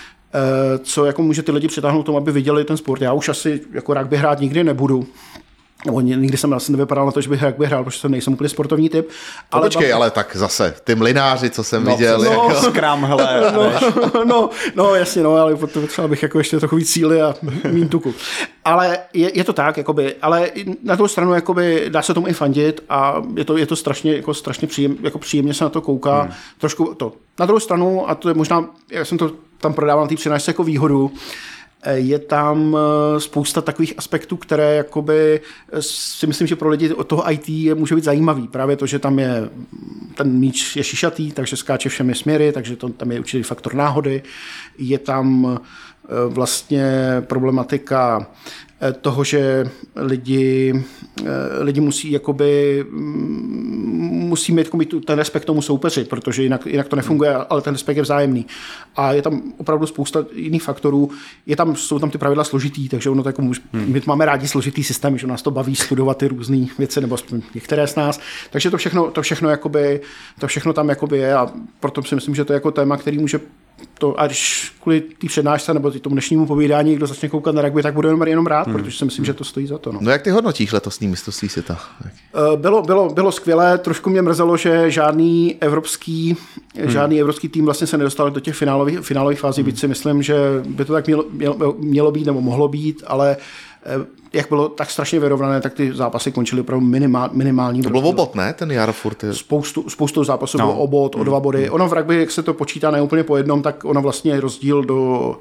D: co jako může ty lidi přitáhnout tomu, aby viděli ten sport. Já už asi jako rugby hrát nikdy nebudu. Nebo nikdy jsem asi nevypadal na to, že bych rugby hrál, protože jsem nejsem úplně sportovní typ.
B: Ale počkej, bav... ale tak zase, ty mlináři, co jsem
C: no,
B: viděl.
C: No,
B: jako...
C: skram, hele.
D: No, no, no, jasně, no, ale potřeba bych jako ještě trochu víc síly a mín tuku. Ale je, je to tak, jakoby, ale na druhou stranu jakoby, dá se tomu i fandit a je to, je to strašně, jako, strašně příjem, jako příjemně se na to kouká. Hmm. Trošku to. Na druhou stranu, a to je možná, já jsem to tam prodával na té přinášce jako výhodu, je tam spousta takových aspektů, které jakoby si myslím, že pro lidi od toho í té může být zajímavý. Právě to, že tam je ten míč je šišatý, takže skáče všemi směry, takže to, tam je určitý faktor náhody. Je tam vlastně problematika toho, že lidi, lidi musí jakoby, musí mít, jako mít ten respekt tomu soupeři, protože jinak, jinak to nefunguje, ale ten respekt je vzájemný. A je tam opravdu spousta jiných faktorů. Je tam, jsou tam ty pravidla složitý, takže ono to jako, hmm. my máme rádi složitý systém, že nás to baví studovat ty různé věci, nebo některé z nás. Takže to všechno, to všechno, jakoby, to všechno tam jakoby je a proto si myslím, že to je jako téma, který může to, a když kvůli té přednášce nebo tomu dnešnímu povídání, kdo začne koukat na rugby, tak bude jenom, jenom rád, hmm. protože si myslím, že to stojí za to. No,
B: no jak ty hodnotíš letosní mistrovství světa?
D: Bylo, bylo, bylo skvělé, trošku mě mrzelo, že žádný evropský, hmm. žádný evropský tým vlastně se nedostal do těch finálových, finálových fází, hmm. byť si myslím, že by to tak mělo, mělo, mělo být nebo mohlo být, ale jak bylo tak strašně vyrovnané, tak ty zápasy končily opravdu minimál, minimální.
B: To bylo obod, ne? Ten Jaro furt je...
D: Spoustu, spoustu zápasů
C: no.
D: bylo obod, o dva body. Ono v rugby, jak se to počítá neúplně po jednom, tak ono vlastně je rozdíl do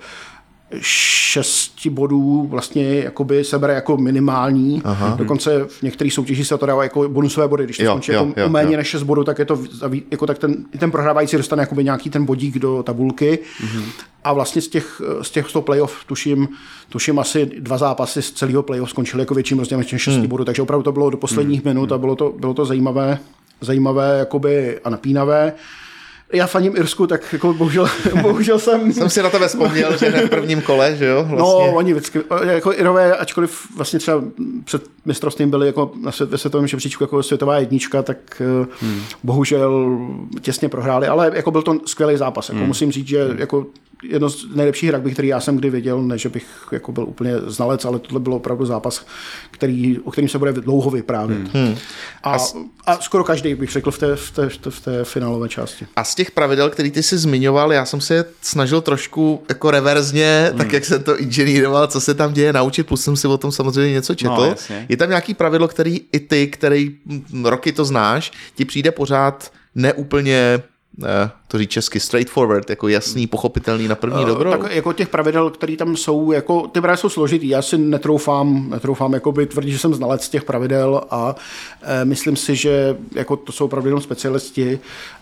D: šesti bodů vlastně jakoby se bere jako minimální. Aha. Dokonce v některých soutěžích se to dává jako bonusové body. Když to skončí jako jo, méně jo. než šest bodů, tak je to jako tak ten, ten prohrávající dostane jakoby nějaký ten bodík do tabulky. Mhm. A vlastně z těch, z těch z toho playoff tuším, tuším asi dva zápasy z celého playoff skončily jako větším rozdílem než šesti hmm. bodů, takže opravdu to bylo do posledních hmm. minut a bylo to, bylo to zajímavé, zajímavé jakoby a napínavé. Já faním Irsku, tak jako bohužel, bohužel jsem...
B: jsem si na tebe vzpomněl, že ne v prvním kole, že jo? Vlastně.
D: No, oni vždycky, jako Irové, ačkoliv vlastně třeba před mistrovstvím byli jako na svět, ve světovém žebříčku jako světová jednička, tak hmm. bohužel těsně prohráli, ale jako byl to skvělý zápas. Jako hmm. musím říct, že jako jedno z nejlepších rugby, který já jsem kdy viděl, ne, že bych jako byl úplně znalec, ale tohle bylo opravdu zápas, který, o kterým se bude dlouho vyprávět. Hmm. A, a skoro každý bych řekl v té, v té, v té, v té finálové části.
B: A z těch pravidel, který ty jsi zmiňoval, já jsem se je snažil trošku jako reverzně, hmm. tak jak jsem to inženýroval, co se tam děje, naučit, plus jsem si o tom samozřejmě něco četl. No, je tam nějaký pravidlo, který i ty, který roky to znáš, ti přijde pořád neúplně ne, to říct česky, straightforward, jako jasný, pochopitelný na první dobro.
D: Tak jako těch pravidel, které tam jsou, jako ty pravidla jsou složitý. Já si netroufám, netroufám jako by tvrdit, že jsem znalec těch pravidel a e, myslím si, že jako to jsou opravdu jenom specialisti.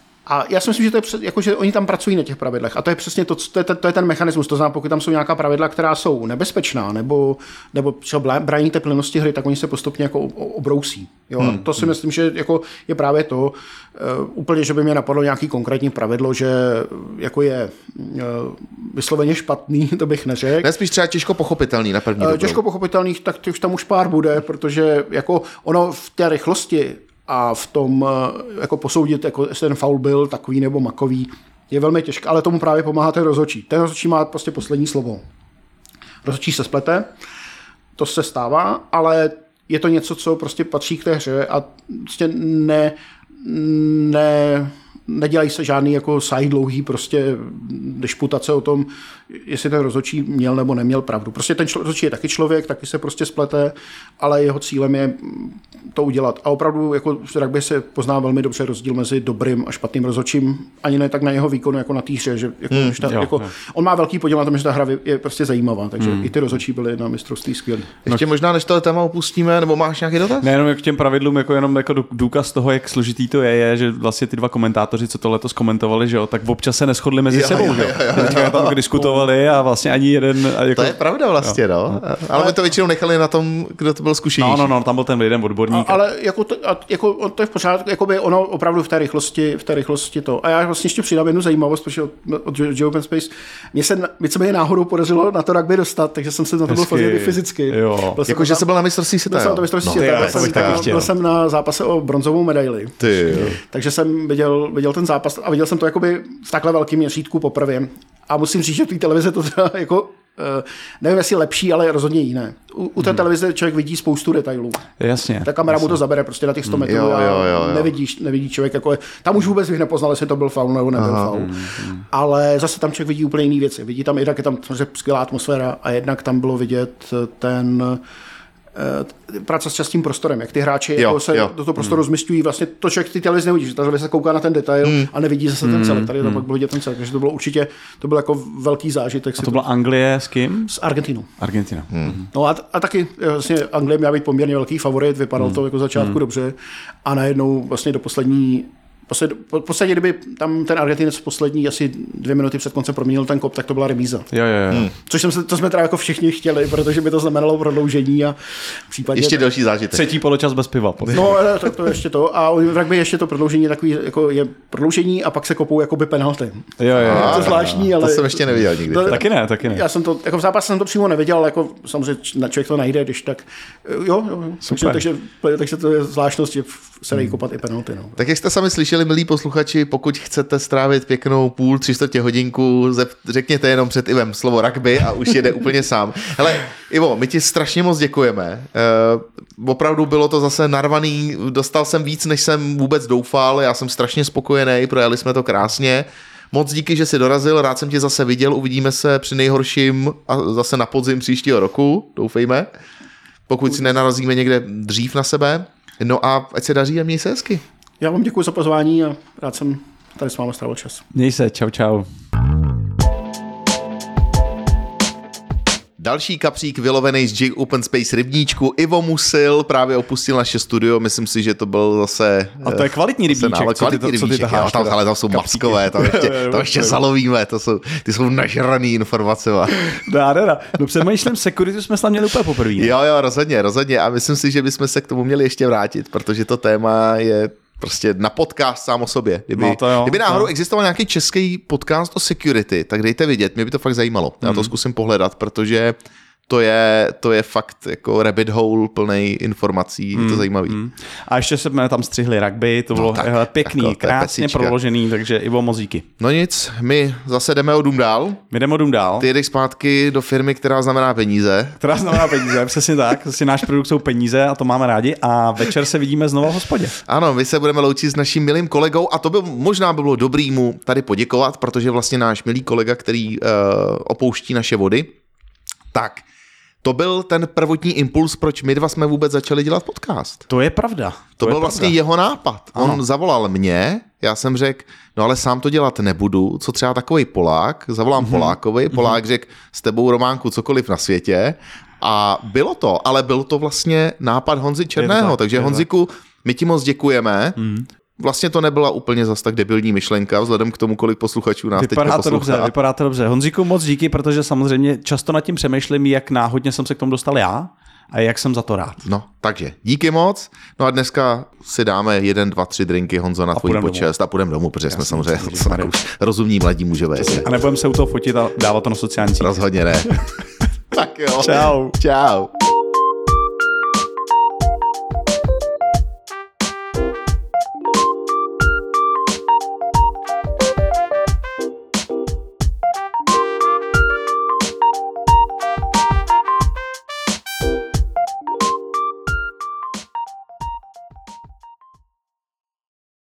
D: A já si myslím, že, to je přes, jako, že oni tam pracují na těch pravidlech a to je přesně to, to je, to je ten mechanismus. To znamená, pokud tam jsou nějaká pravidla, která jsou nebezpečná nebo, nebo třeba brání té plynnosti hry, tak oni se postupně jako obrousí. Jo? Hmm. To si myslím, že jako je právě to, uh, úplně, že by mě napadlo nějaký konkrétní pravidlo, že jako je uh, vysloveně špatný, to bych neřekl.
B: Ne, spíš třeba těžko pochopitelný na první uh,
D: Těžko pochopitelných, tak už tam už pár bude, protože jako ono v té rychlosti a v tom jako posoudit, jako jestli ten faul byl takový nebo makový, je velmi těžké, ale tomu právě pomáhá ten rozhodčí. Ten rozhodčí má prostě poslední slovo. rozhodčí se splete, to se stává, ale je to něco, co prostě patří k té hře a prostě ne, ne, nedělají se žádný jako side dlouhý prostě disputace o tom, jestli ten rozhodčí měl nebo neměl pravdu. Prostě ten člo, rozhodčí je taky člověk, taky se prostě splete, ale jeho cílem je to udělat. A opravdu jako v rugby se pozná velmi dobře rozdíl mezi dobrým a špatným rozhodčím, ani ne tak na jeho výkonu jako na té hře, že jako, hmm, ta,
C: jo,
D: jako,
C: jo.
D: on má velký podíl na tom, že ta hra je prostě zajímavá, takže hmm. i ty rozhodčí byly na mistrovství skvělý.
B: Ještě možná, než tohle téma opustíme, nebo máš nějaký dotaz?
C: Nejenom k těm pravidlům, jako jenom jako důkaz toho, jak složitý to je, je, že vlastně ty dva komentátoři, co to letos komentovali, že jo, tak občas se neshodli mezi
B: jo,
C: sebou,
B: jo,
C: že jo.
B: jo, jo.
C: Teďka tam diskutovali a vlastně ani jeden... Jako...
B: To je pravda vlastně, no. Ale my to většinou nechali na tom, kdo to byl zkušenější.
C: No, no, no, tam byl ten jeden odborník.
D: A, ale jako to, a, jako, to je v pořádku, jako by ono opravdu v té rychlosti, v té rychlosti to. A já vlastně ještě přidám jednu zajímavost, protože od, od Joe Open Space mě se víceméně náhodou podařilo na to rugby dostat, takže jsem se na to byl fakt fyzicky.
C: Jo.
B: Jako, že jsi byl na mistrovství světa,
D: byl jsem na mistrovství světa, byl jsem na zápase o bronzovou medaili.
B: Ty,
D: takže jsem viděl, viděl ten zápas a viděl jsem to jakoby v takhle velkém měřítku poprvé. A musím říct, že v té televize to teda jako nevím, jestli lepší, ale rozhodně jiné. U, u té televize člověk vidí spoustu detailů.
C: Jasně.
D: Ta kamera
C: jasně.
D: mu to zabere prostě na těch sto metrů
B: jo, jo, jo, jo.
D: Nevidí, nevidí člověk, jako je, tam už vůbec bych nepoznal, jestli to byl faul nebo nebyl
B: Aha,
D: faul.
B: mm, mm.
D: Ale zase tam člověk vidí úplně jiné věci. Vidí tam, jednak je tam skvělá atmosféra a jednak tam bylo vidět ten práce s častým prostorem, jak ty hráči
B: jo,
D: jako se
B: jo.
D: do toho prostoru hmm. rozmistují. Vlastně to člověk ty televize nevidí, že ta se kouká na ten detail hmm. a nevidí zase ten celek. Tady to pak bylo vidět ten celek, takže to bylo určitě, to byl jako velký zážitek.
C: A to byla Anglie s kým?
D: S Argentinou.
C: Argentina.
D: Hmm. No a, a taky vlastně Anglie měla být poměrně velký favorit, vypadal hmm. to jako začátku hmm. dobře a najednou vlastně do poslední V poslední době tam ten Argentinec v poslední asi dvě minuty před koncem proměnil ten kop, tak to byla remíza.
C: Jo, jo, jo.
B: Hmm.
D: Což jsem se, to jsme teda jako všichni chtěli, protože by to znamenalo prodloužení a případně...
B: Ještě další zážitek.
C: Třetí poločas bez piva.
D: No, tak to ještě to. A v rugby ještě to prodloužení takový, jako je prodloužení a pak se kopou jakoby penalty.
C: Jo, jo, jo.
D: Je to zvláštní, ale...
B: To jsem ještě neviděl nikdy.
D: To,
C: taky ne, taky ne.
D: Já jsem to, jako v zápase jsem to přímo neviděl, ale jako samozřejmě člověk to najde, když tak... Jo, jo.
C: Super.
D: Takže, takže, takže to je zvláštnost, že se dají kopat i penalty. No.
B: Tak jak jste sami slyšeli, milí posluchači, pokud chcete strávit pěknou půl, tři čtvrtě hodinku, řekněte jenom před Ivem slovo rugby a už jede úplně sám. Hele, Ivo, my ti strašně moc děkujeme. E, opravdu bylo to zase narvaný, dostal jsem víc, než jsem vůbec doufal, já jsem strašně spokojený, projeli jsme to krásně. Moc díky, že jsi dorazil, rád jsem tě zase viděl, uvidíme se při nejhorším a zase na podzim příštího roku, doufejme, pokud si nenarazíme někde dřív na sebe. No a ať se daří a měj se hezky.
D: Já vám děkuji za pozvání a rád jsem tady s vámi strávil čas.
C: Měj se, čau, čau.
B: Další kapřík vylovený z J Open Space rybníčku. Ivo Musil právě opustil naše studio, myslím si, že to byl zase...
C: A to je kvalitní rybníček,
B: nále,
C: co ty,
B: kvalitní
C: co ty
B: rybníček,
C: taháš.
B: Tam, ale tam jsou
C: kapříky.
B: Mackové, tam ještě, tam ještě zalovíme, to jsou, ty jsou nažraný informace.
C: Dá, dá, dá. No přemýšlím, security jsme snad měli úplně poprvé.
B: Jo, jo, rozhodně, rozhodně a myslím si, že bychom se k tomu měli ještě vrátit, protože to téma je prostě na podcast sám o sobě. Kdyby,
C: no to jo,
B: kdyby náhodou
C: to.
B: existoval nějaký český podcast o security, tak dejte vidět, mě by to fakt zajímalo. Já to zkusím pohledat, protože to je, to je fakt jako rabbit hole plnej informací, mm, je to zajímavý. Mm.
C: A ještě jsme tam střihli rugby, to bylo no, tak, hele, pěkný, jako, krásně proložený, takže Ivo, moc díky.
B: No nic, my zase jdeme o dům dál.
C: My jdeme o dům dál.
B: Ty jedeš zpátky do firmy, která znamená peníze.
C: Která znamená peníze, přesně tak. Přesně náš produkt jsou peníze a to máme rádi a večer se vidíme znovu v hospodě.
B: Ano, my se budeme loučit s naším milým kolegou a to by možná by bylo dobrý mu tady poděkovat, protože vlastně náš milý kolega, který uh, opouští naše vody, tak to byl ten prvotní impuls, proč my dva jsme vůbec začali dělat podcast.
C: To je pravda.
B: To,
C: to
B: byl
C: je
B: vlastně
C: pravda.
B: jeho nápad. On
C: Ano.
B: zavolal mě, já jsem řekl, no ale sám to dělat nebudu, co třeba takovej Polák, zavolám mm-hmm. Polákovi, Polák mm-hmm. řekl, s tebou Románku cokoliv na světě a bylo to, ale byl to vlastně nápad Honzy Černého,
C: tak,
B: takže Honziku, my ti moc děkujeme. Mm. Vlastně to nebyla úplně zas tak debilní myšlenka, vzhledem k tomu, kolik posluchačů nás teď poslouchá.
C: To dobře, vypadá to dobře. Honzíku, moc díky, protože samozřejmě často nad tím přemýšlím, jak náhodně jsem se k tomu dostal já a jak jsem za to rád.
B: No, takže díky moc. No a dneska si dáme jeden, dva, tři drinky, Honzo, na tvůj počest a půjdeme domů, protože jsme samozřejmě rozumní mladí mužové.
C: A nebudeme se u toho fotit a dávat to na sociální sítě.
B: Rozhodně ne. Tak jo.
C: Čau.
B: Čau.